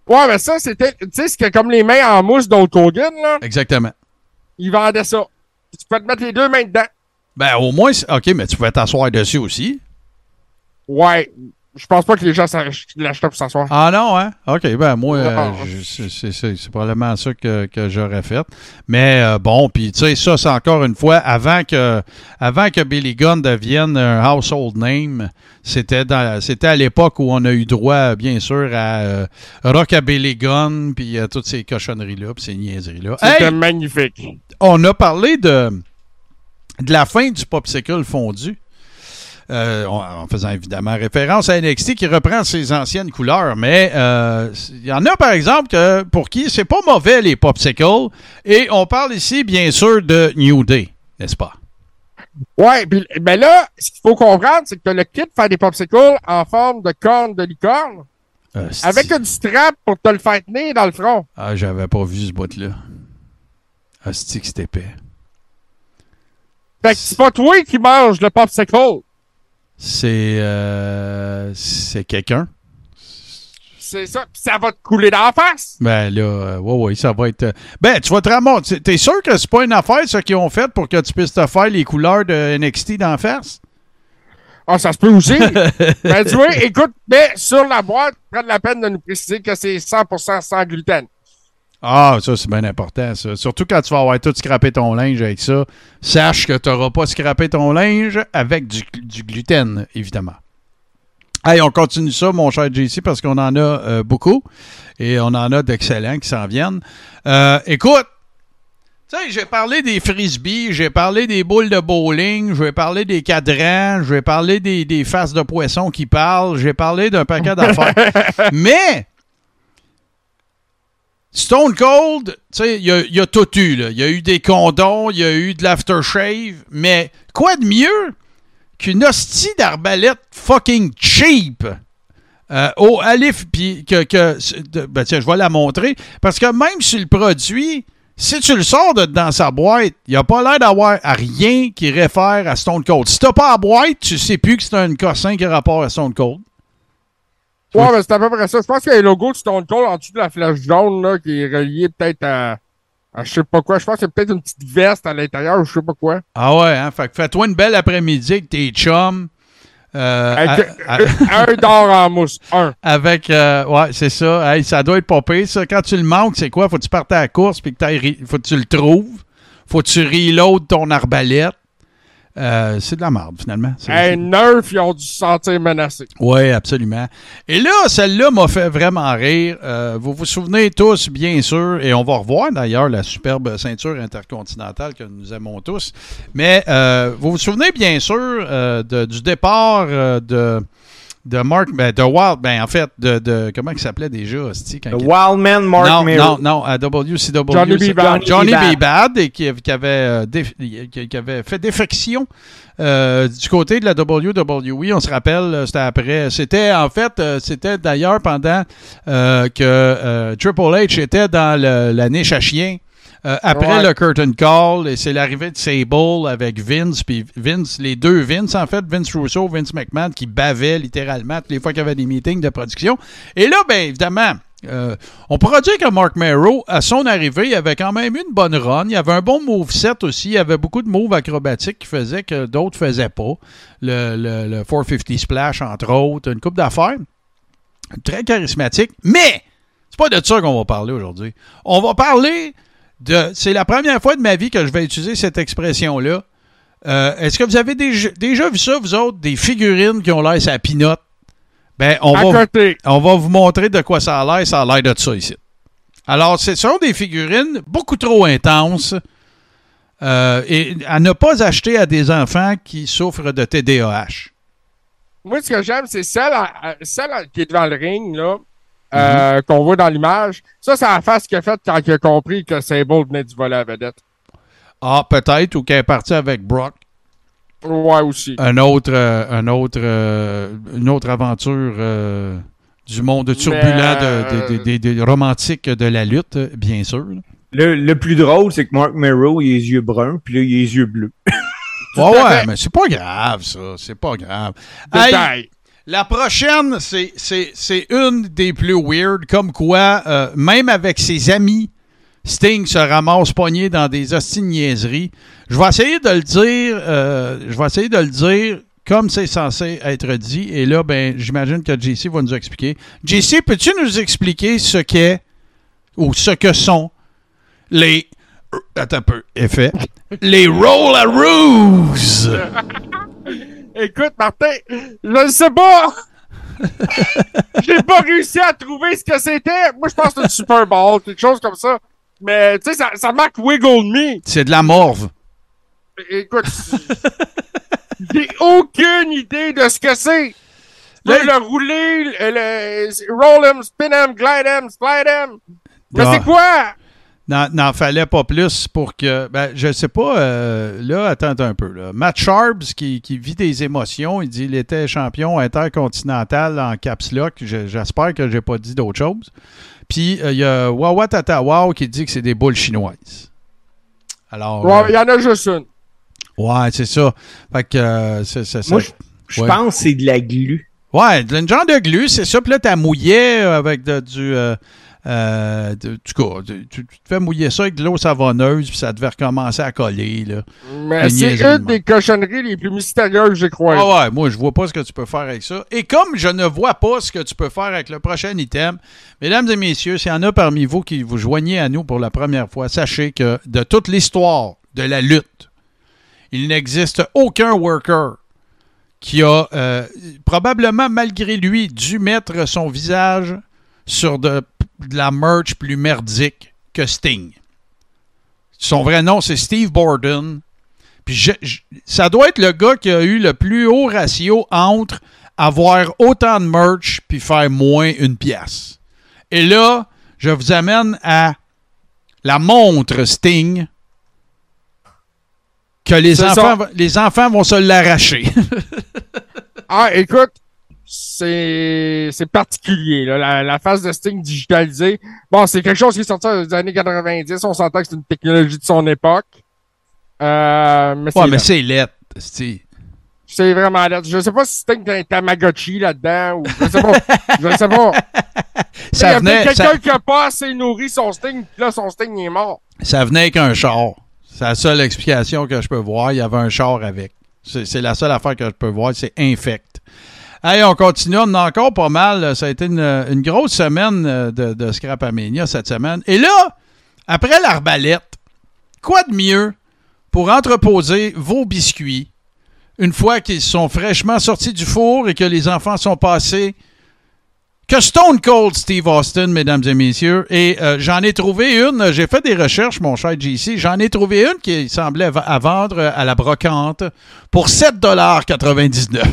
Ouais, mais ça, c'était, tu sais, c'est comme les mains en mousse d'Hulk Hogan, là. Exactement. Ils vendaient ça. Tu peux te mettre les deux mains dedans. Ben, au moins, c'est- OK, mais tu pouvais t'asseoir dessus aussi. Ouais. Je pense pas que les gens l'achetaient pour s'asseoir. Ah non, hein? OK, ben moi, euh, Non. je- c'est- c'est c'est- c'est probablement ça que, que j'aurais fait. Mais euh, bon, puis tu sais, ça, c'est encore une fois, avant que avant que Billy Gunn devienne un household name, c'était dans c'était à l'époque où on a eu droit, bien sûr, à euh, Rockabilly Gunn, puis à toutes ces cochonneries-là, puis ces niaiseries-là. C'était Hey, magnifique. on a parlé de, de la fin du popsicle fondu. Euh, en, en faisant évidemment référence à N X T qui reprend ses anciennes couleurs. Mais euh, il y en a, par exemple, que, pour qui c'est pas mauvais, les popsicles. Et on parle ici, bien sûr, de New Day, n'est-ce pas? Ouais, pis, ben là, ce qu'il faut comprendre, c'est que t'as le kit pour faire des popsicles en forme de corne de licorne, Euh, avec une strap pour te le faire tenir dans le front. Ah, j'avais pas vu ce bout-là. Hostie que c'était épais. Fait que c'est pas toi qui manges le popsicle. C'est... Euh, c'est quelqu'un. C'est ça, pis ça va te couler dans la face. Ben là, euh, ouais, ouais, ça va être... euh, ben, tu vas te ramasser. T'es sûr que c'est pas une affaire, ça, qu'ils ont fait pour que tu puisses te faire les couleurs de N X T d'en face? Ah, ça se peut aussi. Ben, tu vois, écoute, mais sur la boîte, prends la peine de nous préciser que c'est cent pour cent sans gluten. Ah, ça, c'est bien important, ça. Surtout quand tu vas avoir tout scrappé ton linge avec ça. Sache que tu n'auras pas scrappé ton linge avec du, du gluten, évidemment. Hey, on continue ça, mon cher J C, parce qu'on en a euh, beaucoup. Et on en a d'excellents qui s'en viennent. Euh, écoute, tu sais, j'ai parlé des frisbees, j'ai parlé des boules de bowling, je vais parler des cadrans, je vais parler des, des faces de poisson qui parlent, j'ai parlé d'un paquet d'affaires. Mais... Stone Cold, tu sais, il y a, y a tout eu, là. Il y a eu des condoms, il y a eu de l'aftershave, mais quoi de mieux qu'une hostie d'arbalète fucking cheap euh, au Alif, puis que, que de, ben tiens, je vais la montrer, parce que même sur le produit, si tu le sors de dans sa boîte, il n'y a pas l'air d'avoir à rien qui réfère à Stone Cold. Si t'as pas la boîte, tu sais plus que c'est un cossin qui a rapport à Stone Cold. Ouais, mais c'est à peu près ça. Je pense qu'il y a le logo de Stone Cold en dessous de la flèche jaune, là, qui est relié peut-être à, à je sais pas quoi. Je pense que c'est peut-être une petite veste à l'intérieur ou je sais pas quoi. Ah ouais, hein? Fait que fais-toi une belle après-midi avec tes chums. Euh, Avec, à- à- un d'or en mousse. Un. avec, euh, ouais, c'est ça. Hey, ça doit être pas pire, ça. Quand tu le manques, c'est quoi? Faut que tu partes à la course puis que t'ailles re- faut que tu le trouves. Faut que tu reloads ton arbalète. Euh, c'est de la merde, finalement. C'est- Hey, neuf, ils ont dû se sentir menacés. Oui, absolument. Et là, celle-là m'a fait vraiment rire. Euh, vous vous souvenez tous, bien sûr, et on va revoir d'ailleurs la superbe ceinture intercontinentale que nous aimons tous. Mais euh, vous vous souvenez, bien sûr, euh, de- du départ euh, de, de Mark, ben, de Wild, ben, en fait, de, de comment il s'appelait déjà, hostie, quand The il- Wildman Mark non, Mero. non, non, à W C W. Johnny B. Bad. Johnny Johnny B. Bad, et qui, qui avait, euh, déf- qui, qui avait fait défection euh, du côté de la W W E. On se rappelle, euh, c'était après. C'était, en fait, euh, c'était d'ailleurs pendant euh, que euh, Triple H était dans le- la niche à chien. Euh, après Ouais. le curtain call, et c'est l'arrivée de Sable avec Vince, puis Vince, les deux Vince, en fait, Vince Russo, Vince McMahon, qui bavaient littéralement toutes les fois qu'il y avait des meetings de production. Et là, bien évidemment, euh, on pourra dire que Mark Mero, à son arrivée, il avait quand même une bonne run. Il avait un bon moveset aussi. Il y avait beaucoup de moves acrobatiques qui faisaient que d'autres ne faisaient pas. Le, le, le quatre cent cinquante Splash, entre autres, une coupe d'affaires. Très charismatique. Mais, c'est pas de ça qu'on va parler aujourd'hui. On va parler de... C'est la première fois de ma vie que je vais utiliser cette expression-là. Euh, est-ce que vous avez déjà, déjà vu ça, vous autres, des figurines qui ont l'air sa pinotte? Ben, on À va, côté. on va vous montrer de quoi ça a l'air. Ça a l'air de ça ici. Alors, ce sont des figurines beaucoup trop intenses euh, et à ne pas acheter à des enfants qui souffrent de T D A H. Moi, ce que j'aime, c'est celle, à- à- celle à- qui est devant le ring, là, euh, qu'on voit dans l'image. Ça, c'est la face qu'il a faite quand il a compris que Sable venait du voler à la vedette. Ah, peut-être, ou qu'elle est partie avec Brock. Ouais, aussi. Un autre, euh, un autre, euh, une autre aventure euh, du monde turbulent, euh, de, de- de- de- de- romantique de la lutte, bien sûr. Le, le plus drôle, c'est que Mark Mero, il a les yeux bruns, puis là, il a les yeux bleus. Ouais, à ouais, fait. mais c'est pas grave, ça. C'est pas grave. Hey, Détail. La prochaine, c'est, c'est, c'est une des plus weird, comme quoi, euh, même avec ses amis, Sting se ramasse pogné dans des hosties de niaiseries. Je vais essayer de le dire, euh, je vais essayer de le dire comme c'est censé être dit. Et là, ben, j'imagine que J C va nous expliquer. J C, peux-tu nous expliquer ce qu'est ou ce que sont les... Attends un peu, effet. Les Roll-a-Roos! Écoute, Martin, je ne sais pas! J'ai pas réussi à trouver ce que c'était. Moi, je pense que c'est une Super Bowl, quelque chose comme ça. Mais, tu sais, ça, ça marque Wiggle Me. C'est de la morve. Écoute, j'ai aucune idée de ce que c'est. Le, le rouler, le, le roll him, spin him, glide him, slide him. Mais Ah. c'est quoi? N'en, n'en fallait pas plus pour que... Ben, je sais pas, euh, là, attends un peu. Là. Matt Sharps, qui, qui vit des émotions, il dit qu'il était champion intercontinental en caps lock. Je, j'espère que j'ai pas dit d'autre chose. Puis, il euh, y a Wawa Tata Wow qui dit que c'est des boules chinoises. Alors... Ouais, il euh, y en a juste une. ouais, c'est ça. Fait que... Euh, c'est, c'est, Moi, c'est- je, je ouais. pense que c'est de la glu. Ouais, de- une genre de glu, c'est ça. Puis là, t'as mouillé avec de- du... Euh, euh, de- du coup, tu, tu te fais mouiller ça avec de l'eau savonneuse, puis ça devait recommencer à coller, là. Mais Le c'est niaiserie une de des cochonneries les plus mystérieuses que j'ai croisées. Ah ouais, moi, je vois pas ce que tu peux faire avec ça. Et comme je ne vois pas ce que tu peux faire avec le prochain item, mesdames et messieurs, s'il y en a parmi vous qui vous joignez à nous pour la première fois, sachez que de toute l'histoire de la lutte, il n'existe aucun worker qui a, euh, probablement malgré lui, dû mettre son visage sur de, de la merch plus merdique que Sting. Son vrai nom, c'est Steve Borden. Puis je, je, ça doit être le gars qui a eu le plus haut ratio entre avoir autant de merch puis faire moins une pièce. Et là, je vous amène à la montre Sting que les C'est enfants, ça. les enfants vont se l'arracher. Ah, écoute, c'est c'est particulier, là, la, la phase de Sting digitalisée. Bon, c'est quelque chose qui est sorti dans les années quatre-vingt-dix. On s'entend que c'est une technologie de son époque. Euh, mais c'est Ouais, mais laid. c'est lettre. C'est... C'est vraiment laid. Je sais pas si Sting a un Tamagotchi là-dedans ou je sais pas. Je sais pas. Il y Ça a venait, peut-être ça, quelqu'un qui a pas assez nourri son Sting, puis là, son Sting il est mort. ça venait avec un char. C'est la seule explication que je peux voir. Il y avait un char avec. C'est, c'est la seule affaire que je peux voir. C'est infect. Hey, on continue. On en a encore pas mal. Ça a été une, une grosse semaine de, de Scrapamania cette semaine. Et là, après l'arbalète, quoi de mieux pour entreposer vos biscuits une fois qu'ils sont fraîchement sortis du four et que les enfants sont passés que Stone Cold Steve Austin, mesdames et messieurs. Et euh, j'en ai trouvé une. J'ai fait des recherches, mon cher J C. J'en ai trouvé une qui semblait v- à vendre à la brocante pour sept dollars quatre-vingt-dix-neuf.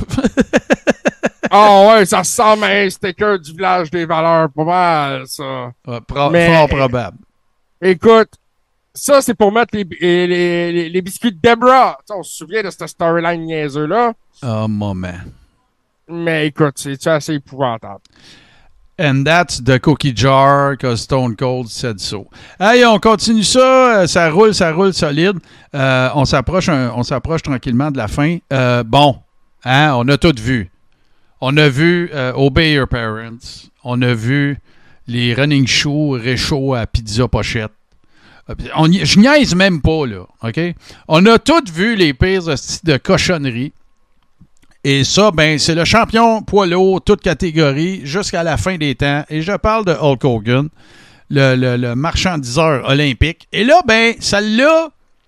Ah ouais, ça ressemble à un sticker du village des valeurs. Pas mal, ça. Ouais, pro- Mais- Fort probable. Écoute, ça, c'est pour mettre les, les, les, les biscuits de Debra. T'sais, on se souvient de cette storyline niaiseux-là. Oh, moment. Mais écoute, c'est assez épouvantable. And that's the cookie jar que Stone Cold said so. Hey, on continue ça. euh, Ça roule, ça roule solide. Euh, on s'approche un- on s'approche tranquillement de la fin. Euh, bon, hein, on a tout vu. On a vu euh, Obey Your Parents. On a vu les running shoes réchauds à pizza pochette. Euh, on y- je niaise même pas, là. OK? On a tous vu les pires hosties de cochonneries. Et ça, ben, c'est le champion poids lourd, toute catégorie, jusqu'à la fin des temps. Et je parle de Hulk Hogan, le, le, le marchandiseur olympique. Et là, ben, celle-là,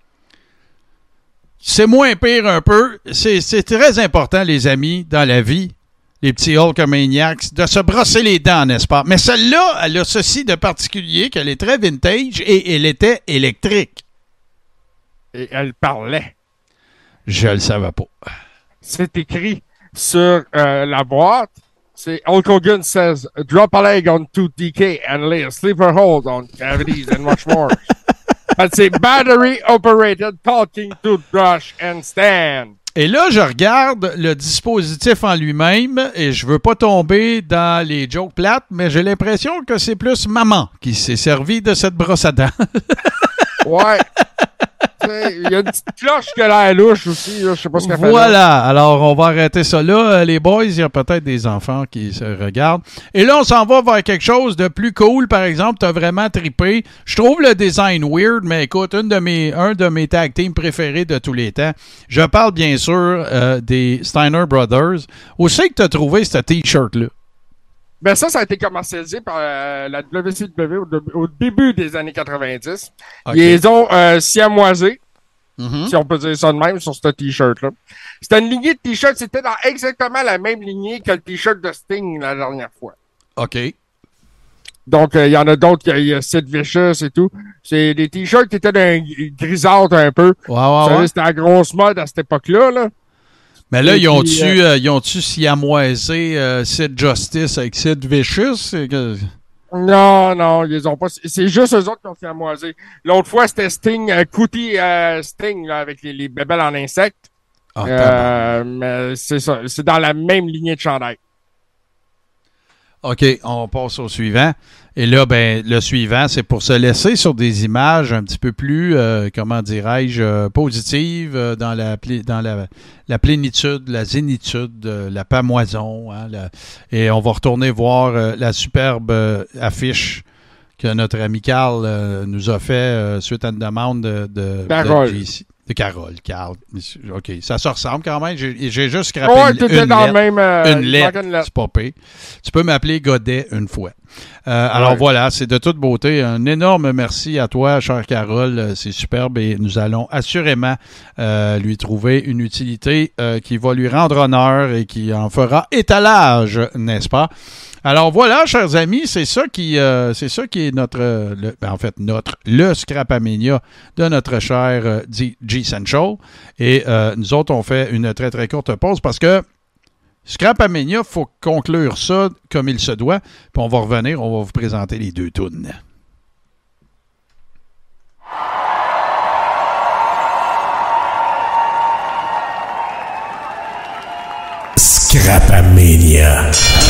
c'est moins pire un peu. C'est, c'est très important, les amis, dans la vie, les petits Hulkamaniacs, de se brosser les dents, n'est-ce pas? Mais celle-là, elle a ceci de particulier qu'elle est très vintage et elle était électrique. Et elle parlait. Je le savais pas. C'est écrit sur euh, la boîte. C'est Hulk Hogan says, drop a leg on tooth decay and lay a sleeper hold on cavities and much more. And c'est battery operated talking toothbrush and stand. Et là, je regarde le dispositif en lui-même et je veux pas tomber dans les jokes plates, mais j'ai l'impression que c'est plus maman qui s'est servi de cette brosse à dents. Ouais. Il y a une petite cloche qui a l'air louche aussi. Là. Je sais pas ce qu'elle fait là. Voilà. Alors, on va arrêter ça là. Les boys, il y a peut-être des enfants qui se regardent. Et là, on s'en va vers quelque chose de plus cool. Par exemple, tu as vraiment trippé. Je trouve le design weird, mais écoute, une de mes, un de mes tag teams préférés de tous les temps. Je parle bien sûr euh, des Steiner Brothers. Où c'est que tu as trouvé ce T-shirt-là? Ben ça, ça a été commercialisé par euh, la W C W au, de, au début des années quatre-vingt-dix. Okay. Ils ont euh, siamoisé, Mm-hmm. si on peut dire ça de même, sur ce T-shirt-là. C'était une lignée de T-shirts, c'était dans exactement la même lignée que le T-shirt de Sting la dernière fois. OK. Donc, il euh, y en a d'autres, il y, y a Sid Vicious et tout. C'est des T-shirts qui étaient d'un grisâtre un peu. Ouais, ouais, Vous savez, ouais. c'était la grosse mode à cette époque-là, là. Mais là, Et ils ont-tu, puis, euh, euh, ils ont-tu siamoisé euh, Sid Justice avec Sid Vicious? C'est que... Non, non, ils ont pas. C'est juste eux autres qui ont siamoisé. L'autre fois, c'était Sting, euh, Cootie euh, Sting, là, avec les, les bébelles en insectes. Ah, euh, mais c'est ça. C'est dans la même lignée de chandail. OK, on passe au suivant. Et là, ben, le suivant, c'est pour se laisser sur des images un petit peu plus, euh, comment dirais-je, euh, positives euh, dans, la, pli- dans la, la plénitude, la zénitude, euh, la pamoison. Hein, la- et on va retourner voir euh, la superbe euh, affiche que notre ami Carl euh, nous a fait euh, suite à une demande de, de, Carole. de J C. De Carole, Carl. OK, ça se ressemble quand même. J'ai, j'ai juste scrappé Ouais, une, t'étais une dans lettre. le même. Euh, Une il lettre, manquait une lettre. c'est pas pire. Tu peux m'appeler Godet une fois. Euh, alors Ouais. voilà, c'est de toute beauté. Un énorme merci à toi, chère Carole. Euh, C'est superbe et nous allons assurément euh, lui trouver une utilité euh, qui va lui rendre honneur et qui en fera étalage, n'est-ce pas? Alors voilà, chers amis, c'est ça qui, euh, c'est ça qui est notre, euh, le, ben en fait notre, le Scrapamania de notre cher euh, G-Central. Et euh, nous autres, on fait une très très courte pause parce que Scrapamania, il faut conclure ça comme il se doit. Puis on va revenir, on va vous présenter les deux tunes. Scrapamania.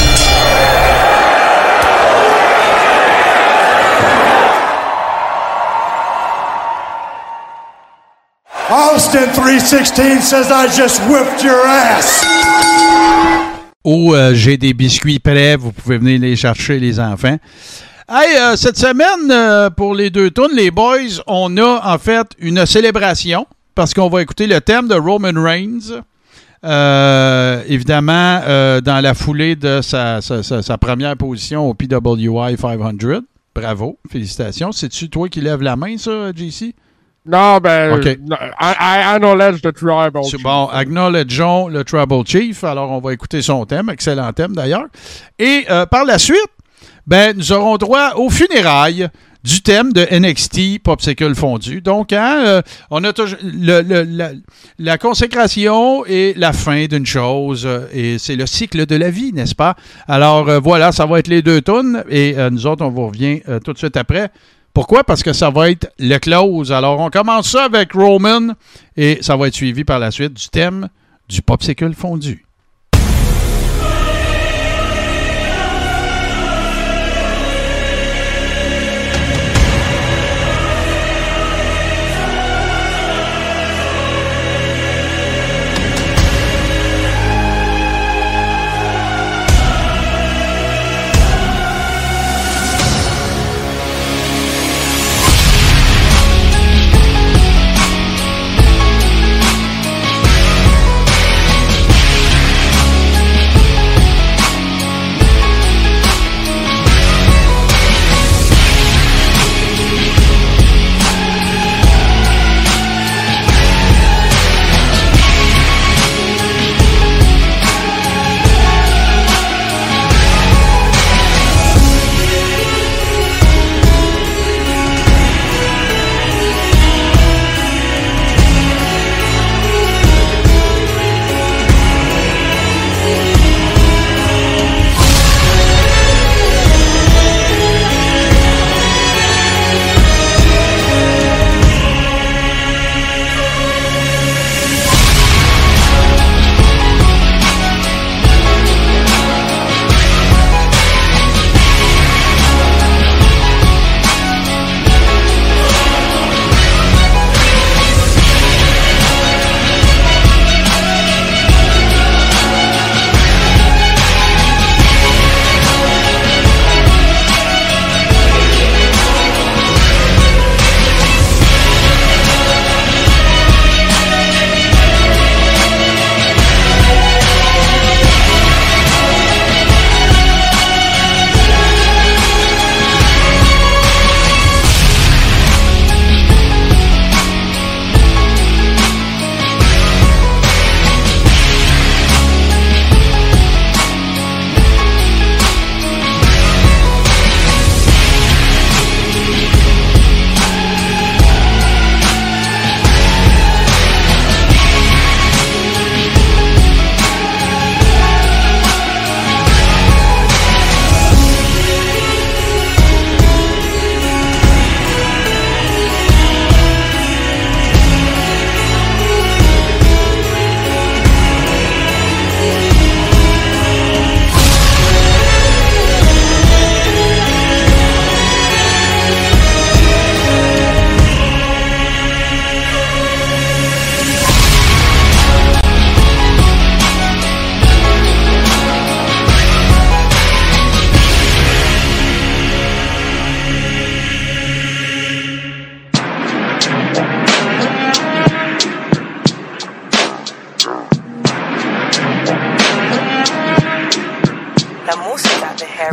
Austin three sixteen says I just whipped your ass. Ou euh, j'ai des biscuits prêts, vous pouvez venir les chercher, les enfants. Hey, euh, cette semaine, euh, pour les deux tunes, les boys, on a en fait une célébration parce qu'on va écouter le thème de Roman Reigns. Euh, évidemment, euh, dans la foulée de sa, sa, sa, sa première position au P W I cinq cents. Bravo, félicitations. C'est-tu toi qui lèves la main, ça, J C? Non, ben. OK. non, I, I acknowledge the tribal. C'est bon, acknowledgeons le Tribal Chief. Alors, on va écouter son thème. Excellent thème, d'ailleurs. Et euh, par la suite, ben, nous aurons droit aux funérailles du thème de N X T Popsicle Fondu. Donc, hein, euh, on a toujours le, le, la, la consécration et la fin d'une chose, euh, et c'est le cycle de la vie, n'est-ce pas? Alors, euh, voilà, ça va être les deux tunes, et euh, nous autres, on vous revient euh, tout de suite après. Pourquoi? Parce que ça va être le close. Alors, on commence ça avec Roman, et ça va être suivi par la suite du thème du Popsicle Fondu.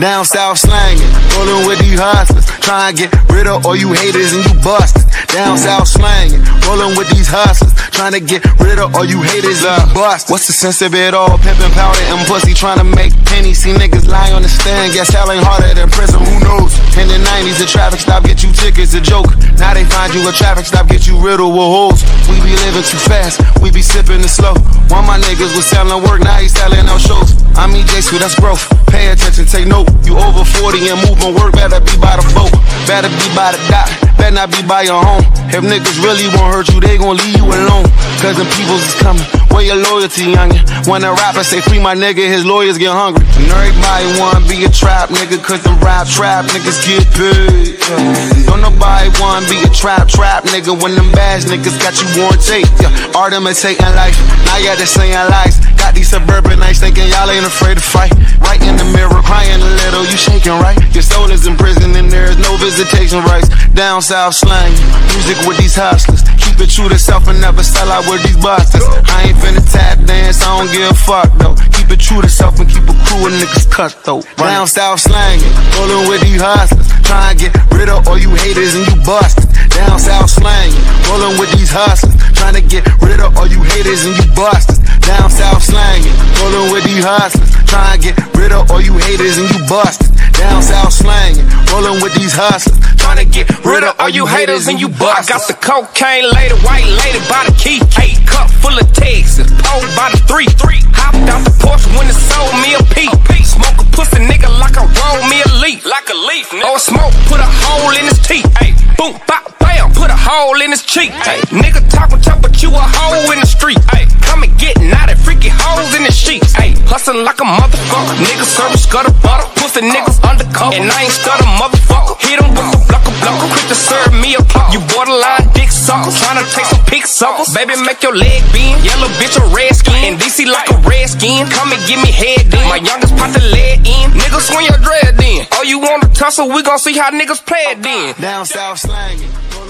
Down south slanging, rolling with these hustlers. Try and get rid of all you haters and you busted. Down south slanging, rolling with these hustlers. Trying to get rid of all you haters and you busted. What's the sense of it all? Pimpin' powder and pussy, trying to make pennies. See niggas lie on the stand, guess hell ain't harder than prison. Who knows? In the nineties, a traffic stop get you tickets, a joke. Now they find you a traffic stop, get you riddled with holes. We be living too fast, we be sipping it slow. One of my niggas was selling work, now he selling out shows. I mean J-Sue, that's growth. Pay attention, take note. You over forty and moving work, better be by the boat. Better be by the dock, better not be by your home. If niggas really won't hurt you, they gon' leave you alone. Cause them peoples is coming, where your loyalty, youngin'? When a rapper say free my nigga, his lawyers get hungry. And everybody wanna be a trap nigga, cause them rap trap niggas get paid. Yeah. Don't nobody wanna be a trap trap nigga when them bad niggas got you on tape. Yeah. Art imitating life, now y'all just saying lies. Got these suburbanites thinking y'all ain't afraid to fight. Right in the mirror, crying a little, you shaking right. Your soul is in prison and there is no visitation rights. Down south slang, music with these hustlers. Keep it true to self and never sell out with these busters. I ain't finna tap dance, I don't give a fuck though. Keep it true to self and keep a crew of niggas cut though. Down south slanging, rolling with these hustlers. Try and get rid of all you haters and you busted. Down south slanging, rolling with these hustlers. Trying to get rid of all you haters and you busted. Down south slanging, rolling with these hustlers. Trying to get rid of all you haters and you busted. Down south slanging, rolling with these hustlers. Trying to get rid of all you haters and you busted. I got the cocaine lady, white lady by the key. Eight cup full of Texas, pulled by the three. Three hopped out the Porsche when it sold me a peep. Smoke a pussy nigga like I roll me a leaf. Like a leaf, nigga. Oh, smoke, put a hole in his teeth. Ay, boom, bop, bam, put a hole in his cheek. Ay, nigga talking tough, but you a hoe in the street. Ay, come and get naughty, freaky hoes in the sheets. Ay, hustling like a motherfucker. Nigga serving scuttle butter. Pussy niggas undercover. And I ain't stutter motherfucker. Hit him with the blocker blocker. Quick to serve me a pop. You borderline dick sucker. Tryna take some pick suckers. Baby, make your leg bend. Yellow bitch a red skin. In D C like a red skin. Come and give me head then. My youngest pop the lead in. Niggas swing your dread then. Oh, you want to tussle? We gon' see how niggas play it then. Down south slanging.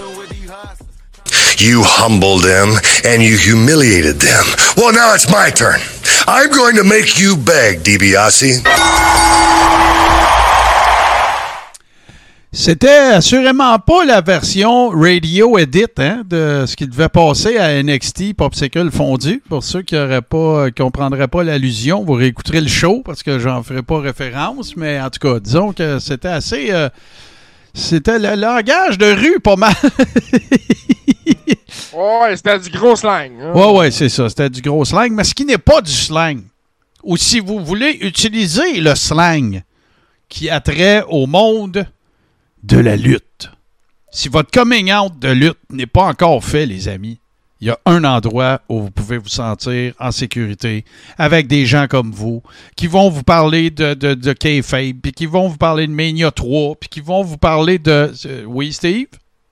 You humbled them and you humiliated them. Well, now it's my turn. I'm going to make you beg, DiBiase. C'était assurément pas la version radio edit hein, de ce qui devait passer à N X T Popsicle fondu. Pour ceux qui auraient pas, qui comprendraient pas l'allusion, vous réécouterez le show parce que j'en ferai pas référence. Mais en tout cas, disons que c'était assez... Euh, c'était le langage de rue pas mal. Ouais, c'était du gros slang. Hein. Ouais, ouais, c'est ça. C'était du gros slang. Mais ce qui n'est pas du slang, ou si vous voulez utiliser le slang qui a trait au monde de la lutte. Si votre coming out de lutte n'est pas encore fait, les amis, il y a un endroit où vous pouvez vous sentir en sécurité avec des gens comme vous qui vont vous parler de, de, de kayfabe, puis qui vont vous parler de Mania trois, puis qui vont vous parler de... Euh, oui, Steve?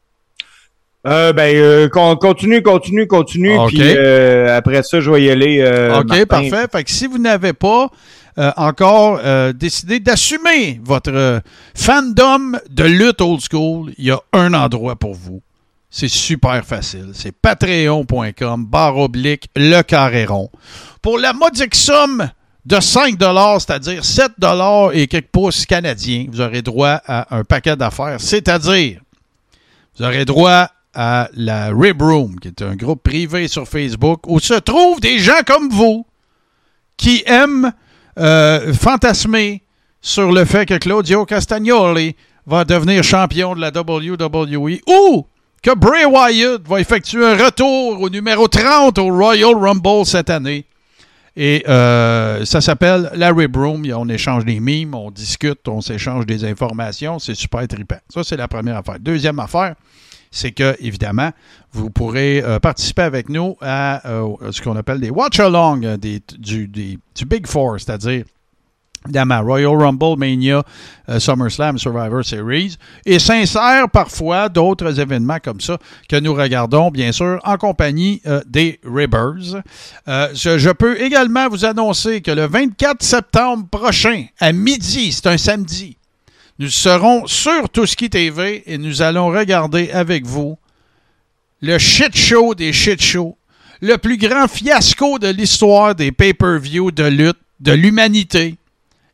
Euh, ben, euh, continue, continue, continue, okay. Puis euh, après ça, je vais y aller. Euh, OK, Martin. Parfait. Fait que si vous n'avez pas euh, encore euh, décidé d'assumer votre euh, fandom de lutte old school, il y a un endroit pour vous. C'est super facile. C'est patreon.com barre oblique le carré rond. Pour la modique somme de cinq dollars, c'est-à-dire sept dollars et quelques pouces canadiens, vous aurez droit à un paquet d'affaires. C'est-à-dire, vous aurez droit à la Rib Room, qui est un groupe privé sur Facebook où se trouvent des gens comme vous qui aiment euh, fantasmer sur le fait que Claudio Castagnoli va devenir champion de la W W E ou que Bray Wyatt va effectuer un retour au numéro trente au Royal Rumble cette année. Et euh, ça s'appelle la Rib Room. On échange des mimes, on discute, on s'échange des informations. C'est super trippant. Ça, c'est la première affaire. Deuxième affaire, c'est que, évidemment, vous pourrez euh, participer avec nous à euh, ce qu'on appelle des watch-along euh, des, du, des, du Big Four, c'est-à-dire évidemment Royal Rumble, Mania, euh, SummerSlam, Survivor Series, et s'insère parfois d'autres événements comme ça que nous regardons, bien sûr, en compagnie euh, des Ribbers. Euh, je, je peux également vous annoncer que le vingt-quatre septembre prochain, à midi, c'est un samedi, nous serons sur Touski T V et nous allons regarder avec vous le shit show des shit shows, le plus grand fiasco de l'histoire des pay-per-view de lutte de l'humanité.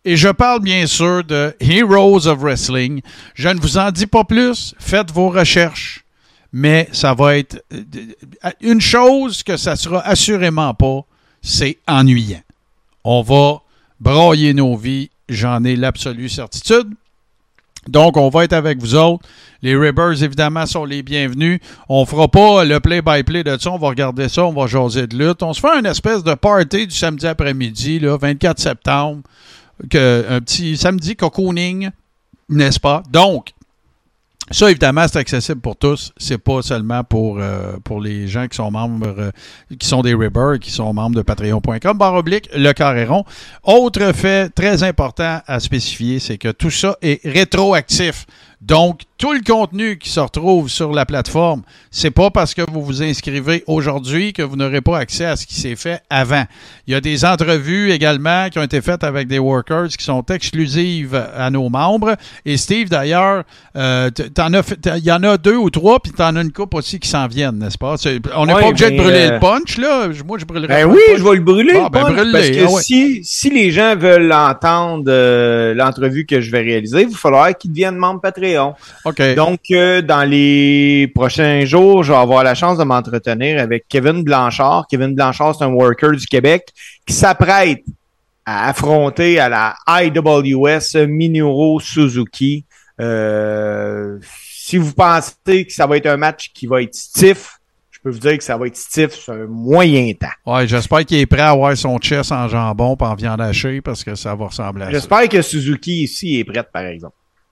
Et je parle bien sûr de Heroes of Wrestling. Je ne vous en dis pas plus. Faites vos recherches. Mais ça va être une chose que ça sera assurément pas, c'est ennuyant. On va brailler nos vies, j'en ai l'absolue certitude. Donc, on va être avec vous autres. Les Ribbers, évidemment, sont les bienvenus. On fera pas le play-by-play de ça. On va regarder ça, on va jaser de lutte. On se fait une espèce de party du samedi après-midi, là, vingt-quatre septembre. Que, un petit samedi cocooning, n'est-ce pas? Donc, ça, évidemment, c'est accessible pour tous. C'est pas seulement pour, euh, pour les gens qui sont membres, euh, qui sont des Ribbers, qui sont membres de patreon point com, barre oblique, le carré rond. Autre fait très important à spécifier, c'est que tout ça est rétroactif. Donc, tout le contenu qui se retrouve sur la plateforme, c'est pas parce que vous vous inscrivez aujourd'hui que vous n'aurez pas accès à ce qui s'est fait avant. Il y a des entrevues également qui ont été faites avec des workers qui sont exclusives à nos membres. Et Steve, d'ailleurs, euh, t'en as fait, il y en a deux ou trois, puis t'en as une couple aussi qui s'en viennent, n'est-ce pas? C'est, on n'est ouais, pas obligé de brûler euh... le punch, là. Moi, je brûlerai ben pas oui, le punch. je vais le brûler, ah, le ben, punch, brûle-les, parce que ah, ouais. si, si les gens veulent entendre euh, l'entrevue que je vais réaliser, il va falloir qu'ils deviennent membres Patreon. OK. Donc, euh, dans les prochains jours, je vais avoir la chance de m'entretenir avec Kevin Blanchard. Kevin Blanchard, c'est un worker du Québec qui s'apprête à affronter à la I W S Minoru Suzuki. Euh, si vous pensez que ça va être un match qui va être stiff, je peux vous dire que ça va être stiff sur un moyen temps. Ouais, j'espère qu'il est prêt à avoir son chest en jambon et en viande hachée parce que ça va ressembler à j'espère ça. J'espère que Suzuki ici est prête, par exemple.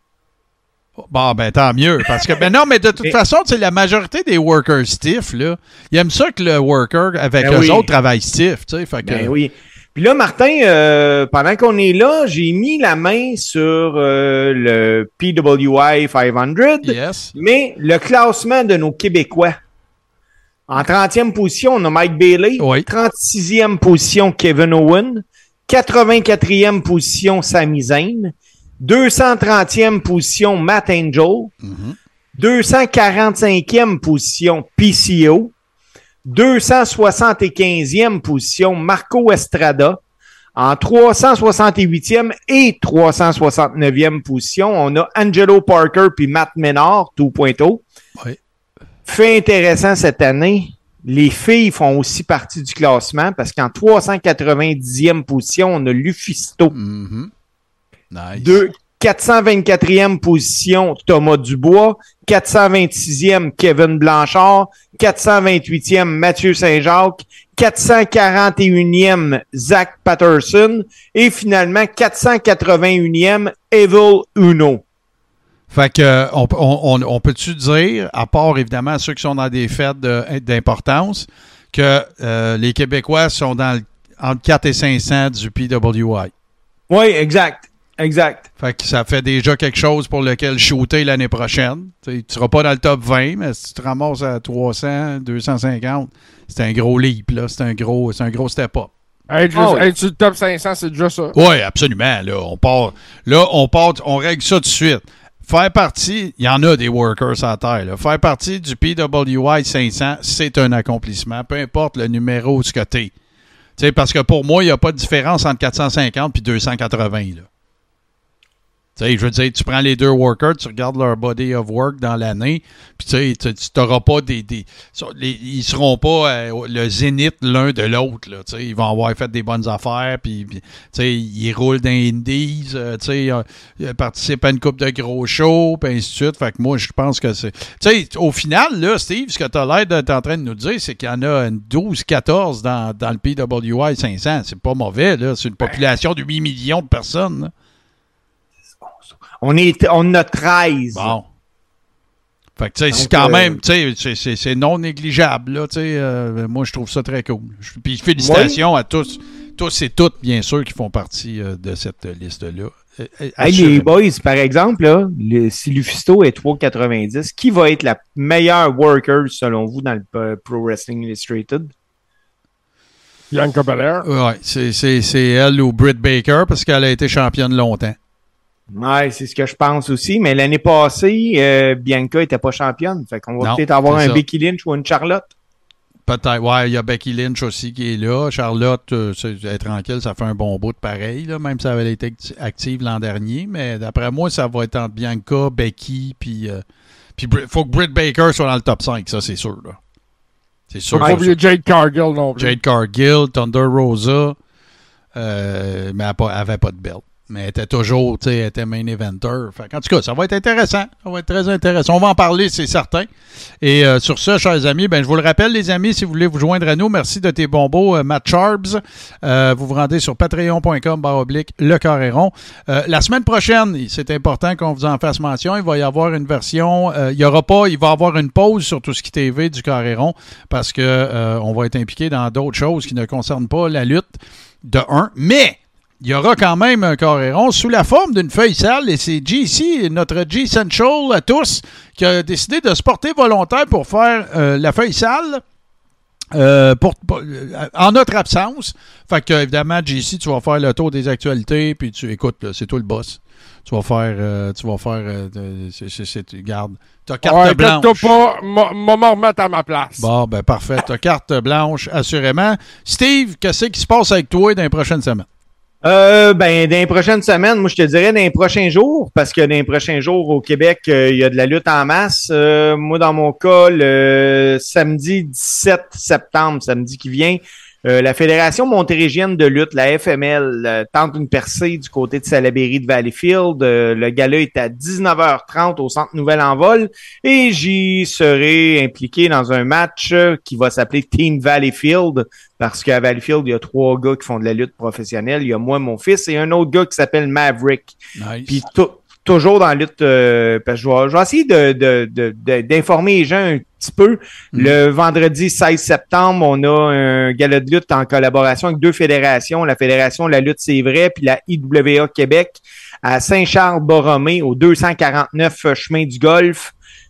Bon, ben tant mieux. Parce que, ben non, mais de toute façon, tu sais, la majorité des workers stiff, là, ils aiment ça que le worker avec ben eux oui. autres travaille stiff, tu sais. Fait que... Ben oui. Puis là, Martin, euh, pendant qu'on est là, j'ai mis la main sur euh, le P W I cinq cents. Yes. Mais le classement de nos Québécois. En trentième position, on a Mike Bailey. Oui. trente-sixième position, Kevin Owen. quatre-vingt-quatrième position, Sami Zayn. deux cent trentième position, Matt Angel. Mm-hmm. deux cent quarante-cinquième position, P C O. deux cent soixante-quinzième position, Marco Estrada. En trois cent soixante-huitième et trois cent soixante-neuvième position, on a Angelo Parker puis Matt Menard, deux point oh. Oui. Fait intéressant cette année, les filles font aussi partie du classement parce qu'en trois cent quatre-vingt-dixième position, on a Lufisto. Mm-hmm. Nice. De quatre cent vingt-quatrième position, Thomas Dubois. quatre cent vingt-sixième, Kevin Blanchard. quatre cent vingt-huitième, Mathieu Saint-Jacques. quatre cent quarante et unième, Zach Patterson. Et finalement, quatre cent quatre-vingt-unième, Evil Uno. Fait que, on, on, on peut-tu dire, à part évidemment ceux qui sont dans des fêtes de, d'importance, que euh, les Québécois sont dans le, entre quatre et cinq cents du P W I? Oui, exact. Exact. Fait que ça fait déjà quelque chose pour lequel shooter l'année prochaine. T'sais, tu seras pas dans le top vingt, mais si tu te ramasses à trois cents, deux cent cinquante, c'est un gros leap, là. C'est un gros, c'est un gros step-up. Être, juste, oh, oui. être sur le top cinq cents, c'est déjà ça. Oui, absolument. Là, on part, là, on part, on règle ça tout de suite. Faire partie, il y en a des workers à terre, là. Faire partie du P W I cinq cents, c'est un accomplissement, peu importe le numéro de ce que t'es. T'sais, parce que pour moi, il n'y a pas de différence entre quatre cent cinquante et deux cent quatre-vingts, là. Tu sais, je veux dire, tu prends les deux workers, tu regardes leur body of work dans l'année, puis tu sais, tu n'auras pas des... des les, ils seront pas euh, le zénith l'un de l'autre, là, tu sais, ils vont avoir fait des bonnes affaires, puis, tu sais, ils roulent dans les indies, euh, tu sais, ils participent à une couple de gros shows, puis ainsi de suite, fait que moi, je pense que c'est... Tu sais, au final, là, Steve, ce que tu as l'air d'être en train de nous dire, c'est qu'il y en a une douze quatorze dans, dans le P W I cinq cents, c'est pas mauvais, là, c'est une population de huit millions de personnes, là. On est, on a treize. Bon. Fait que, tu sais, c'est quand euh, même, tu sais, c'est, c'est, c'est non négligeable, là, tu sais. Euh, moi, je trouve ça très cool. Puis, félicitations oui. à tous, tous et toutes, bien sûr, qui font partie euh, de cette liste-là. Euh, hey, les boys, par exemple, là, le, si Lufisto est trois quatre-vingt-dix, qui va être la meilleure worker, selon vous, dans le uh, Pro Wrestling Illustrated? Bianca Belair. Oui, c'est, c'est, c'est elle ou Britt Baker, parce qu'elle a été championne longtemps. Ouais, c'est ce que je pense aussi. Mais l'année passée, euh, Bianca était pas championne. Fait qu'on va non, peut-être avoir un ça. Becky Lynch ou une Charlotte. Peut-être. Ouais, il y a Becky Lynch aussi qui est là. Charlotte, euh, c'est, elle est tranquille, ça fait un bon bout de pareil, là, même si elle avait été active l'an dernier. Mais d'après moi, ça va être entre Bianca, Becky, puis euh, puis il faut que Britt Baker soit dans le top cinq, ça, c'est sûr. Là. C'est sûr. Pas oublier Jade Cargill non plus. Jade Cargill, Thunder Rosa, euh, mais elle n'avait pas de belt. Mais elle était toujours, tu sais, elle était main eventer. Fait en tout cas, ça va être intéressant. Ça va être très intéressant. On va en parler, c'est certain. Et euh, sur ce, chers amis, ben je vous le rappelle, les amis, si vous voulez vous joindre à nous, merci de tes bonbons, euh, Matt Charbs. Euh, vous vous rendez sur patreon.com barre oblique le carré rond. Euh, la semaine prochaine, c'est important qu'on vous en fasse mention. Il va y avoir une version, euh, il y aura pas, il va y avoir une pause sur tout ce qui T V du carré rond parce que euh, on va être impliqué dans d'autres choses qui ne concernent pas la lutte de un. Mais il y aura quand même un carré rond sous la forme d'une feuille sale et c'est G C, notre G-Central à tous, qui a décidé de se porter volontaire pour faire euh, la feuille sale euh, pour, pour, euh, en notre absence. Fait que, évidemment, G C, tu vas faire le tour des actualités puis tu écoutes, là, c'est toi le boss. Tu vas faire, euh, tu vas faire, euh, c'est, c'est, c'est, garde, t'as carte ouais, blanche. pas, m'a me remettre à ma place. Bon, ben parfait, t'as carte blanche, assurément. Steve, qu'est-ce qui se passe avec toi dans les prochaines semaines? Euh, ben, dans les prochaines semaines, moi, je te dirais dans les prochains jours, parce que dans les prochains jours, au Québec, euh, il y a de la lutte en masse. Euh, moi, dans mon cas, le samedi dix-sept septembre, samedi qui vient, euh, la Fédération montérégienne de lutte, la F M L, euh, tente une percée du côté de Salaberry de Valleyfield. Euh, le gala est à dix-neuf heures trente au Centre Nouvelle en Vol et j'y serai impliqué dans un match euh, qui va s'appeler Team Valleyfield. Parce qu'à Valleyfield, il y a trois gars qui font de la lutte professionnelle. Il y a moi, mon fils, et un autre gars qui s'appelle Maverick. Nice. Puis t- toujours dans la lutte, euh, parce que je vais, je vais essayer de, de, de, de, d'informer les gens un petit peu. Mm. Le vendredi seize septembre, on a un gala de lutte en collaboration avec deux fédérations. La Fédération de la lutte, c'est vrai, puis la I W A Québec à Saint-Charles-Borromée, au deux cent quarante-neuf chemin du Golfe.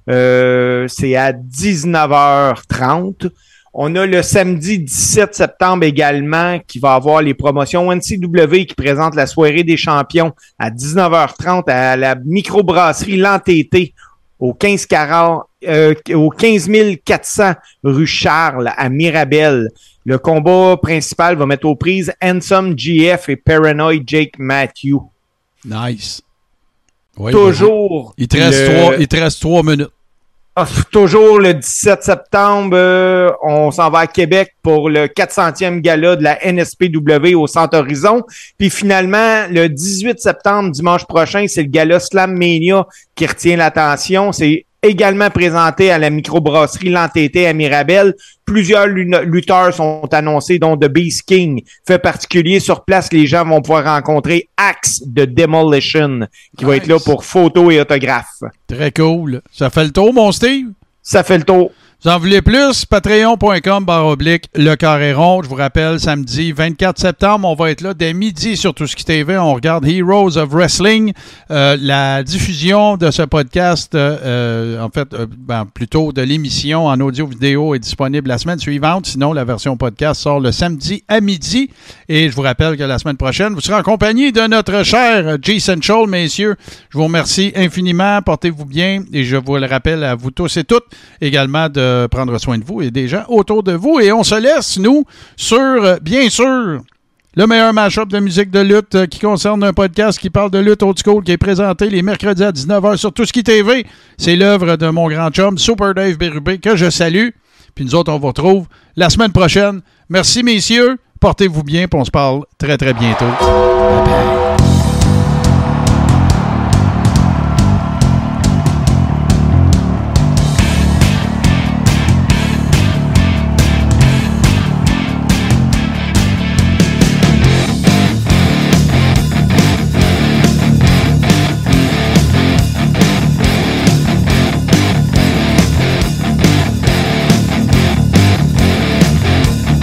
Euh, c'est à dix-neuf heures trente. On a le samedi dix-sept septembre également qui va avoir les promotions N C W qui présente la soirée des champions à dix-neuf heures trente à la microbrasserie L'Entêté au quinze quarante, euh, au quinze mille quatre cents rue Charles à Mirabel. Le combat principal va mettre aux prises Handsome G F et Paranoid Jake Matthew. Nice. Oui, toujours. Il te reste, le... trois, il te reste trois minutes. Ah, toujours le dix-sept septembre, euh, on s'en va à Québec pour le quatre centième gala de la N S P W au Centre Horizon. Puis finalement, le dix-huit septembre, dimanche prochain, c'est le gala Slam Mania qui retient l'attention. C'est également présenté à la microbrasserie L'Entêté à Mirabel. Plusieurs lutteurs sont annoncés, dont The Beast King. Fait particulier, sur place, les gens vont pouvoir rencontrer Axe de Demolition, qui nice. va être là pour photos et autographes. Très cool. Ça fait le tour, mon Steve? Ça fait le tour. Vous en voulez plus? Patreon.com barre oblique le carré rond. Je vous rappelle, samedi vingt-quatre septembre, on va être là dès midi sur Tout ce qui T V. On regarde Heroes of Wrestling. Euh, la diffusion de ce podcast, euh, en fait, euh, ben, plutôt de l'émission en audio-vidéo est disponible la semaine suivante. Sinon, la version podcast sort le samedi à midi. Et je vous rappelle que la semaine prochaine, vous serez en compagnie de notre cher G-Central, messieurs. Je vous remercie infiniment. Portez-vous bien. Et je vous le rappelle à vous tous et toutes également de prendre soin de vous et des gens autour de vous. Et on se laisse, nous, sur, bien sûr, le meilleur mash-up de musique de lutte euh, qui concerne un podcast qui parle de lutte old school qui est présenté les mercredis à dix-neuf heures sur Tout ce qui T V. C'est l'œuvre de mon grand chum, Super Dave Bérubé, que je salue. Puis nous autres, on vous retrouve la semaine prochaine. Merci, messieurs. Portez-vous bien, puis on se parle très, très bientôt. Bye bye.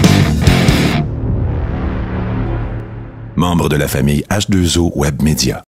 Membre de la famille H deux O Web Media.